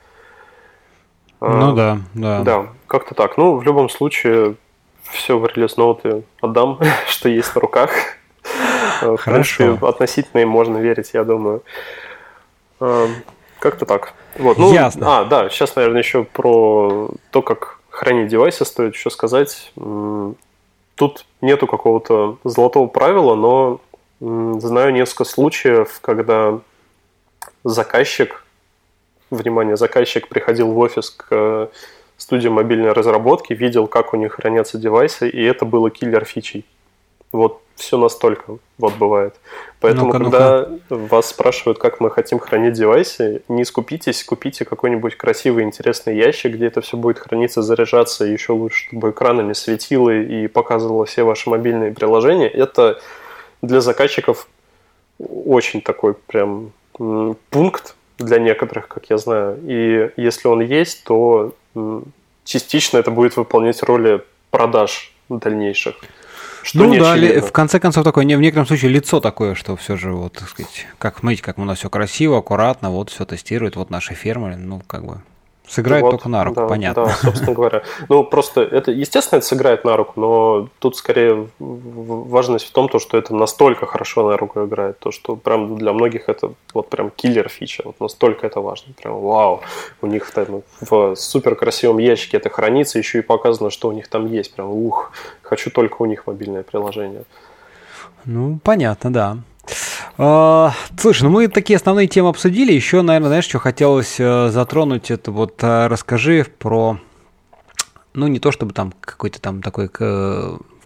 Да. Да, как-то так. В любом случае, все в релиз-ноуты отдам, что есть на руках. Хорошо. В принципе, относительно им можно верить, я думаю. Как-то так. Вот. Ясно. Да, сейчас, наверное, еще про то, как хранить девайсы, стоит еще сказать. Тут нету какого-то золотого правила, но знаю несколько случаев, когда заказчик приходил в офис к студии мобильной разработки, видел, как у них хранятся девайсы, и это было киллер-фичей. Вот все настолько бывает. Поэтому, когда вас спрашивают, как мы хотим хранить девайсы, не скупитесь, купите какой-нибудь красивый, интересный ящик, где это все будет храниться, заряжаться, и еще лучше, чтобы экранами светило и показывало все ваши мобильные приложения. Это для заказчиков очень такой прям пункт для некоторых, как я знаю. И если он есть, то частично это будет выполнять роли продаж дальнейших. В конце концов, такое, в некотором случае лицо такое, что все же, вот, так сказать, как у нас все красиво, аккуратно, вот все тестирует, вот наши фермы, сыграет только на руку, понятно. Да, собственно говоря. Просто это, естественно, это сыграет на руку, но тут скорее важность в том, что это настолько хорошо на руку играет, то, что прям для многих это вот прям киллер-фича, вот настолько это важно. Прям вау, у них там в супер красивом ящике это хранится, еще и показано, что у них там есть. Прям хочу только у них мобильное приложение. Понятно, да. Слушай, мы такие основные темы обсудили. Еще, наверное, знаешь, что хотелось затронуть, это вот расскажи про, не то чтобы там какой-то там такой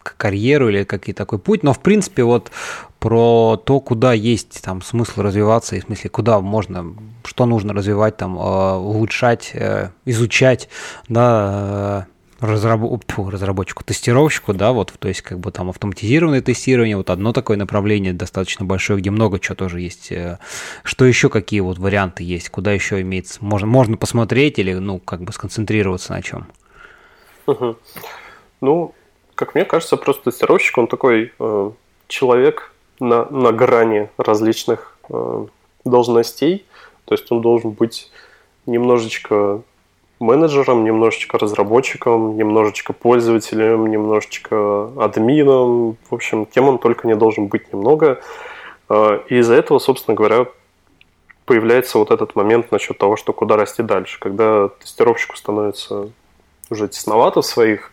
карьеру или какой-то такой путь, но в принципе вот про то, куда есть там смысл развиваться, и в смысле, куда можно, что нужно развивать, там, улучшать, изучать, да, разработчику, тестировщику, да, вот, то есть как бы там автоматизированное тестирование, вот одно такое направление достаточно большое, где много чего тоже есть. Что еще, какие вот варианты есть, куда еще имеется, можно посмотреть или, ну, как бы сконцентрироваться на чем? Угу. Ну, как мне кажется, просто тестировщик, он такой человек на грани различных должностей, то есть он должен быть немножечко менеджером, немножечко разработчиком, немножечко пользователем, немножечко админом. В общем, кем он только не должен быть немного. И из-за этого, собственно говоря, появляется вот этот момент насчет того, что куда расти дальше. Когда тестировщику становится уже тесновато в своих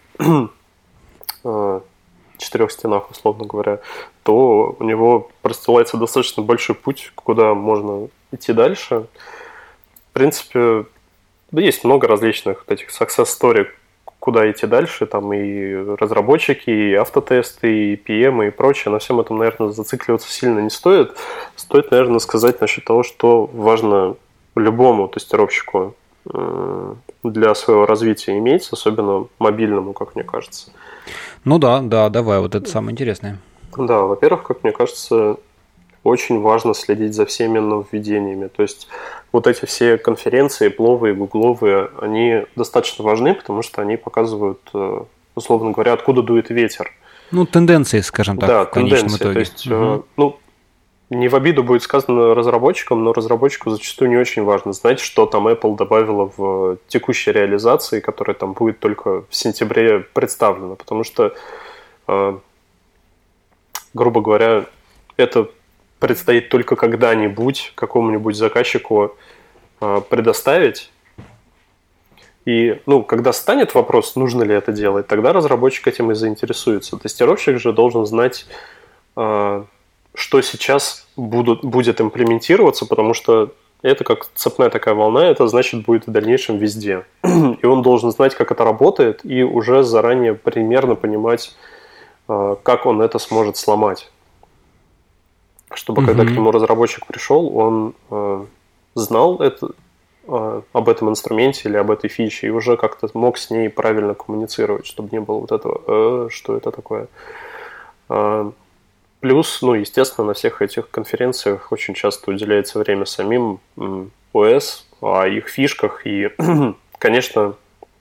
4 стенах, условно говоря, то у него простилается достаточно большой путь, куда можно идти дальше. В принципе, да, есть много различных вот этих success story, куда идти дальше, там и разработчики, и автотесты, и PM, и прочее. На всем этом, наверное, зацикливаться сильно не стоит. Стоит, наверное, сказать насчет того, что важно любому тестировщику для своего развития иметь, особенно мобильному, как мне кажется. Ну да, давай, вот это самое интересное. Да, во-первых, как мне кажется, очень важно следить за всеми нововведениями. То есть вот эти все конференции, пловые, гугловые, они достаточно важны, потому что они показывают, условно говоря, откуда дует ветер. Ну, тенденции, скажем так, да, в конечном итоге. То есть, ну, не в обиду будет сказано разработчикам, но разработчику зачастую не очень важно знать, что там Apple добавила в текущей реализации, которая там будет только в сентябре представлена. Потому что, грубо говоря, это предстоит только когда-нибудь какому-нибудь заказчику предоставить. И, ну, когда станет вопрос, нужно ли это делать, тогда разработчик этим и заинтересуется. Тестировщик же должен знать, что сейчас будет имплементироваться, потому что это как цепная такая волна, это значит будет в дальнейшем везде. И он должен знать, как это работает, и уже заранее примерно понимать, как он это сможет сломать. Чтобы когда к нему разработчик пришел, он знал это, об этом инструменте или об этой фиче и уже как-то мог с ней правильно коммуницировать, чтобы не было вот этого, что это такое. Плюс, ну, естественно, на всех этих конференциях очень часто уделяется время самим ОС, о их фишках. И, конечно,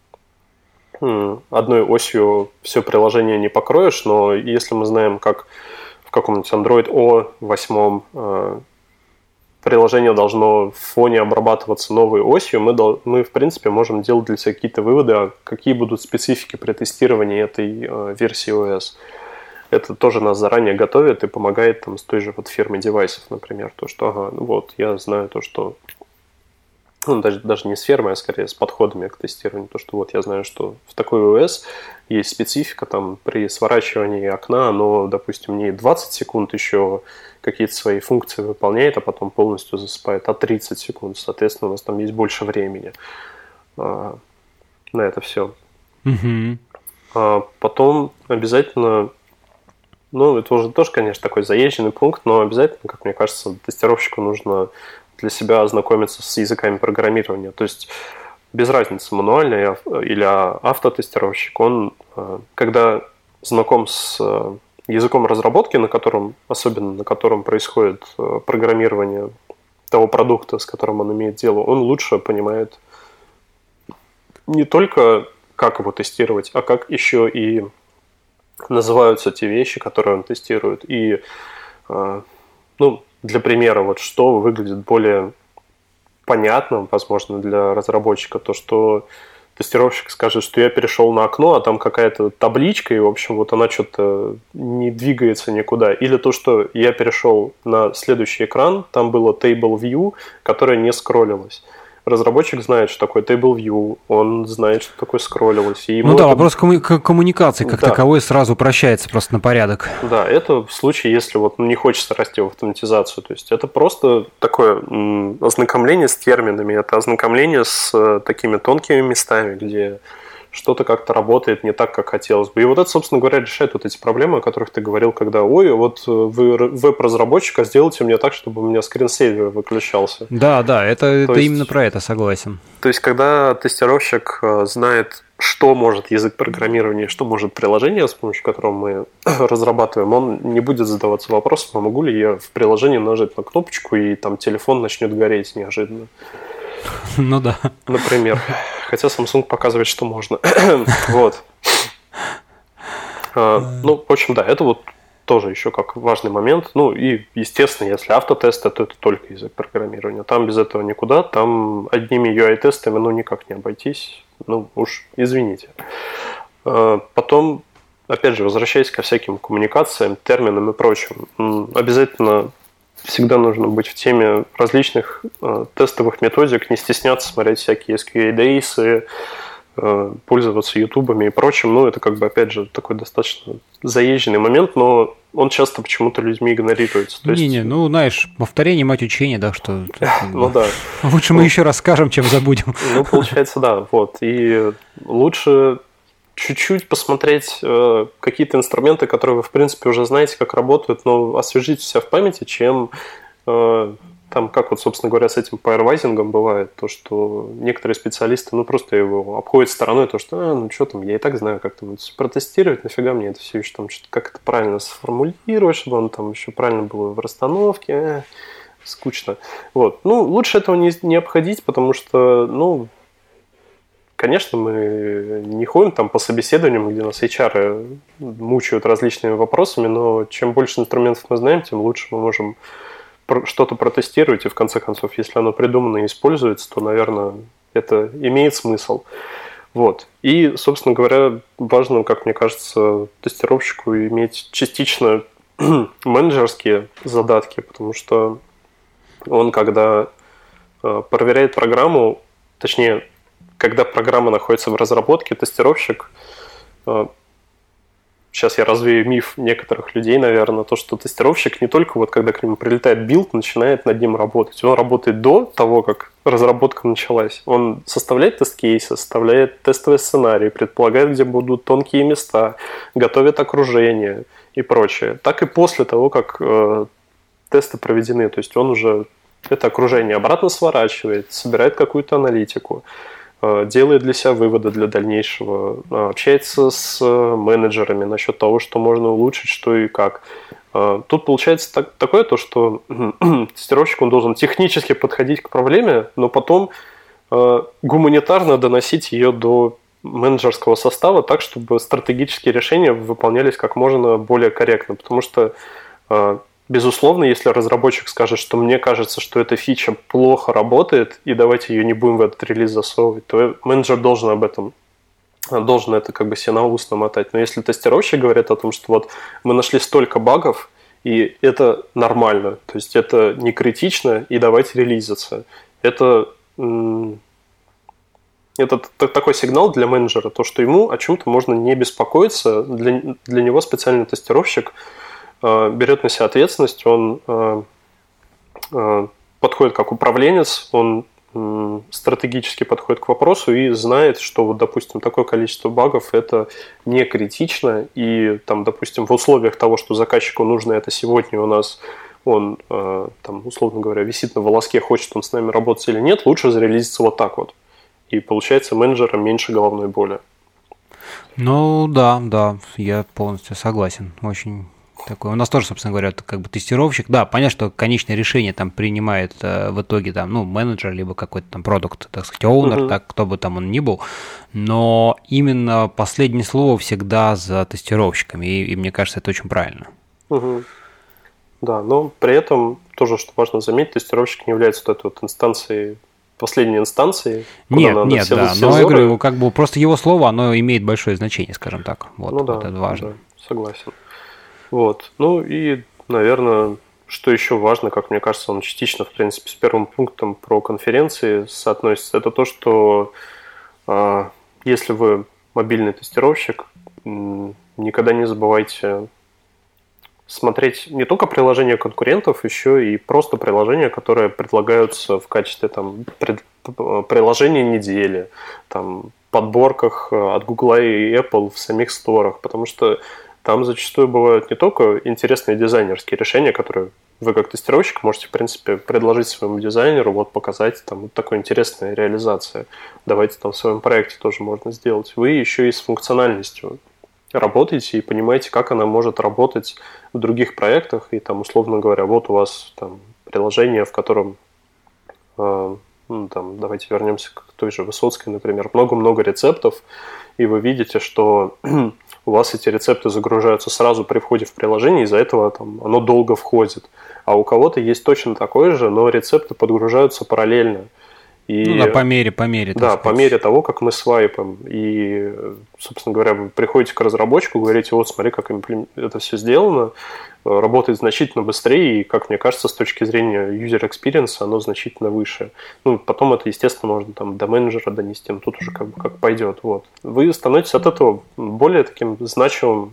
одной осью все приложение не покроешь, но если мы знаем, как в каком-нибудь Android O 8 приложение должно в фоне обрабатываться новой осью, мы, в принципе, можем делать для себя какие-то выводы, какие будут специфики при тестировании этой версии OS. Это тоже нас заранее готовит и помогает там, с той же вот фирмой девайсов, например, то, что, ага, ну вот, я знаю то, что, ну, даже не с фирмой, а скорее с подходами к тестированию, то, что вот я знаю, что в такой OS есть специфика, там, при сворачивании окна, оно, допустим, не 20 секунд еще какие-то свои функции выполняет, а потом полностью засыпает, а 30 секунд, соответственно, у нас там есть больше времени на это все. Потом обязательно, ну, это уже тоже, конечно, такой заезженный пункт, но обязательно, как мне кажется, тестировщику нужно для себя ознакомиться с языками программирования. То есть без разницы, мануальный или автотестировщик, он, когда знаком с языком разработки, особенно на котором происходит программирование того продукта, с которым он имеет дело, он лучше понимает не только, как его тестировать, а как еще и называются те вещи, которые он тестирует. И, ну, для примера, вот что выглядит более понятным, возможно, для разработчика, то, что тестировщик скажет, что я перешел на окно, а там какая-то табличка, и, в общем, вот она что-то не двигается никуда. Или то, что я перешел на следующий экран, там было Table View, которое не скроллилось. Разработчик знает, что такое Table View, он знает, что такое скроллилось. И ну да, вопрос коммуникации как таковой сразу упрощается просто на порядок. Да, это в случае, если вот не хочется расти в автоматизацию. То есть это просто такое ознакомление с терминами, это ознакомление с такими тонкими местами, где что-то как-то работает не так, как хотелось бы. И вот это, собственно говоря, решает вот эти проблемы, о которых ты говорил, когда, ой, вот вы веб-разработчик, а сделайте мне так, чтобы у меня скринсейвер выключался. Да, это именно про это, согласен. То есть, когда тестировщик знает, что может язык программирования, что может приложение, с помощью которого мы разрабатываем, он не будет задаваться вопросом, а могу ли я в приложении нажать на кнопочку, и там телефон начнет гореть неожиданно. Ну да. Например. Хотя Samsung показывает, что можно. Вот. Ну, в общем, да, это вот тоже еще как важный момент. Ну, и, естественно, если автотесты, то это только язык программирования. Там без этого никуда, там одними UI-тестами, ну, никак не обойтись. Ну, уж извините. Потом, опять же, возвращаясь ко всяким коммуникациям, терминам и прочим, обязательно всегда нужно быть в теме различных тестовых методик, не стесняться смотреть всякие SQA-дейсы, пользоваться ютубами и прочим. Ну, это как бы, опять же, такой достаточно заезженный момент, но он часто почему-то людьми игнорируется. Ну, знаешь, повторение мать учения, да, что... Ну, да. Лучше мы еще раз скажем, чем забудем. Ну, получается, да, вот. И лучше чуть-чуть посмотреть какие-то инструменты, которые вы, в принципе, уже знаете, как работают, но освежить себя в памяти, чем там, как вот, собственно говоря, с этим пайрвайзингом бывает, то, что некоторые специалисты, ну, просто его обходят стороной, то, что, ну, что там, я и так знаю, как там это протестировать, нафига мне это все еще там, что-то, как это правильно сформулировать, чтобы оно там еще правильно было в расстановке, скучно. Вот. Ну, лучше этого не обходить, потому что, ну, конечно, мы не ходим там по собеседованиям, где нас HR мучают различными вопросами, но чем больше инструментов мы знаем, тем лучше мы можем что-то протестировать, и в конце концов, если оно придумано и используется, то, наверное, это имеет смысл. Вот. И, собственно говоря, важно, как мне кажется, тестировщику иметь частично менеджерские задатки, потому что он, когда проверяет программу, точнее, когда программа находится в разработке, тестировщик, сейчас я развею миф некоторых людей, наверное, то, что тестировщик не только вот когда к нему прилетает билд, начинает над ним работать. Он работает до того, как разработка началась. Он составляет тест-кейсы, составляет тестовые сценарии, предполагает, где будут тонкие места, готовит окружение и прочее. Так и после того, как тесты проведены. То есть он уже это окружение обратно сворачивает, собирает какую-то аналитику, делает для себя выводы для дальнейшего, общается с менеджерами насчет того, что можно улучшить, что и как. Тут получается такое то, что тестировщик он должен технически подходить к проблеме, но потом гуманитарно доносить ее до менеджерского состава так, чтобы стратегические решения выполнялись как можно более корректно. Потому что безусловно, если разработчик скажет, что мне кажется, что эта фича плохо работает, и давайте ее не будем в этот релиз засовывать, то менеджер должен это как бы себе на ус намотать. Но если тестировщик говорит о том, что вот мы нашли столько багов, и это нормально, то есть это не критично, и давайте релизиться. Это такой сигнал для менеджера, то, что ему о чем-то можно не беспокоиться, для него специальный тестировщик берет на себя ответственность, он подходит как управленец, он стратегически подходит к вопросу и знает, что вот, допустим, такое количество багов это не критично, и там, допустим, в условиях того, что заказчику нужно это сегодня у нас, он там, условно говоря, висит на волоске, хочет он с нами работать или нет, лучше зарелизиться вот так вот. И получается менеджерам меньше головной боли. Ну да, я полностью согласен. Очень такой. У нас тоже, собственно говоря, как бы тестировщик. Да, понятно, что конечное решение там принимает в итоге там, ну, менеджер, либо какой-то там продукт, так сказать, оунер, так, кто бы там он ни был. Но именно последнее слово всегда за тестировщиками. И мне кажется, это очень правильно. Да, но при этом тоже, что важно заметить, тестировщик не является вот этой вот инстанцией, последней инстанцией. Нет, да, но я говорю, как бы просто его слово, оно имеет большое значение, скажем так. Вот, ну да, вот это важно. Да, согласен. Вот. Ну и, наверное, что еще важно, как мне кажется, он частично, в принципе, с первым пунктом про конференции соотносится, это то, что если вы мобильный тестировщик, никогда не забывайте смотреть не только приложения конкурентов, еще и просто приложения, которые предлагаются в качестве там, приложения недели, там, подборках от Google и Apple в самих сторах, потому что там зачастую бывают не только интересные дизайнерские решения, которые вы как тестировщик можете, в принципе, предложить своему дизайнеру, вот показать, там, вот такая интересная реализация. Давайте там в своем проекте тоже можно сделать. Вы еще и с функциональностью работаете и понимаете, как она может работать в других проектах. И там, условно говоря, вот у вас там приложение, в котором, там, давайте вернемся к той же Высоцкой, например, много-много рецептов, и вы видите, что у вас эти рецепты загружаются сразу при входе в приложение, из-за этого там, оно долго входит. А у кого-то есть точно такое же, но рецепты подгружаются параллельно. И, ну да, по мере. Да, по мере того, как мы свайпаем. И, собственно говоря, вы приходите к разработчику, говорите, вот смотри, как это все сделано, работает значительно быстрее, и, как мне кажется, с точки зрения user experience оно значительно выше. Ну, потом это, естественно, можно там до менеджера донести, но тут уже как пойдет. Вот. Вы становитесь от этого более таким значимым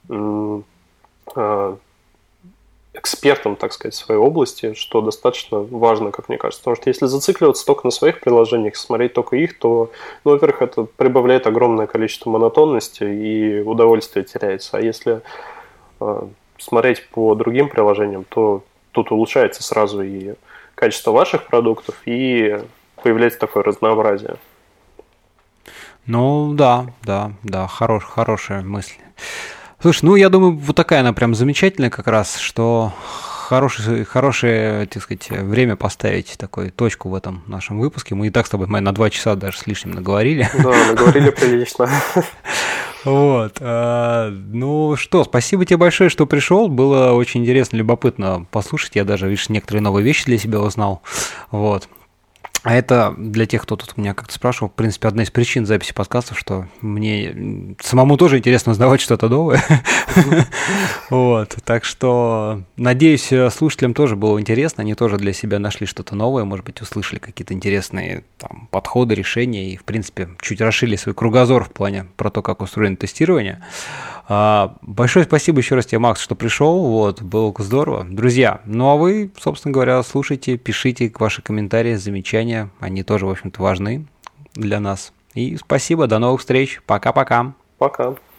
экспертом, так сказать, в своей области, что достаточно важно, как мне кажется. Потому что если зацикливаться только на своих приложениях, смотреть только их, то, ну, во-первых, это прибавляет огромное количество монотонности и удовольствие теряется. А если смотреть по другим приложениям, то тут улучшается сразу и качество ваших продуктов, и появляется такое разнообразие. Ну, да, хорошая мысль. Слушай, ну, я думаю, вот такая она прям замечательная как раз, что хорошее, так сказать, время поставить такую точку в этом нашем выпуске. Мы и так с тобой на 2 часа даже с лишним наговорили. Да, наговорили прилично. Вот. Ну что, спасибо тебе большое, что пришел. Было очень интересно, любопытно послушать. Я даже, видишь, некоторые новые вещи для себя узнал. Вот. А это для тех, кто тут меня как-то спрашивал, в принципе, одна из причин записи подкастов, что мне самому тоже интересно узнавать что-то новое. Вот, так что, надеюсь, слушателям тоже было интересно, они тоже для себя нашли что-то новое, может быть, услышали какие-то интересные там подходы, решения и, в принципе, чуть расширили свой кругозор в плане про то, как устроено тестирование. Большое спасибо еще раз тебе, Макс, что пришел, вот, было здорово. Друзья, ну а вы, собственно говоря, слушайте, пишите ваши комментарии, замечания, они тоже, в общем-то, важны для нас. И спасибо, до новых встреч, пока-пока. Пока.